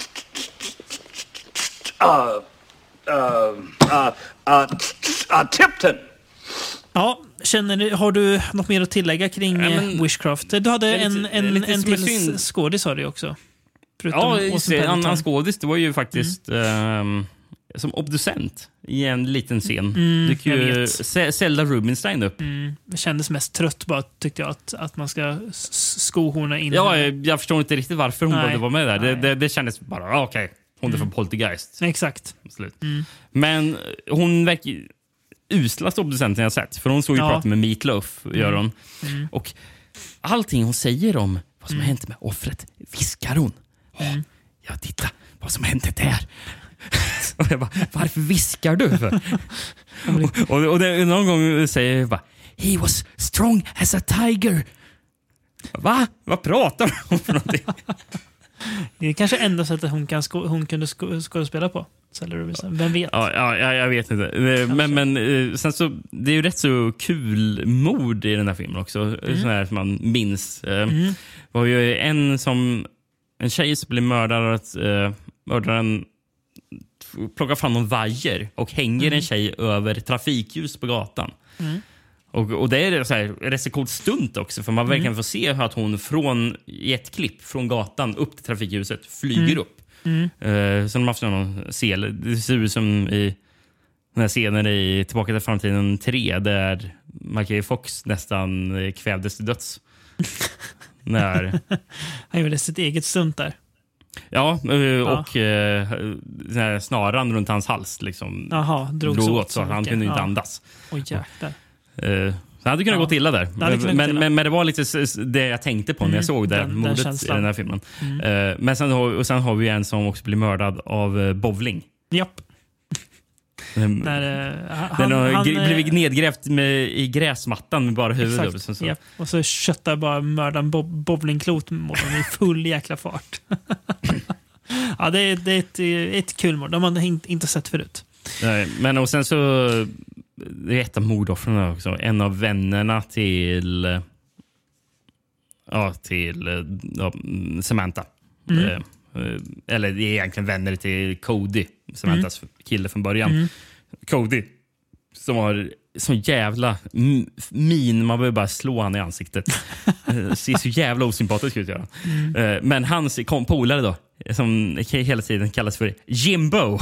uh, uh, uh, uh, uh, Tipton. Ja, känner du, har du något mer att tillägga kring ja, men, Wishcraft? Du hade en, lite, en, en till skådis har du också. Ja, en annan skådis. Det var ju faktiskt... Mm. Um, som obducent i en liten scen. Mm, dyker ju Zelda Rubinstein upp. Mm, det kändes mest trött bara, tyckte jag, att, att man ska skohorna in. Ja, jag, jag förstår inte riktigt varför hon behövde vara med där. Det, det, det kändes bara, okej, okay, hon är mm. från Poltergeist. Exakt. Slut. Mm. Men hon verkar uslast obducenten jag sett. För hon såg ju ja. prata med Meatloaf, gör hon. Mm. Och allting hon säger om vad som mm. har hänt med offret viskar hon. Oh, mm. Ja, titta vad som hände där. Och jag bara, varför viskar du för? och, och, och det, någon gång säger jag bara, he was strong as a tiger. Va? Vad pratar du om för någonting? Det är kanske enda sättet hon, kan sko- hon kunde sko- skådespela på. Vem vet? Ja, ja, jag vet inte. Men, men sen så, det är ju rätt så kul mord i den här filmen också. Mm. Sån här som man minns. Mm. Det var ju en som, en tjej som blev mördad, att uh, mördaren plockar fram någon vajer och hänger mm. en tjej över trafikljus på gatan. Mm. Och, och det är så här, rätt så coolt stund också, för man verkligen mm. får se att hon från, i ett klipp från gatan upp till trafikljuset flyger mm. upp. Mm. Uh, så de har haft någon sel. Det ser ut som i den här scenen i Tillbaka till framtiden tre där Michael Fox nästan kvävdes till döds. När... Han gjorde sitt eget stunt där. Ja, och ja. Uh, snaran runt hans hals liksom. Aha, drog så åt, så han mycket. kunde inte ja. andas. Oj, jäklar. Uh, så hade kunnat ja. gå illa där. Men, men, men, men det var lite det jag tänkte på mm. när jag såg det den, mordet den i den här filmen. Mm. Uh, men sen har, och sen har vi en som också blir mördad av uh, bowling. Japp. Um, När, uh, han, den har han, blivit nedgrävt med, i gräsmattan med bara huvudet. Exakt, så. Japp. Och så köttar bara mördaren bo- bowlingklot mot honom i full jäkla fart. Ja, Ja, det är, det är ett, ett kul mord. De har inte, inte sett förut. Nej, men och sen så det är ett av mordoffren också. En av vännerna till ja, till ja, Samantha. Mm. Eh, eller det är egentligen vänner till Cody, Samanthas mm. kille från början. Mm. Cody som har sån jävla min, man behöver bara slå han i ansiktet. Ser så jävla osympatisk ut göra. Mm. Men hans polare då som hela tiden kallas för Jimbo.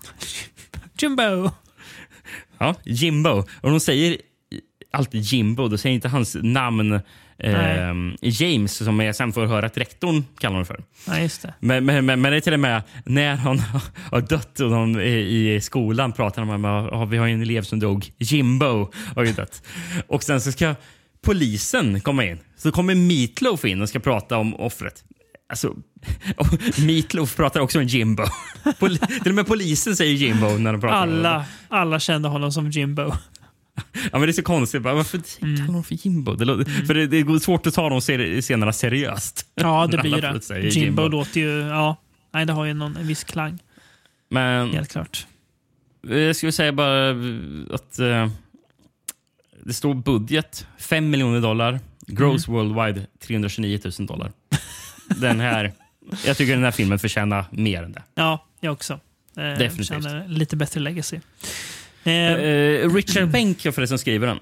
Jimbo. Ja, Jimbo. Och de säger alltid Jimbo, då säger inte hans namn eh, James, som jag sen får höra att rektorn kallar honom för. Ja, just det. Men, men, men, men det är till och med när han har dött och de i, i skolan pratar de om att vi har en elev som dog, Jimbo har ju dött. Och sen så ska polisen komma in. Så kommer Meatloaf in och ska prata om offret. Alltså, Meatloaf pratar också om Jimbo. Pol- till och med polisen säger Jimbo när de pratar alla, om det. Alla kände honom som Jimbo. Ja, men det är så konstigt. Bara, varför mm. talar de för Jimbo? Det låter, mm. För det, det går svårt att ta de scenerna seriöst. Ja, det blir det. Jimbo, Jimbo låter ju... Ja, nej, det har ju någon, en viss klang. Men... Helt klart. Jag skulle säga bara att... Uh, det står budget fem miljoner dollar. Gross mm. worldwide trehundratjugonio tusen dollar. Den här... Jag tycker den här filmen förtjänar mer än det. Ja, jag också. Eh, Definitivt. Förtjänar lite bättre legacy. Eh, uh, Richard Bank för det som skriver den.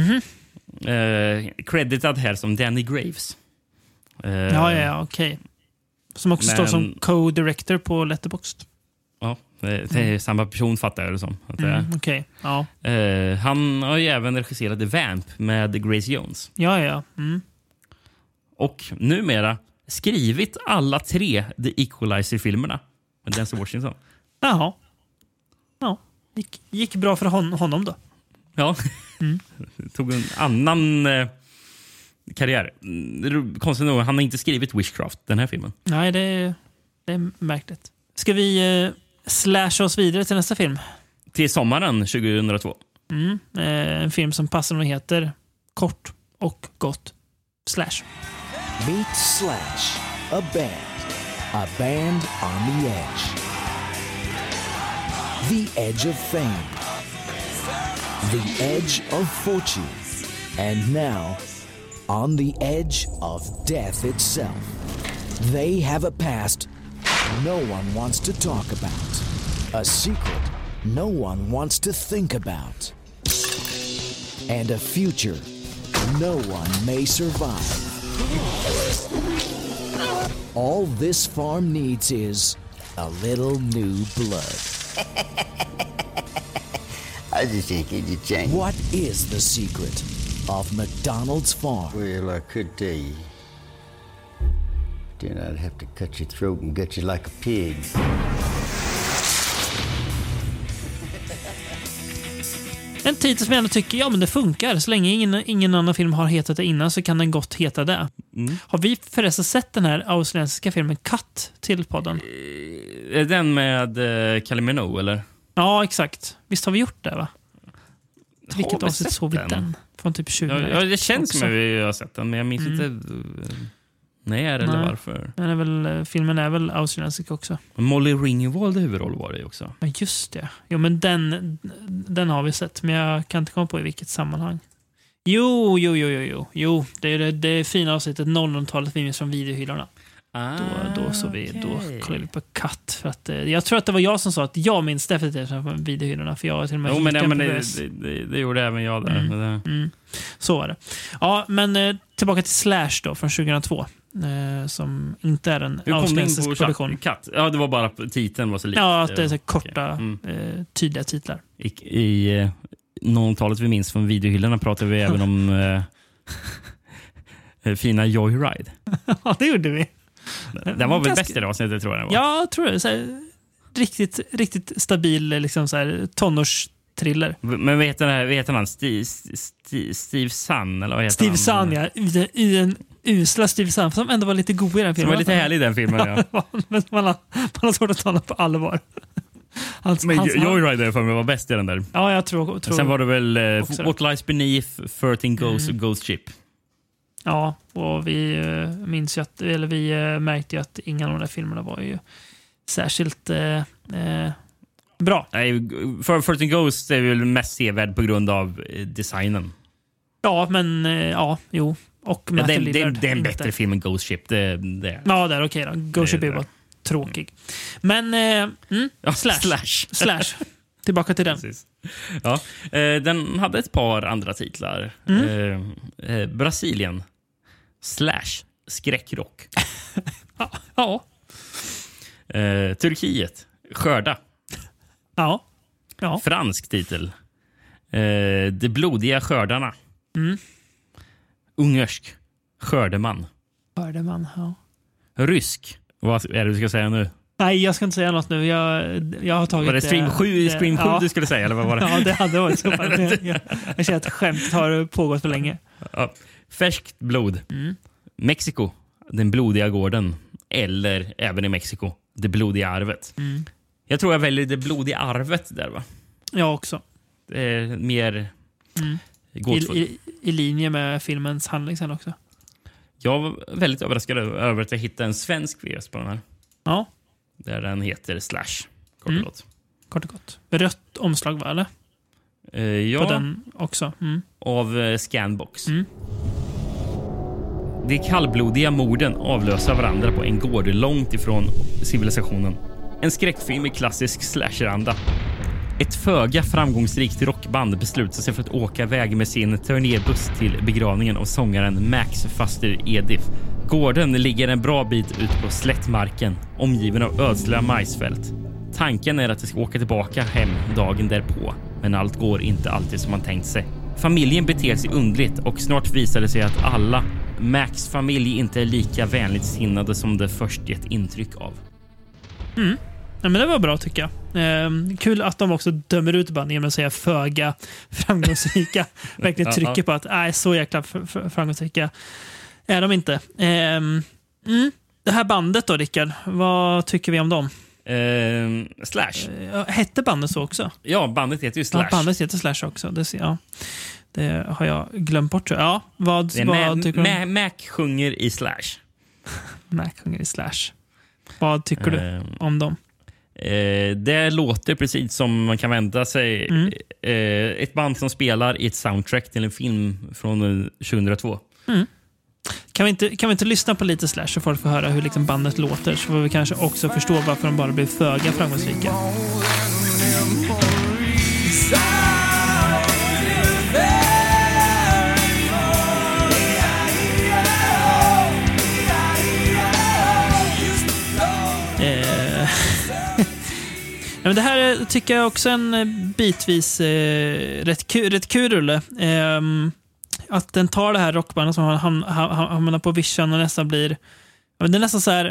Mm-hmm. Uh, creditad här som Danny Graves. Uh, ja, ja, okej. Okay. Som också men, står som co-director på Letterboxd. Ja, det, det är mm. samma person fattar jag det som. Mm, okej, okay. Ja. Uh, han har ju även regisserat The Vamp med Grace Jones. Ja, ja. Mm. Och numera skrivit alla tre The Equalizer-filmerna med Denzel Washington. Jaha. Ja. Gick, gick bra för hon, honom då. Ja. Mm. Tog en annan eh, karriär. Konstigt nog, han har inte skrivit Witchcraft, den här filmen. Nej, det är, det är märkligt. Ska vi eh, slasha oss vidare till nästa film? Till sommaren tjugohundratvå. Mm. Eh, en film som passar och heter kort och gott Slash. Meet Slash, a band. A band on the edge. The edge of fame. The edge of fortune. And now, on the edge of death itself. They have a past no one wants to talk about. A secret no one wants to think about. And a future no one may survive. All this farm needs is a little new blood. I just ain't get you change. What is the secret of McDonald's farm? Well, I could tell you. Then I'd have to cut your throat and gut you like a pig. En titel som jag ändå tycker, ja men det funkar. Så länge ingen, ingen annan film har hetat det innan så kan den gott heta det. Mm. Har vi förresten sett den här australiensiska filmen Cut till podden? Är den med uh, Kylie Minogue, eller? Ja, exakt. Visst har vi gjort det, va? Till vilket avsnitt såg vi den? Från typ tjugo. Ja, ja, det känns också som att vi har sett den, men jag minns mm. inte när eller Nej. varför. Den är väl, filmen är väl australiensisk också. Molly Ringwald huvudroll var det också. Ja, just det. Jo, men den, den har vi sett, men jag kan inte komma på i vilket sammanhang. Jo, jo, jo, jo, jo. jo det är det, det fina avsnittet noll noll-talet vi minns från videohyllorna. Ah, då, då, så vi, okay. Då kollade vi på Cut. För att, jag tror att det var jag som sa att jag minns definitivt från videohyllorna. För jag var till och med jo, men, ja, men det, det, det, det gjorde även jag där. Mm, det... mm. Så var det. Ja, men eh, tillbaka till Slash då, från tjugohundratvå. Eh, som inte är en australiensisk produktion. Cut? Ja, det var bara titeln var så lite. Ja, att det är så korta, okay. mm. eh, tydliga titlar. I, i eh, någontalet vi minns från videohyllorna pratade vi även om eh, fina Joyride. Ja, det gjorde vi. Den var väl Ganska... bäst i det avsnittet, tror jag. Det var. Ja, jag tror det. Så här, riktigt, riktigt stabil liksom, så här, tonårstriller. Men vad heter, vad heter han? Steve, Steve, Steve Sun? Eller vad heter Steve han? Sun, ja. I, I en usla Steve Sun, som ändå var lite god i den filmen. Som var lite härlig i den filmen, ja. Men man har, man har svårt att tala på allvar. Hans, men hans, Joyride för mig var bäst i den där. Ja, jag tror, tror Sen var det väl uh, What Lies Beneath, thirteen Ghost, mm. Ghost Ship. Ja, och vi uh, minns ju att, eller vi uh, märkte ju att inga av de där filmerna var ju särskilt eh, eh, bra. Nej, för fourteen Ghosts är väl mest sevärd på grund av designen. Ja, men eh, ja, jo. Och ja, det, det, det är en bättre film än Ghost Ship. Det, det. Ja, det är okej då. Ghost Ship är bara tråkig. Men eh, mm, ja, slash. slash. slash. Tillbaka till den. Precis. Ja, eh, den hade ett par andra titlar. Mm. Eh, eh, Brasilien. Slash. Skräckrock. ja. ja. Eh, Turkiet. Skörda. Ja. ja. Fransk titel. Eh, De blodiga skördarna. Mm. Ungersk. Skördeman. Skördeman, ja. Rysk. Vad är det du ska säga nu? Nej, jag ska inte säga något nu. Jag, jag har tagit var det Stream sju, det, Stream sju ja. du skulle säga? Eller vad var det? Ja, det hade varit så. jag, jag, jag känner att skämtet har pågått för länge. Ja. Färskt blod. Mm. Mexiko. Den blodiga gården. Eller även i Mexiko. Det blodiga arvet. Mm. Jag tror jag väljer det blodiga arvet där, va? Jag också. Det är mer mm. gåtfullt. I, i, I linje med filmens handling sen också. Jag var väldigt överraskad över att jag hittade en svensk V S på den här. Ja. Där den heter Slash. Kort och mm. gott. Kort och gott. Rött omslag, va? Eller? Uh, ja. På den också. Mm. Av uh, Scanbox. Mm. De kallblodiga morden avlöser varandra på en gård långt ifrån civilisationen. En skräckfilm i klassisk slasheranda. Ett föga framgångsrikt rockband beslutar sig för att åka iväg med sin turnébuss till begravningen av sångaren Max faster Edith. Gården ligger en bra bit ut på slättmarken, omgiven av ödsliga majsfält. Tanken är att de ska åka tillbaka hem dagen därpå, men allt går inte alltid som man tänkt sig. Familjen beter sig undligt och snart visar det sig att alla Max familj inte är lika vänligt sinnade som det först gett intryck av. Mm. Ja, men det var bra tycker jag. Eh, kul att de också dömer ut band genom att säga föga framgångsrika. Verkligen trycker på att nej, så jäkla framgångsrika är de inte. Eh, mm. Det här bandet då, Rickard, vad tycker vi om dem? Eh, slash. Eh, hette bandet så också? Ja, bandet heter ju Slash. Ja, bandet heter Slash också. Det, ja. Det har jag glömt bort. Ja, vad, vad Ma- tycker du? Ma- Mac sjunger i Slash. Mac sjunger i Slash. Vad tycker du eh, om dem? Eh, det låter precis som man kan vänta sig. Mm. Eh, ett band som spelar i ett soundtrack till en film från tjugohundratvå. Mm. Kan vi, inte, kan vi inte lyssna på lite Slash så folk får höra hur liksom bandet låter, så får vi kanske också förstå varför de bara blir föga framgångsrika. Men det här tycker jag också en bitvis eh, rätt, ku, rätt kul rulle. Eh, att den tar det här rockbandet som han hamnar på vischan och nästan blir... Det är nästan så här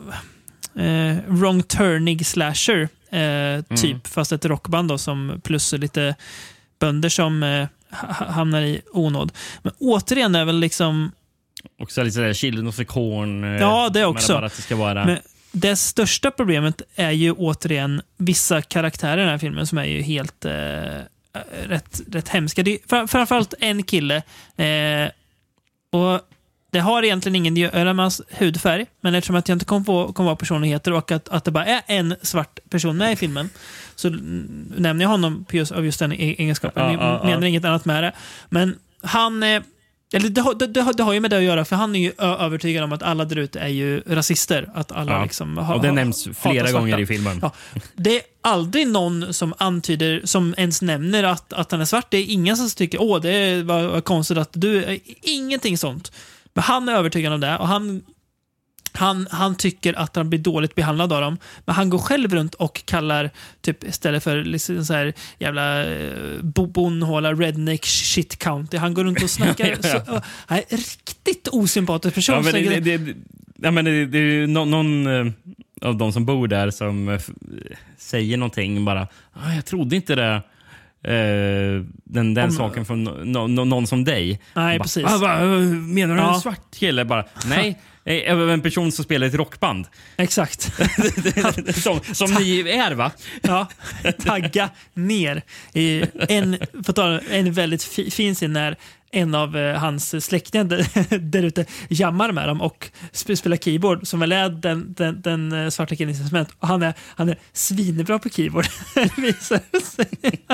eh, wrong turning slasher eh, typ, mm. fast ett rockband då, som plus lite bönder som eh, hamnar i onåd. Men återigen är väl liksom... Också lite sådär Children of the Corn. Eh, ja, det också. Bara att det ska vara... Men, det största problemet är ju återigen vissa karaktärer i den här filmen som är ju helt eh, rätt, rätt hemska. Det är fram, framförallt en kille. Eh, och det har egentligen ingen att göra med hans hudfärg, men eftersom att jag inte kom på kom vara personligheter och att, att det bara är en svart person med i filmen, så nämner jag honom just, av just den egenskapen. Ja, Jag ja, menar ja. inget annat med det. Men han... Eh, Eller det, det, det, det har ju med det att göra, för han är ju övertygad om att alla där ute är ju rasister. Att alla ja. liksom ha, och det nämns flera gånger i filmen. Ja. Det är aldrig någon som antyder, som ens nämner att, att han är svart. Det är ingen som tycker, åh, det var, var konstigt att du är. Ingenting sånt. Men han är övertygad om det, och han Han, han tycker att han blir dåligt behandlad av dem. Men han går själv runt och kallar, typ istället för liksom så här jävla eh, bonhåla redneck shit county. Han går runt och snackar. ja, ja. Så, uh, han är riktigt osympatisk person. Ja, men det, det, det, ja, men det, det är ju no, någon uh, av de som bor där som uh, säger någonting bara, ah, jag trodde inte det. Uh, den den Om, saken från no, no, någon som dig. Nej, bara, precis. Ah, va, menar du ja. en svart kille? Bara, nej. En person som spelar ett rockband. Exakt. som som ni är, va? Ja, tagga ner. I en, för ta, en väldigt fi, fin scen när en av eh, hans släktingar där, där ute jammar med dem och sp- spelar keyboard som väl är den, den, den eh, svarta killens instrument. Och han är, han är svinbra på keyboard. visar sig.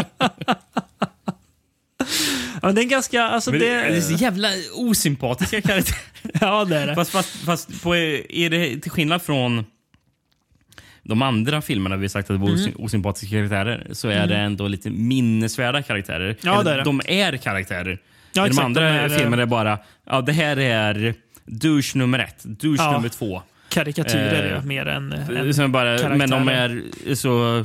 Ja, det är ganska... Alltså det... det är så jävla osympatiska karaktärer. Ja, det är det. Fast, fast, fast på, är det till skillnad från de andra filmerna vi sagt att det var mm. osympatiska karaktärer, så är mm. det ändå lite minnesvärda karaktärer. Ja, det är det. De är karaktärer. Ja, I de exakt, andra de är, filmerna är bara, ja, det här är douche nummer ett, douche ja, nummer två. Karikatyrer är eh, mer än, än bara, men de är så,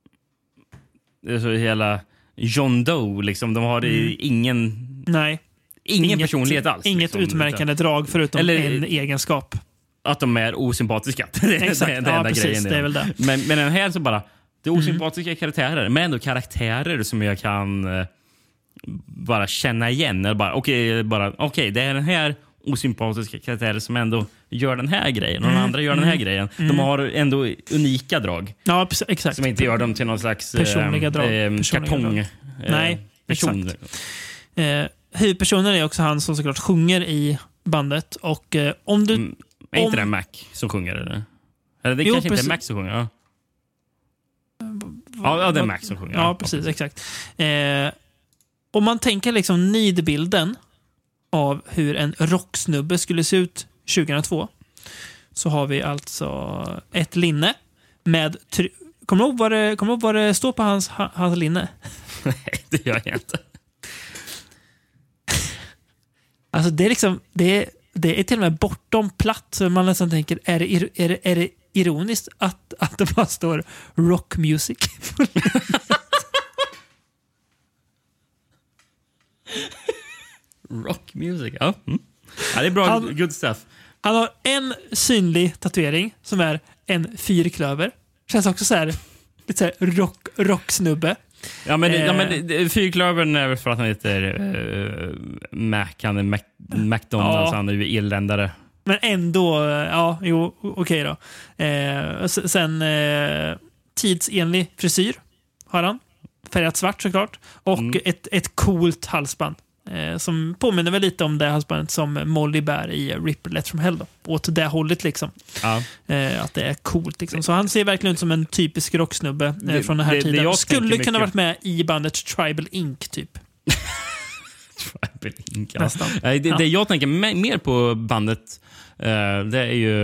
så hela John Doe, liksom. De har mm. ingen... Nej. Ingen inget, personlighet alls. Inget liksom, utmärkande utan, drag förutom eller, en egenskap. Att de är osympatiska. Det är exakt, det, det ja, enda precis, grejen. det är väl det. Men, men den här så bara, det är osympatiska mm. karaktärer, men ändå karaktärer som jag kan eh, bara känna igen. Eller bara, okej, bara, okej, det är den här osympatiska karaktärer som ändå gör den här grejen och mm. den andra gör mm. den här grejen. Mm. De har ändå unika drag. Ja, exakt. Som inte gör dem till någon slags personliga drag. Eh, personliga kartong. Drag. Eh, Nej, person. exakt. Eh, huvudpersonen är också han som såklart sjunger i bandet. Och eh, om du... Mm. Är om... inte det Mac som sjunger? Eller, eller det jo, kanske precis. inte är Mac som sjunger. Ja, ja, ja det är Mac som sjunger. Ja, ja precis. ja, exakt. Eh, om man tänker liksom nidbilden av hur en rocksnubbe skulle se ut tjugohundratvå, så har vi alltså ett linne med... Try- Kommer du ihåg vad det, kommer du ihåg vad det står på hans, hans linne? Nej, det gör jag inte. Alltså det är liksom... Det är, det är till och med bortom platt, så man nästan tänker, är det, är det, är det ironiskt att, att det bara står rock music? Rock music, ja. Mm. Ja, det är bra, han, good stuff. Han har en synlig tatuering som är en fyrklöver. Känns också så här, lite så här rock, rocksnubbe. Ja, men, eh. ja, men fyrklövern är väl för att han heter uh, Mac, han är Mac, McDonalds, ja. Han är ju irländare. Men ändå, ja, jo, okej då. Eh, sen eh, tidsenlig frisyr har han. Färgat svart såklart. Och mm. ett, ett coolt halsband. Eh, som påminner väl lite om det halsbandet som Molly bär i Ripper Let From Hell då. Åt det hållet liksom. Ja. Eh, att det är coolt liksom. Så han ser verkligen ut som en typisk rocksnubbe eh, det, från den här det, tiden. Det skulle kunna mycket... varit med i bandet Tribal Inc typ. Tribal Inc, ja. Nästan. Det, ja. det jag tänker mer på bandet, uh, det är ju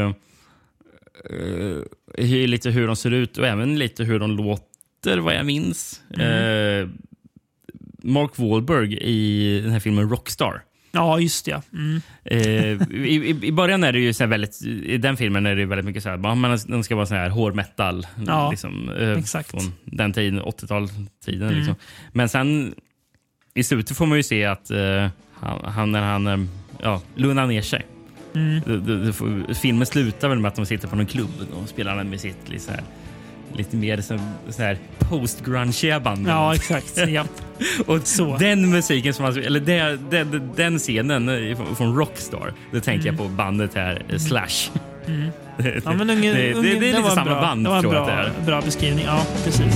uh, lite hur de ser ut och även lite hur de låter, vad jag minns. Mm. Uh, Mark Wahlberg i den här filmen Rockstar. Ja, just det. Mm. eh, i, i början är det ju så här väldigt, i den filmen är det väldigt mycket så här, man, den ska vara så här hårdmetal, ja, liksom, eh, exakt. Från den tiden, åttiotalstiden. Mm. Liksom. Men sen i slutet får man ju se att eh, han, han när han eh, ja, lugnar ner sig. Mm. Det, det, det, filmen slutar väl med att de sitter på någon klubb och spelar med sitt liksom, så här, lite mer så, så här post-grunge band. Ja, exakt. Ja. Och så. Den musiken som man, eller det, det, den scenen från Rockstar, det tänker mm. jag på bandet här mm. Slash. Mm. Ja, men unge, det, unge, det, det är lite samma bra, band, det var en tror bra, jag att det är. Bra beskrivning. Ja, precis.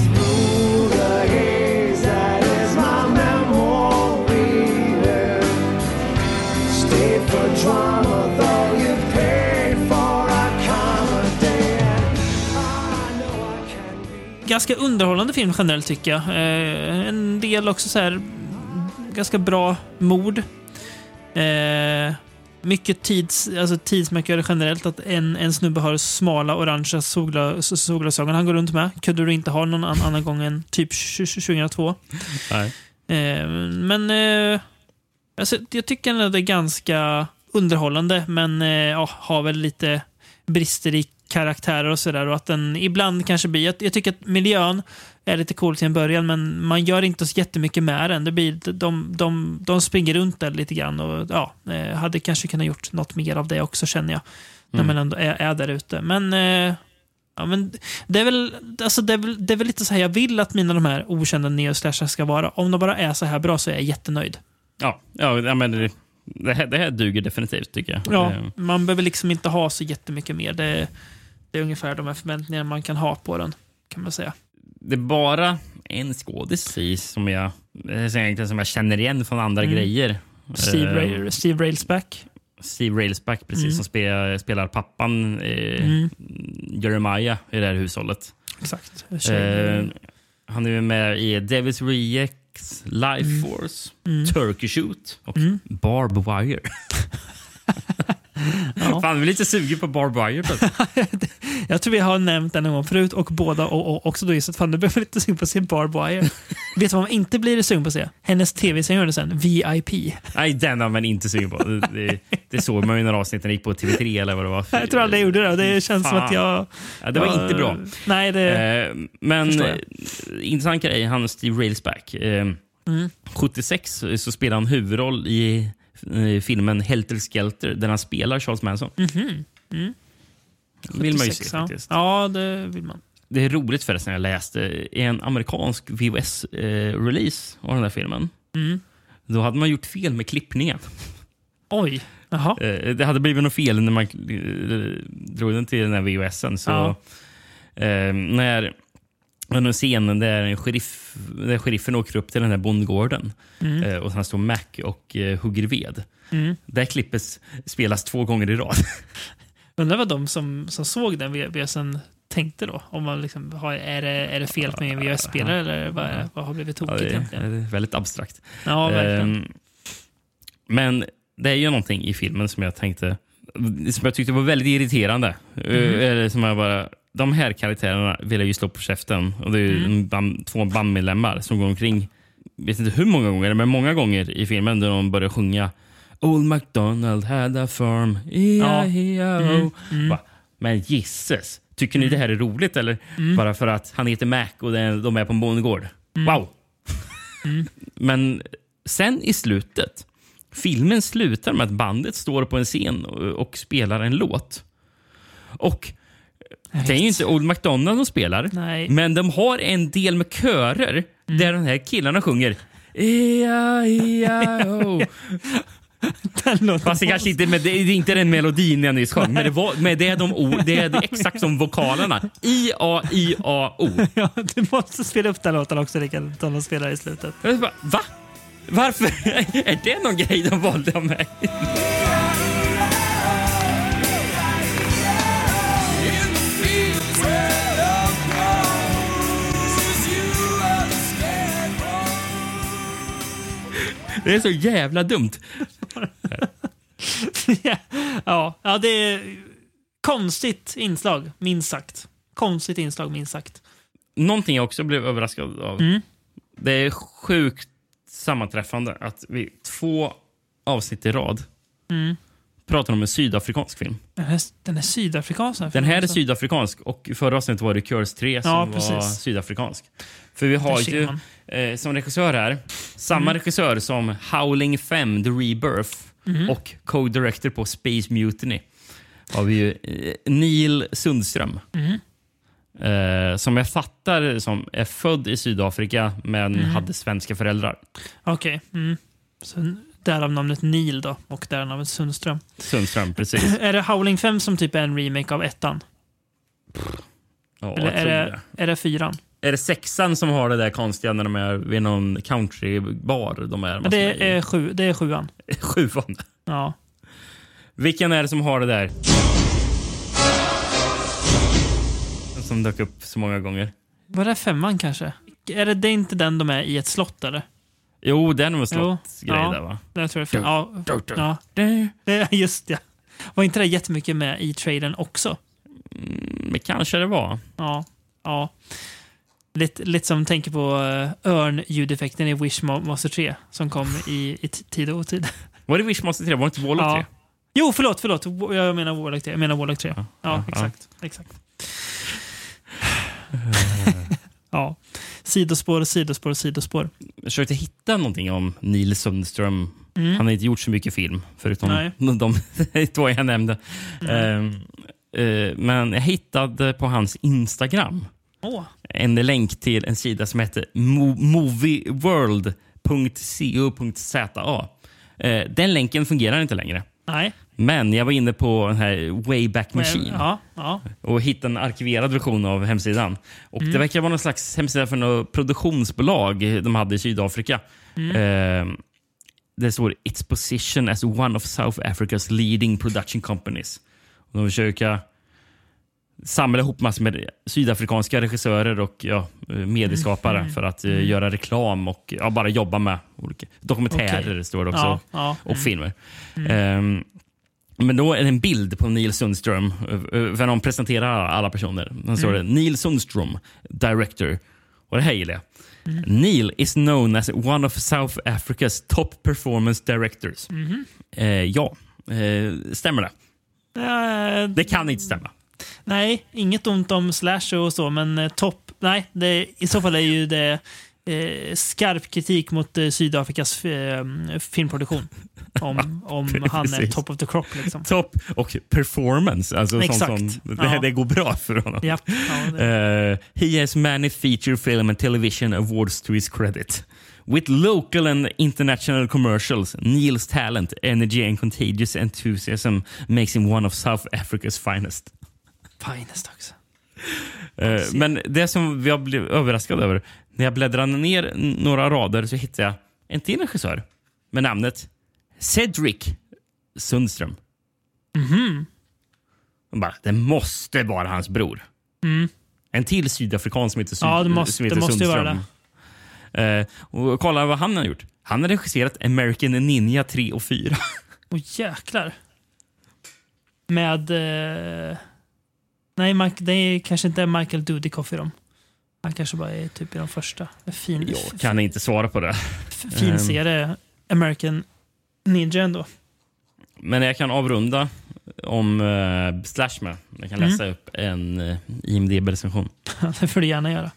Ganska underhållande film generellt tycker jag. Eh, en del också så här ganska bra mord. Eh, mycket tids, alltså tidsmäckare generellt, att en, en snubbe har smala orangea solgla, solglasögon han går runt med. Kunde du inte ha någon annan gång än typ tjugohundratvå. Nej. Eh, men eh, alltså, jag tycker att det är ganska underhållande, men eh, ja, har väl lite brister i karaktärer och sådär, och att den ibland kanske blir, jag, jag tycker att miljön är lite cool till en början, men man gör inte så jättemycket med den. Det blir, de, de, de springer runt där lite grann och ja, eh, hade kanske kunnat gjort något mer av det också, känner jag, när mm. man ändå är, är där ute. Men eh, ja, men det är väl alltså det är väl, det är väl lite så här jag vill att mina de här okända neo-slashar ska vara. Om de bara är så här bra så är jag jättenöjd. Ja, ja men det, det, här, det här duger definitivt, tycker jag. Ja, man behöver liksom inte ha så jättemycket mer. Det, det är ungefär de här förväntningarna man kan ha på den, kan man säga. Det är bara en skådis som jag, som jag känner igen från andra mm. grejer. Steve, Ra- Steve Railsback. Steve Railsback, precis, Mm. som spelar, spelar pappan eh, Mm. Jeremiah i det här hushållet. Exakt. Eh, han är med i Devil's Rejects, Life Mm. Force, Mm. Turkey Shoot och Mm. Barbed Wire. Ja. Fan, vi är lite sugen på Barbed Wire. Jag tror vi har nämnt den en gång förut och båda och, och också då gissat fan, nu blir man lite sugen på att se Barbed Wire. Vet du vad man inte blir sugen på att se? Hennes tv-serie sen, V I P. Nej, den har man inte sugen på. Det, det, det såg man ju när avsnitten gick på T V tre eller vad det var. Jag tror aldrig jag gjorde det. Det känns Fan. som att jag... Ja, det var jag, inte bra. Nej, det... Eh, men eh, intressant grej, han Steve Railsback. Eh, Mm. sjuttiosex så spelar han huvudroll i eh, filmen Helter Skelter där han spelar Charles Manson. Mhm. Mm. Vill man ju sjuttiosex, se ja. faktiskt. Ja, det vill man. Det är roligt förresten, jag läste i en amerikansk V H S-release av den här filmen. Mm. Då hade man gjort fel med klippningen. Oj. Jaha. Eh, Det hade blivit något fel när man eh, drog den till den här V H S-en. Så, Ja. eh, när under scenen där, en sheriff, där sheriffen åker upp till den här bondgården Mm. eh, och han står Mac och eh, hugger ved. Mm. Där klippet spelas två gånger i rad. Undrar vad de som, som såg den V H S:en tänkte då. Om man liksom har, är, det, är det fel med en V H S-spelare eller vad, är, vad har blivit Ja, tokigt det, egentligen? det är väldigt abstrakt. Ja, verkligen. Ehm, men det är ju någonting i filmen som jag tänkte som jag tyckte var väldigt irriterande. Mhm. Eh, eller som jag bara, de här karaktärerna vill jag ju slå på käften. Och det är ju Mm. en band, två bandmedlemmar som går omkring, vet inte hur många gånger, men många gånger i filmen där de börjar sjunga Old MacDonald had a farm. Ja. Mm. Mm. Va? Men Jesus, tycker ni det här är roligt eller? Mm. Bara för att han heter Mac och det- de är på en bondgård. Mm. Wow! Men sen i slutet, filmen slutar med att bandet står på en scen och, och spelar en låt. Och det är ju inte Old MacDonald de spelar, Nej. men de har en del med körer där de här killarna sjunger E A E A O. Fast det kanske inte, men det är inte den melodin jag nyss sjöng, men det, var, men det, är de ord, det är exakt som vokalerna. I A I A O. Ja, du måste spela upp den låten också, Rickard, som de spelar i slutet. Jag bara, va? Varför? Är det någon grej de valde av mig? Det är så jävla dumt. ja, ja, det är konstigt inslag, minst sagt. Konstigt inslag, minst sagt. Någonting jag också blev överraskad av. Mm. Det är sjukt sammanträffande att vi två avsnitt i rad Mm. pratar om en sydafrikansk film. Den är, den är sydafrikansk. Den här är sydafrikansk och förra avsnittet var det Curse tre som Ja, var precis. sydafrikansk. För vi har Där ser ju man. eh, som regissör här samma Mm. regissör som Howling fem, The Rebirth Mm. och co-director på Space Mutiny har vi ju eh, Neil Sundström. Mm. Eh, som jag fattar som är född i Sydafrika men Mm. hade svenska föräldrar. Okej. Mm. Så därav namnet Neil då, och därav namnet Sundström. Sundström, precis. Är det Howling fem som typ är en remake av ettan? Ja, Eller jag är tror det, är det fyran? Är det sexan som har det där konstiga när de är vid någon countrybar? De är, Men det är, sju, det är sjuan. Sjuan. Ja. Vilken är det som har det där? Som dök upp så många gånger. Var det femman kanske? Är det, det är inte den de är i ett slott eller? Jo, den var Jo, slott-grej ja, där va? Jag tror det är fem. Ja, ja. Det, just det. Var inte det jättemycket med i trailern också? Mm, men kanske det var. Ja, ja. Lite, lite som tänker på uh, örn-ljudeffekten i Wishmaster tre som kom i, i t- tid och otid. Var det Wishmaster tre? Var det inte Warlock Ja. tre? Jo, förlåt, förlåt. Jag menar Warlock tre. Jag menar Warlock tre. Ja, ja, exakt. exakt. Ja. Sidospår, sidospår, sidospår. Jag försökte hitta någonting om Neil Sundström. Mm. Han har inte gjort så mycket film förutom Nej. de två jag nämnde. Mm. Uh, uh, men jag hittade på hans Instagram Åh. en länk till en sida som heter mo- movieworld punkt co punkt za. Uh, den länken fungerar inte längre. Nej. Men jag var inne på den här Wayback Machine Ja, ja. och hittade en arkiverad version av hemsidan. Och Mm. det verkar vara någon slags hemsida för något produktionsbolag de hade i Sydafrika. Mm. Eh, det står its position as one of South Africa's leading production companies. Och de försöker samla ihop massor med sydafrikanska regissörer och ja, medieskapare mm. för att mm. göra reklam och ja, bara jobba med olika dokumentärer okay. står det också ja, ja, och mm. filmer. Mm. Um, men då är det en bild på Neil Sundström för de presenterar alla personer. Då står det Neil Sundström, director. Och det här gillar jag. Mm. Neil is known as one of South Africa's top performance directors. Mm. Uh, ja, uh, stämmer det? Uh, det kan inte stämma. Nej, inget ont om Slash och så, men eh, topp. Nej, det, i så fall är ju det eh, skarp kritik mot eh, Sydafrikas eh, filmproduktion. Om, om han är top of the crop. Liksom. Top och performance. Alltså exakt. Sånt som, det, ja. det går bra för honom. Ja. Ja, det. uh, he has many feature film and television awards to his credit. With local and international commercials, Neil's talent, energy and contagious enthusiasm makes him one of South Africa's finest. Finest också. Uh, men det som jag blev överraskad över, när jag bläddrade ner några rader så hittade jag en till regissör med namnet Cedric Sundström. Mhm. Bara, det måste vara hans bror. Mm. En till sydafrikan som heter, Syd- ja, det måste, som heter det måste Sundström. Vara det. Uh, och kolla vad han har gjort. Han har regisserat American Ninja tre och fyra. Åh oh, jäklar. Med... Uh... Nej, Mike, det är kanske inte Michael Dudikoff i dem. Han kanske bara är typ i de första. Fin, jag kan inte svara på det. Fin serie American Ninja ändå. Men jag kan avrunda om uh, Slash med. Jag kan läsa mm. upp en uh, I M D B-recension. Det får du gärna göra.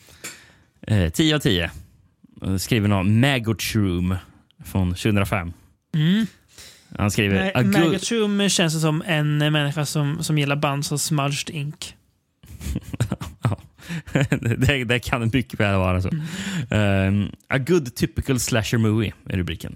Uh, tio av tio. Skriven av Maggot Shroom från tjugohundrafem. Mm. Han skriver... Nej, Maggot Shroom känns som en människa som, som gillar band som Smudged Ink. Ja, det, det kan mycket väl vara så. Mm. Um, a good typical slasher movie är rubriken.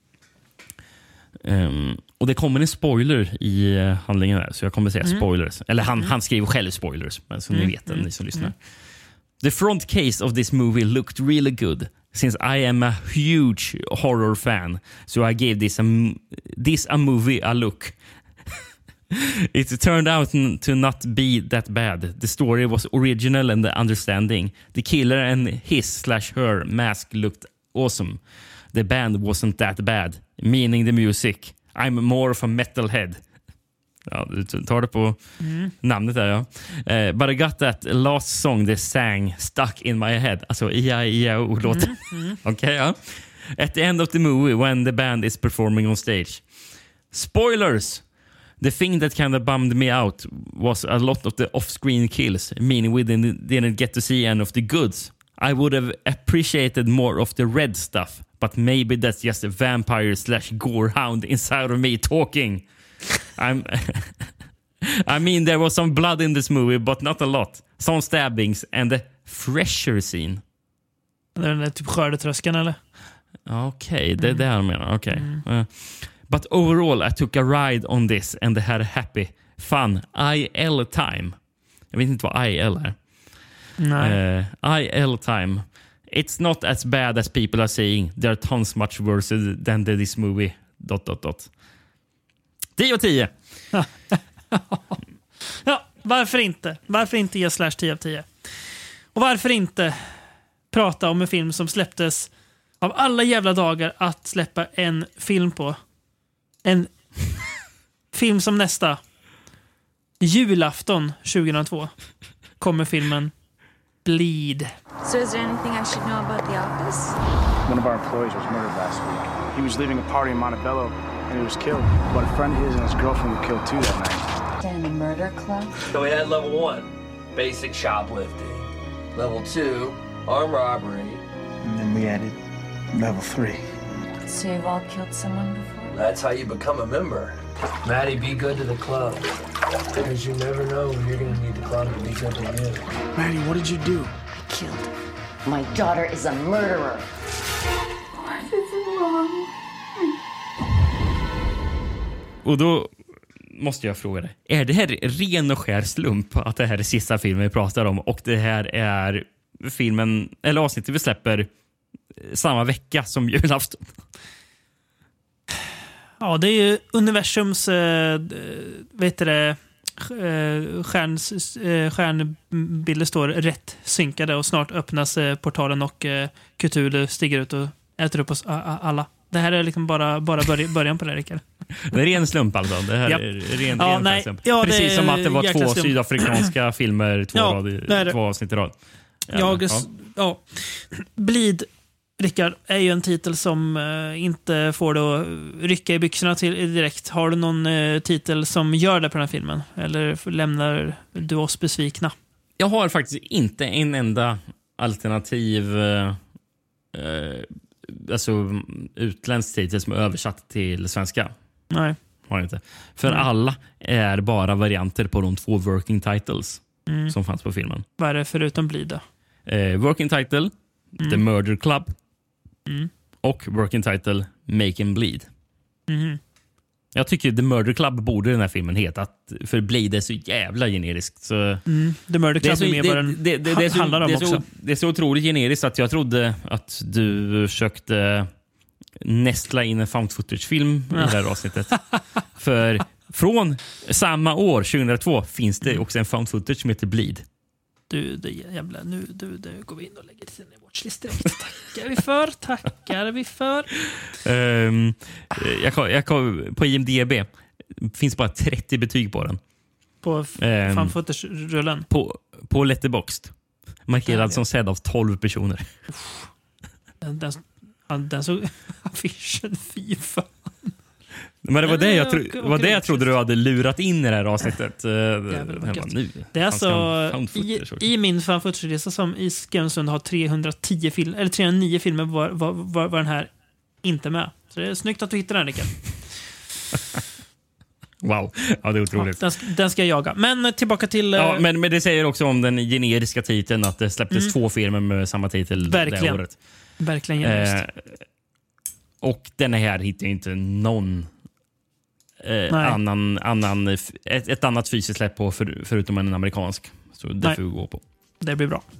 Um, och det kommer en spoiler i uh, handlingen där, så jag kommer säga mm. spoilers. Eller han, mm. han skriver själv spoilers, men så mm. ni vet det, mm. ni som lyssnar. Mm. The front case of this movie looked really good. Since I am a huge horror fan, so I gave this a, this a movie a look. It turned out to not be that bad. The story was original and the understanding. The killer and his slash her mask looked awesome. The band wasn't that bad, meaning the music. I'm more of a metalhead. Ja, du tar det på mm. namnet där, ja. Uh, but I got that last song they sang stuck in my head. Alltså, I A I A O-låten. Mm. Mm. Okej, okay, ja. At the end of the movie, when the band is performing on stage. Spoilers! The thing that kind of bummed me out was a lot of the off-screen kills, meaning we didn't, didn't get to see any of the goods. I would have appreciated more of the red stuff, but maybe that's just a vampire slash gorehound inside of me talking. I'm I mean, there was some blood in this movie, but not a lot. Some stabbings and the fresher scene. Den är typ skördetröskan, eller? Okej, okay, det är det jag menar. Okay. Mm. Uh, but overall, I took a ride on this and I had a happy, fun I L time. Jag vet inte vad I L är. Nej. Uh, I L time. It's not as bad as people are saying. There are tons much worse than this movie. Dot, dot, dot. tio av tio. Ja, varför inte? Varför inte ge Slash tio av tio? Och varför inte prata om en film som släpptes av alla jävla dagar att släppa en film på? En film som nästa julafton tjugohundratvå kommer filmen Bleed. So is there anything I should know about the office? One of our employees was murdered last week. He was leaving a party in Montebello and he was killed. But a friend of his and his girlfriend were killed too that night. In the murder club? So we had level one, basic shoplifting. Level two, armed robbery. And then we added level three. So you've all killed someone before? That's how you become a member. Maddie, be good to the club. Because you never know when you're going to need the club to be good to you. Maddie, what did you do? I killed. My daughter is a murderer. What is wrong? Och då måste jag fråga dig. Är det här ren och skär slump att det här är sista filmen vi pratar om och det här är filmen eller avsnittet vi släpper samma vecka som julafton? Ja, det är ju universums äh, vet det, stjärns, äh, stjärnbilder står rätt synkade och snart öppnas äh, portalen och äh, Cthulhu stiger ut och äter upp oss alla. Det här är liksom bara, bara början på det, Rickard. Det är ren slump alltså. Det här Japp. är ren, ja, ren nej, slump. ja, Precis som att det var två slump. sydafrikanska filmer, två, ja, rad, två avsnitt i rad. Jag, ja. Ja. Bleed, Rickard, är ju en titel som uh, inte får det att rycka i byxorna till direkt. Har du någon uh, titel som gör det på den här filmen? Eller lämnar du oss besvikna? Jag har faktiskt inte en enda alternativ uh, uh, alltså utländsk titel som är översatt till svenska. Nej. Har inte. För mm. alla är bara varianter på de två working titles mm. som fanns på filmen. Vad är det förutom Bleed då? Uh, working title, mm. The Murder Club. Mm. Och working title Make and Bleed. Mm. Jag tycker The Murder Club borde den här filmen heta, för Bleed är så jävla generiskt. Så mm. The Murder Club är, så, är mer vad den det, det, det är så, handlar om det är så, också. Det är så otroligt generiskt att jag trodde att du försökte nästla in en found footage-film ja. i det här avsnittet. För från samma år, tjugohundratvå, finns det också en found footage som heter Bleed. Du, det jävla, nu du, det går vi in och lägger till en watchlist direkt. Tackar vi för, tackar vi för. Um, jag, jag, på I M D B finns bara trettio betyg på den. På um, fan footage-rullen? På, på Letterboxd. Markerad som sedd av tolv personer. Den, den, den såg affischen, fy fan. Men det var det jag, tro, var det jag trodde du hade lurat in i det här avsnittet. Uh, bara, nu. Det är alltså i, i min fan footage-resa som i Skånsund har trehundratio film, eller trehundranio filmer var, var, var, var den här inte med. Så det är snyggt att du hittar den, Rickard. Wow, ja, det är otroligt. Ja, den, den ska jag jaga. Men tillbaka till... Ja, uh, men, men det säger också om den generiska titeln att det släpptes mm. två filmer med samma titel Verkligen. det året. Verkligen generiskt. Uh, och den här hittar ju inte någon Eh, annan, annan, ett, ett annat fysiskt släpp på för, förutom en amerikansk. Så det får vi gå på. Det blir bra.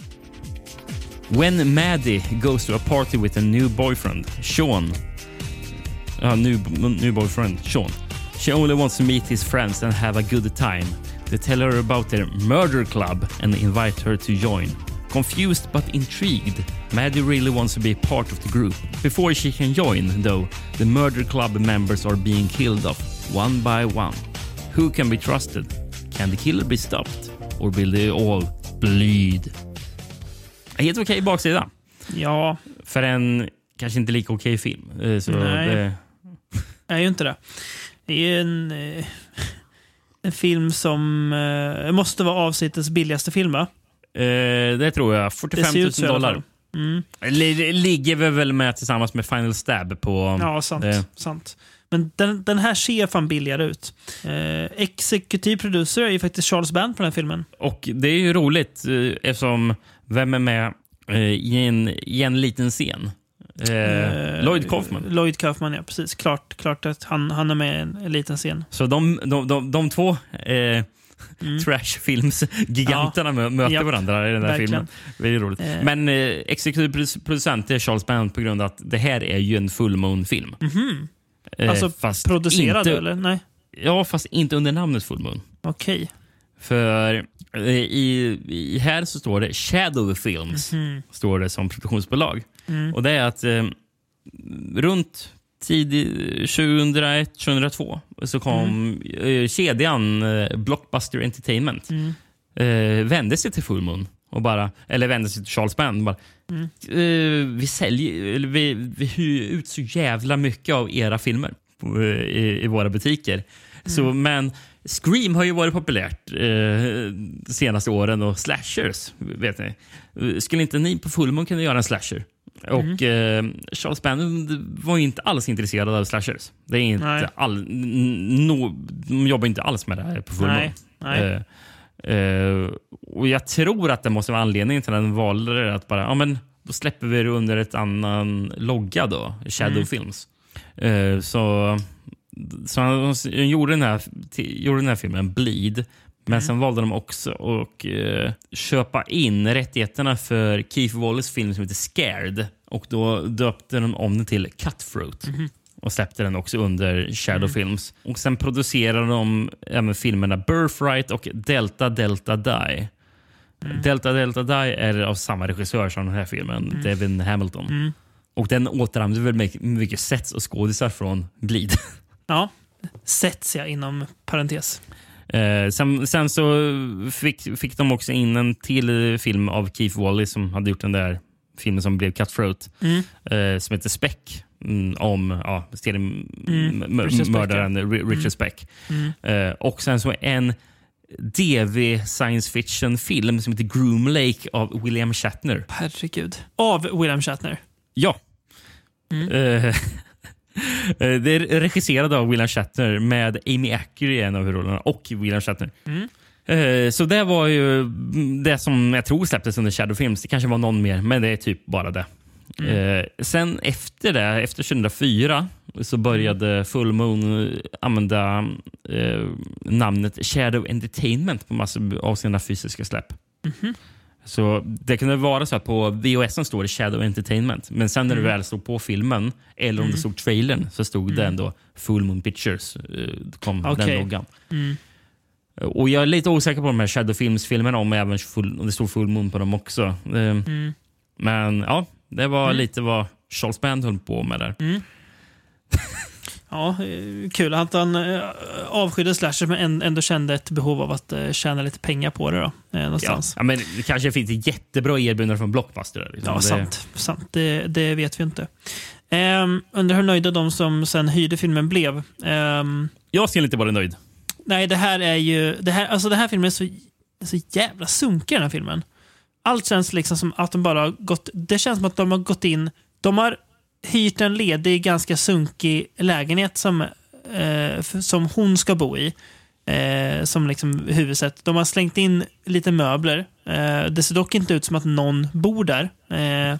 When Maddie goes to a party with a new boyfriend, Sean. Uh, new, new boyfriend, Sean. She only wants to meet his friends and have a good time. They tell her about their murder club and invite her to join. Confused but intrigued, Maddie really wants to be a part of the group. Before she can join, though, the murder club members are being killed off, one by one. Who can be trusted? Can the killer be stopped? Or will they all bleed? Helt okej baksida. Ja. För en kanske inte lika okej film. Så nej, det är ju inte det. Det är en, en film som måste vara avsnittets billigaste film, va? Eh, det tror jag. fyrtiofem tusen dollar. Mm. L- ligger vi väl med tillsammans med Final Stab på... Ja, sant. Eh. sant. Men den, den här ser fan billigare ut. Eh, executive producer är ju faktiskt Charles Band på den här filmen. Och det är ju roligt eh, eftersom vem är med eh, i, en, i en liten scen? Eh, eh, Lloyd Kaufman. Lloyd Kaufman, ja, precis. Klart, klart att han, han är med i en, en liten scen. Så de, de, de, de två... Eh, Mm. Trashfilms-giganterna ja. möter ja. varandra i den här verkligen. filmen. Det är roligt. Eh. Men eh, exekutiv producent är Charles Band på grund av att det här är ju en full moon-film. Mm-hmm. Eh, alltså fast producerad inte, eller? Nej. Ja, fast inte under namnet Full Moon. Okej. Okay. För eh, i, i här så står det Shadow Films mm-hmm. står det som produktionsbolag. Mm. Och det är att eh, runt tidig tjugohundraett tjugohundratvå så kom mm. eh, kedjan eh, Blockbuster Entertainment mm. eh, vände sig till Full Moon och bara, eller vände sig till Charles Band bara, mm. eh, vi säljer eller vi, vi hyr ut så jävla mycket av era filmer på, i, i våra butiker. Mm. Så, men Scream har ju varit populärt eh, de senaste åren och slashers, vet ni. Skulle inte ni på Full Moon kunna göra en slasher? Och mm. eh, Charles Band var ju inte alls intresserad av slashers. Det är inte all, no, de jobbar inte alls med det här på Full Moon. Eh, eh, och jag tror att det måste vara anledningen till att den valde det, att bara, ja men då släpper vi det under ett annan logga då, Shadow mm. Films. Eh, så så han, han gjorde den här gjorde den här filmen Bleed. Men mm. sen valde de också att uh, köpa in rättigheterna för Keith Wallace film som heter Scared. Och då döpte de om den till Cutthroat. Mm. och släppte den också under Shadow Mm. Films. Och sen producerade de även filmerna Birthright och Delta Delta Die. Mm. Delta Delta Die är av samma regissör som den här filmen, Mm. Devin Hamilton. Mm. Och den återanvänder väl mycket, mycket sets och skådisar från Glid. Ja, sätts jag inom parentes. Eh, sen, sen så fick, fick de också in en till film av Keith Wally som hade gjort den där filmen som blev Cutthroat. Mm. Eh, som heter Speck. Mm, om ja, Mm. Richard Speck, mördaren ja. Richard Mm. Speck. Mm. Eh, och sen så en D V science fiction film som heter Groom Lake av William Shatner. Herregud. Av William Shatner? Ja. Mm. Eh, det är regisserad av William Shatner med Amy Acker i en av huvudrollerna och William Shatner. Mm. Eh, så det var ju det som jag tror släpptes under Shadow Films. Det kanske var någon mer, men det är typ bara det. Mm. Eh, sen efter det, efter tjugohundrafyra, så började Full Moon använda eh, namnet Shadow Entertainment på massor av sina fysiska släpp. Mhm. Så det kunde vara så att på V H S står det Shadow Entertainment, men sen när Mm. det väl stod på filmen eller om Mm. det stod trailern så stod det Mm. ändå Full Moon Pictures, eh, kom Okej. den loggan. Mm. Och jag är lite osäker på de här Shadow Films-filmerna om även full, om det stod Full Moon på dem också. Eh, Mm. Men ja, det var Mm. lite vad Charles Band höll på med där. Mm. Ja, eh, kul att han eh, avskydde slasher men ändå kände ett behov av att eh, tjäna lite pengar på det då, eh, Ja. någonstans. Ja, men det kanske finns ett jättebra erbjudande från Blockbuster. Där, liksom. Ja, det... sant. sant. Det, det vet vi inte. Um, undrar hur nöjda de som sen hyrde filmen blev. Um, Jag skulle inte vara nöjd. nej, det här är ju... Det här, alltså det här filmen är så, så jävla sunkig, den här filmen. Allt känns liksom som att de bara har gått... Det känns som att de har gått in... De har hyrt en ledig, ganska sunkig lägenhet som, eh, som hon ska bo i. Eh, som liksom huvuset. De har slängt in lite möbler. Eh, det ser dock inte ut som att någon bor där. Eh,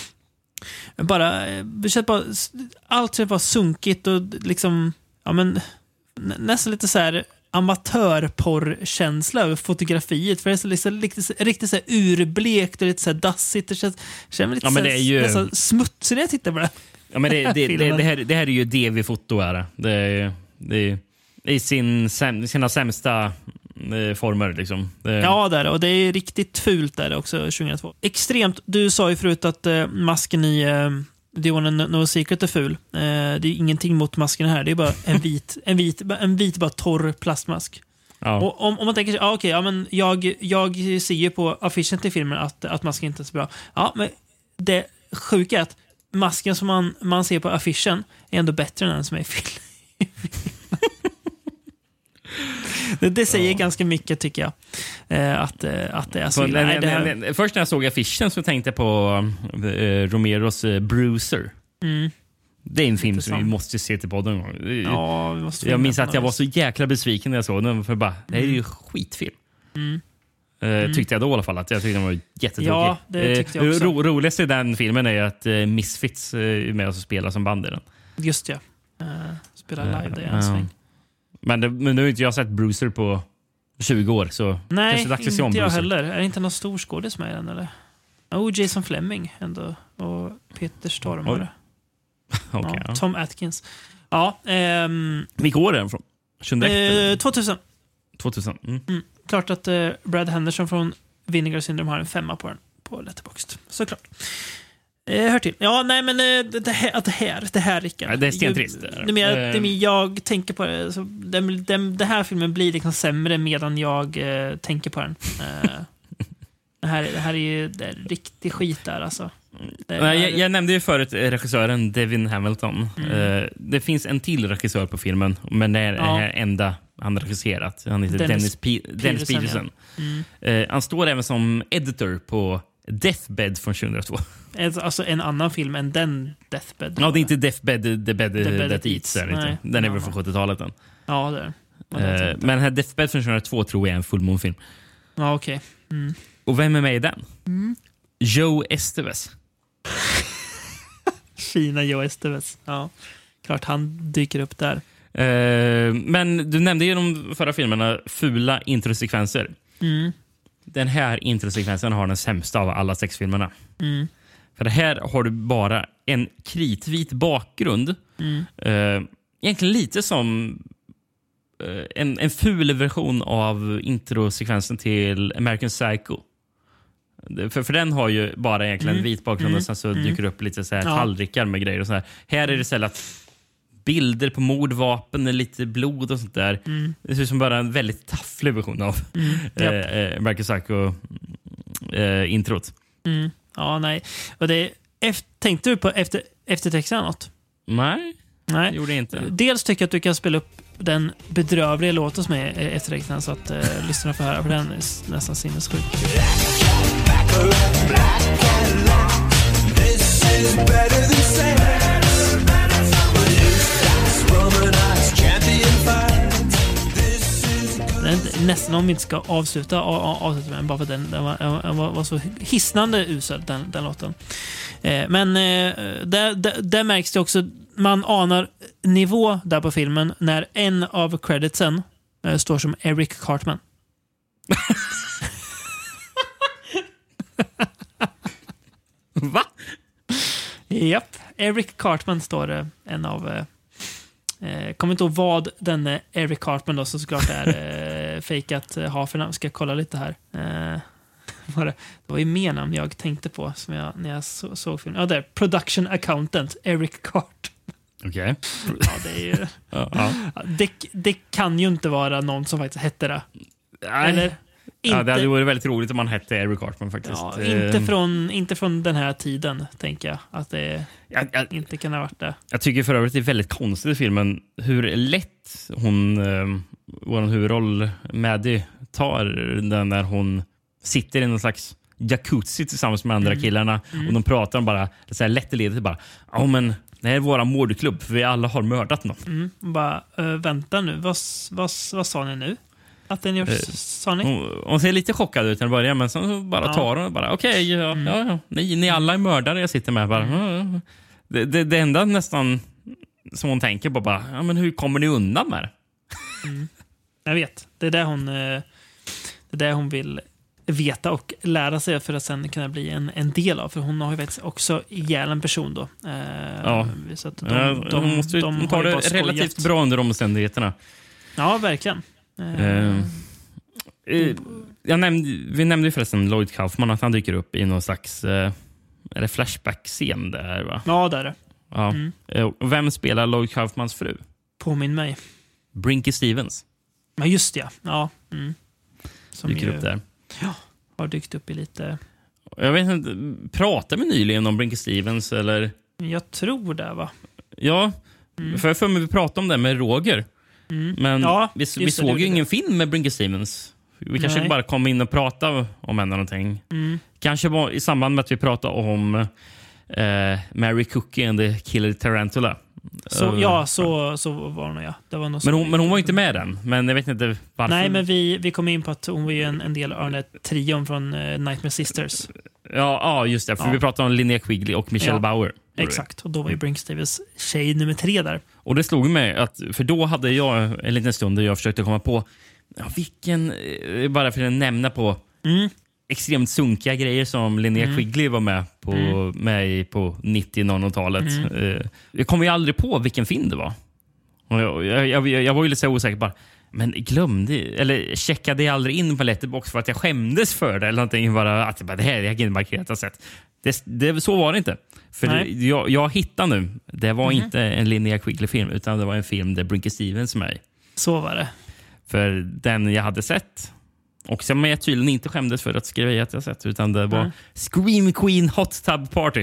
bara, det känns bara... Allt känns bara sunkigt och liksom... Ja, men, nä, nästan lite så här amatörporrkänsla över fotografiet. För det är så liksom, riktigt, riktigt så här urblekt och lite så här dassigt. Det känns, känns lite Ja, men så det här, är ju- nästan smutsigt när jag tittar på det. Ja, men det, det, det, Filmen. det, här, det här är ju D V-foto. Här. Det är, det är i sin, säm- sina sämsta eh, former. Liksom. Det, Ja, där, och det är riktigt fult där också tjugohundratvå. Extremt. Du sa ju förut att eh, masken i eh, The One and No Secret är ful. Eh, det är ingenting mot masken här. Det är bara en vit, en vit, en vit bara torr plastmask. Ja. Och om, om man tänker sig, ah, okej, ja, men jag, jag ser ju på affischen till filmen att, att masken inte är så bra. Ja, men det sjuka är att masken som man, man ser på affischen är ändå bättre än den som är i filmen. det, det säger Ja. ganska mycket, tycker jag. Eh, att, eh, att det är så Så, illa. nej, Nej, det här- nej, nej, först när jag såg affischen så tänkte jag på eh, Romeros eh, Bruiser. Mm. Det är en film som vi Intressant. måste se till podden någon gång. Ja, vi måste Jag filma minns på att jag något var så jäkla besviken när jag såg den. För bara, det här är ju skitfilm. Mm. Eh, Mm. Tyckte jag då i alla fall. Att jag tyckte den var jättetråkig. Ja, det tyckte jag också. Ro, roligast i den filmen är att eh, Misfits eh, är med och spelar som band i den. Just ja. Uh, spela live, det är en Ja. sväng. Men, det, men nu har inte jag sett Bruiser på tjugo år. Så Nej, kanske det är dags att se om inte jag Bruiser. heller. Är det inte någon stor skådis med i den, eller? Oh, Jason Fleming ändå. Och Peter Stormare. Okej, ja, ja. Tom Atkins. Ja, ehm, Vilka år är den från? tjugohundraett? eh, tvåtusen. tvåtusen. Mm. Mm. Klart att eh, Brad Henderson från Vinegar Syndrome har en femma på den på Letterboxd. Såklart. Eh, hör till. Ja, nej men eh, det, det, här, att det här, det här Rickard. Ja, det är stentrist, det Ju- är det. Det mer, Eh. det mer jag tänker på det, så den, den, den här filmen blir liksom sämre medan jag eh, tänker på den. Eh, det, här, det här är ju det är riktig skit där alltså. Det Nej, är- jag, jag nämnde ju förut eh, regissören Devin Hamilton. Mm. Eh, det finns en till regissör på filmen, men det är Ja. den här enda han har regisserat. Han heter Dennis Dennis, Pe- Dennis Peterson, Peterson. ja. Mm. Eh, han står även som editor på Deathbed från tjugohundratvå. Ett- Alltså en annan film än den Deathbed. Ja, det är inte Deathbed, The Bed, The Bed That That Eats. Eats. Är det Nej, inte. Den är en väl från annan. sjuttiotalet den. Ja, det är vad jag Eh, tänkte. men här Deathbed från tjugohundratvå tror jag är en Full Moon-film. Ja, okej. Mm. Och vem är med i den? Mm. Joe Estevez. Fina Joe Estevez. Ja, klart han dyker upp där. Eh, men du nämnde ju de förra filmerna fula introsekvenser. Mm. Den här introsekvensen har den sämsta av alla sex filmerna. Mm. För det här har du bara en kritvit bakgrund Mm. Uh, egentligen lite som uh, en, en ful version av introsekvensen till American Psycho. För, för den har ju bara egentligen Mm. en vit bakgrund Mm. och sen så Mm. dyker det upp lite så här Ja. tallrikar med grejer och så här. Här är det så här att bilder på mordvapen, lite blod och sånt där. Mm. Det ser ut som bara en väldigt tafflig version av Mm. Japp. eh, American Psycho eh, introt. Mm. Ja, nej. Och det, efter, tänkte du på efter, eftertexten något? Nej, Nej. det gjorde jag inte. Dels tycker jag att du kan spela upp den bedrövliga låten som är eftertexten så att eh, lyssnarna får höra, för den är s- nästan sinnessjuk. Den är nästan om vi inte ska avsluta a- a- avsluta med den, bara för den, den, var, den var, var så hisnande usel, den, den låten. Eh, men eh, där, där, där märks det också, man anar nivå där på filmen när en av creditsen eh, står som Eric Cartman. Va? Japp, Eric Cartman står det, en av... Eh, eh, kommer inte ihåg vad den Eric Cartman då, så såklart är eh, fake att eh, ha för namn. Ska jag kolla lite här. Eh, var det, det var ju mer namn jag tänkte på som jag, när jag så, såg filmen. Ja, där. Production Accountant, Eric Cartman. Okej. Okay. Ja, det är ju... ja, ja. Det, det kan ju inte vara någon som faktiskt hette det. Nej. Eller? Inte, ja, det hade varit väldigt roligt om man hette Eric Cartman faktiskt. Ja, inte, från, inte från den här tiden, tänker jag. Att det jag, jag, inte kan ha varit det. Jag tycker för övrigt det är väldigt konstigt i filmen hur lätt hon, eh, vår huvudroll Maddie, tar den när hon sitter i någon slags jacuzzi tillsammans med andra Mm. killarna. Mm. Och de pratar om bara, så här lätt i ledet bara, ja oh, men det här är våra mordklubb för vi alla har mördat någon. Mm. Bara, äh, vänta nu, vad, vad, vad sa ni nu? Att den gör, Eh, sa ni? Hon, hon ser lite chockad ut när det börjar, men så bara Ja. tar hon och bara, okej, okay, ja, Mm. ja, ja. Ni, ni alla är mördare jag sitter med. Bara, ja, ja. Det, det, det enda nästan som hon tänker på bara, ja, men hur kommer ni undan med det? Mm. Jag vet. Det är det hon, eh, det är det hon vill veta och lära sig för att sen kunna bli en, en del av. För hon har ju faktiskt också ihjäl en person då. Eh, Ja. Så att de, Ja, de, hon måste ju, de hon har tar ju det bara skojat. relativt bra under omständigheterna. Ja, verkligen. Eh, Eh, eh, jag nämnde, vi nämnde ju förresten Lloyd Kaufman, att han dyker upp i någon slags eh, är det flashback-scen där, va? Ja, där är det. Ja. Mm. Eh, och vem spelar Lloyd Kaufmans fru? Påminn mig. Brinky Stevens. Ja, just det. Ja. Mm. Som Dyker ju, upp där. Ja, har dykt upp i lite... Jag vet inte, pratade vi nyligen om Brinky Stevens eller? Jag tror det, va? Ja, Mm. för jag för mig vi pratade om det med Roger. Mm. Men Ja, vi, just vi det, såg det ju gjorde ingen det. film med Brinky Stevens. Vi kanske Nej. bara kom in och pratade om henne någonting. Mm. Kanske var i samband med att vi pratade om eh, Mary Cookie and the Killer Tarantula. Så, Eh, ja, så, så var hon, ja. Det var nog så. Men hon, men hon var inte med den. Men jag vet inte varför. Nej, men vi, vi kom in på att hon var ju en, en del av den där trion från uh, Nightmare Sisters. Ja, ja, just det. För Ja. vi pratade om Linnea Quigley och Michelle Ja. Bauer. Exakt, och då var ju Brink Stevens tjej nummer tre där. Och det slog mig att, för då hade jag en liten stund där jag försökte komma på ja, vilken, eh, bara för att nämna på Mm. extremt sunkiga grejer som Linnea Mm. Quigley var med på, Mm. med i på nittio-nolltalet. Mm. Eh, jag kom ju aldrig på vilken film det var. Och jag, jag, jag, jag var ju lite så osäker bara, men glömde, eller checkade jag aldrig in på Letterboxd för att jag skämdes för det eller någonting, bara att bara, det här jag kan inte markerat och sett. Det, det, så var det inte. För det, jag, jag hittar nu, det var Mhm. inte en Linnea Quigley-film utan det var en film där Brinky Stevens är med. Så var det. För den jag hade sett och som jag tydligen inte skämdes för att skriva att jag sett, utan det var Mm. Scream Queen Hot Tub Party.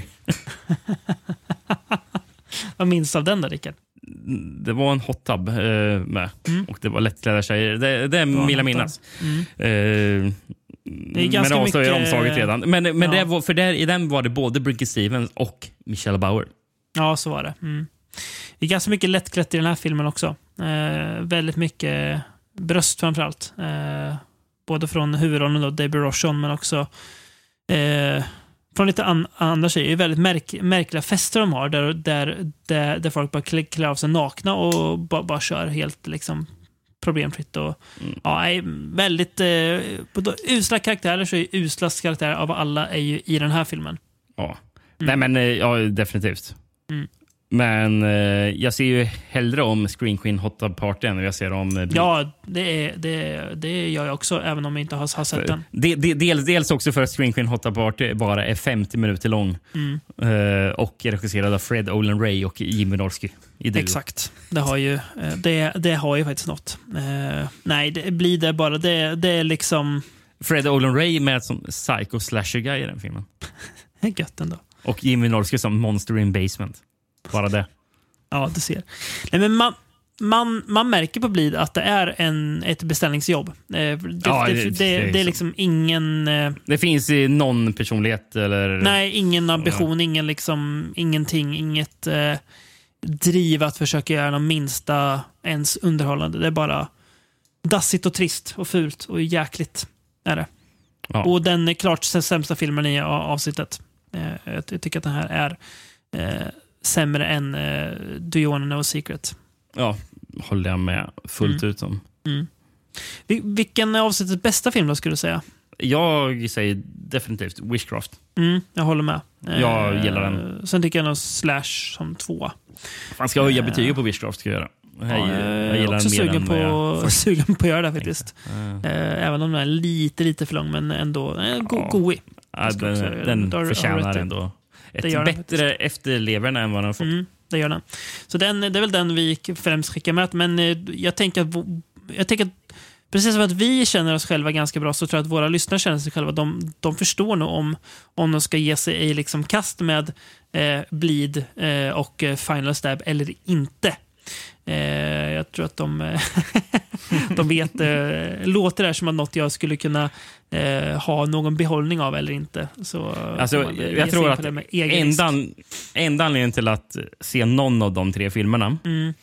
Vad minns av den där, Rickard? Det var en hot tub eh, med Mm. och det var lättklädda tjejer. Det, det var en vill jag hot minnas. Mm. Eh, men ganska avslöjar mycket- omslaget redan. Men, men Ja. det var, för där, i den var det både Brinky Stevens och Michelle Bauer. Ja, så var det. Mm. Det är ganska mycket lättklätt i den här filmen också. Eh, väldigt mycket bröst framförallt. Eh, både från huvudrollen då, Debbie Rochon, men också eh, från lite an- andra tjejer. Det är väldigt märk- märkliga fester de har där, där, där, där folk bara klä, klär av sig nakna och bara, bara kör helt liksom problemfritt. Och, Mm. ja, är väldigt eh, både usla karaktärer, så är uslast karaktär av alla är ju i den här filmen. Ja. Nej, men eh, ja, definitivt. Mm. Men eh, jag ser ju hellre om Scream Queen Hot Tub Party än jag ser om... Eh, ja, det, är, det, det gör jag också, även om jag inte har, har sett den. De, de, dels, dels också för att Scream Queen Hot Tub Party bara är femtio minuter lång. Mm. Eh, och är regisserad av Fred Olen Ray och Jimmy Norski. Exakt. Det har ju, det, det har ju faktiskt något. Eh, nej, det blir det bara. Det, det är liksom... Fred Olen Ray med som psycho slasher guy i den filmen. Gött ändå. Och Jimmy Norski som Monster in Basement. Bara det. Ja, du ser. Nej, men man, man, man märker på Bleed att det är en, ett beställningsjobb. Eh, det, ja, det, det, det, det är liksom ingen... Eh, det finns i någon personlighet eller... Nej, ingen ambition, ja. ingen liksom, ingenting, inget eh, driv att försöka göra någon minsta ens underhållande. Det är bara dassigt och trist och fult och jäkligt är det. Ja. Och den är klart sämsta filmen i avsnittet. Eh, jag tycker att den här är eh, sämre än eh, Do You Wanna Know a Secret. Ja, håller jag med fullt mm. ut om. Mm. Vil- vilken är avsnittets bästa film då, skulle du säga? Jag säger definitivt Witchcraft. Mm, jag håller med. Jag eh, gillar den. Sen tycker jag nog Slash som två. Man ska höja betyget på Witchcraft, ska jag göra. Jag, ja, jag, jag är också sugen på, jag... sugen på att göra det faktiskt. Mm. Eh, även om den är lite, lite för lång, men ändå eh, go- ja. goig. Ja, den den har, förtjänar har ändå ett bättre efterleverne än vad den har fått. Mm, det gör den. Så den, det är väl den vi främst skickar med. Men eh, jag tänker att jag tänker att precis som att vi känner oss själva ganska bra, så tror jag att våra lyssnare känner sig själva. De, de förstår nog om, om de ska ge sig i liksom kast med eh, Bleed eh, och Final Stab eller inte. Eh, jag tror att de, de vet, eh, låter det här som att något jag skulle kunna eh, ha någon behållning av eller inte. Så alltså, jag tror att enda, enda anledningen till att se någon av de tre filmerna, mm.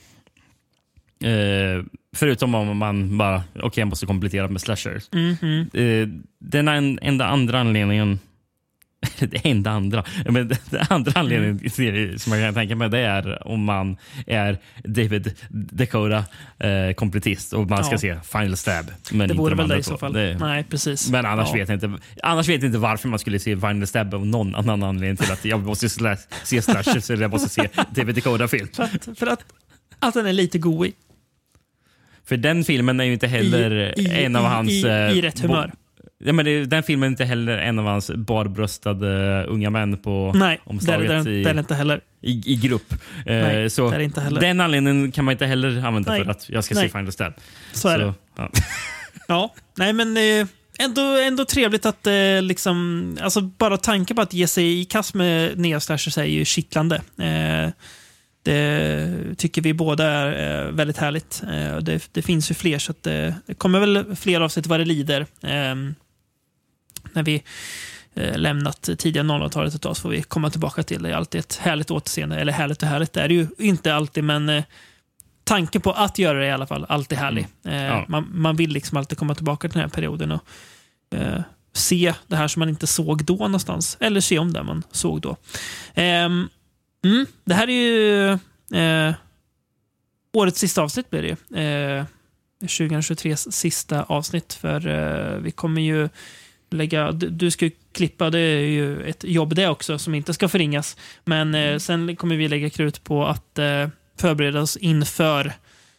eh, förutom om man bara okej, okay, jag måste komplettera med slashers. Mm-hmm. Eh, den en, enda andra anledningen det enda andra men det andra anledningen mm. som jag kan tänka mig, det är om man är David Dakota eh, komplettist och man ja. ska se Final Stab, men det inte väl det i så fall. Det, Nej, precis. Men annars ja. vet jag inte annars vet jag inte varför man skulle se Final Stab av någon annan anledning till att jag måste slä, se slashers eller jag måste se David Dakota film. För att, för att, att den är lite goig. För den filmen är ju inte heller I, i, en av i, hans... I, i, i rätt humör. Ja, men det, den filmen är inte heller en av hans barbröstade unga män på Nej, omslaget det är, det, i, det är inte heller. I, i grupp. Nej, eh, så det är inte heller. Den anledningen kan man inte heller använda Nej. för att jag ska Nej. se Final Stab. Så är så, det. Ja. ja, nej men eh, ändå, ändå trevligt att eh, liksom, alltså bara tanken på att ge sig i kast med nya slashers är ju kittlande. Eh, Det tycker vi båda är eh, väldigt härligt. Eh, det, det finns ju fler, så att, eh, det kommer väl fler avsnitt vad det lider. Eh, när vi eh, lämnat tidiga nolltalet ett tag, så får vi komma tillbaka till det. Det är alltid ett härligt återseende. Eller härligt och härligt, det är det ju inte alltid, men eh, tanken på att göra det i alla fall, alltid härlig. Eh, ja. man, man vill liksom alltid komma tillbaka till den här perioden och eh, se det här som man inte såg då någonstans. Eller se om det man såg då. Eh, Mm, det här är ju eh, årets sista avsnitt blir det ju. Eh, tjugohundratjugotres sista avsnitt, för eh, vi kommer ju lägga, du, du ska ju klippa, det är ju ett jobb det också som inte ska förringas, men eh, sen kommer vi lägga krut på att eh, förbereda oss inför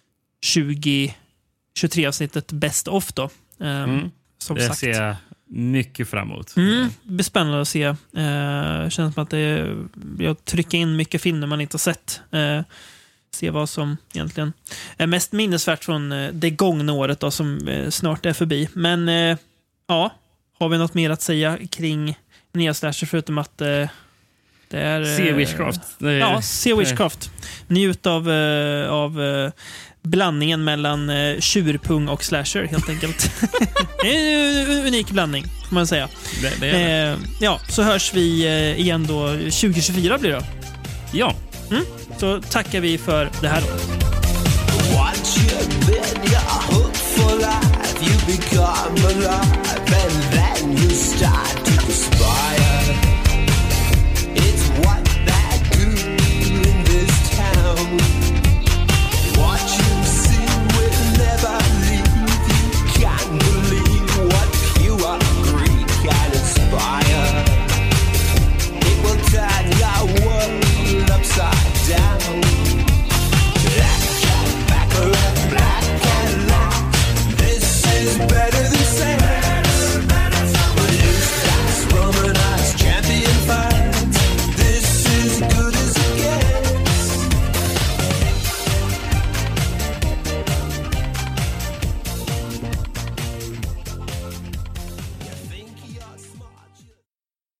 tjugohundratjugotre avsnittet Best of då. Eh, mm. Som det sagt. ser jag mycket fram emot. Mm, det blir spännande att se. Eh, känns som att det, jag trycker in mycket filmer man inte har sett. Eh, se vad som egentligen är mest minnesvärt från eh, det gångna året då, som eh, snart är förbi. Men eh, ja, har vi något mer att säga kring nya slasher förutom att eh, det är... Eh, se Witchcraft. Det är, ja, se Witchcraft. Njut av, eh, av eh, blandningen mellan eh, tjurpung och slasher, helt enkelt. Det är en unik blandning, får man säga. Det, det är det. Eh, ja, så hörs vi eh, igen då tjugo tjugofyra blir det. Ja. Mm. Så tackar vi för det här då.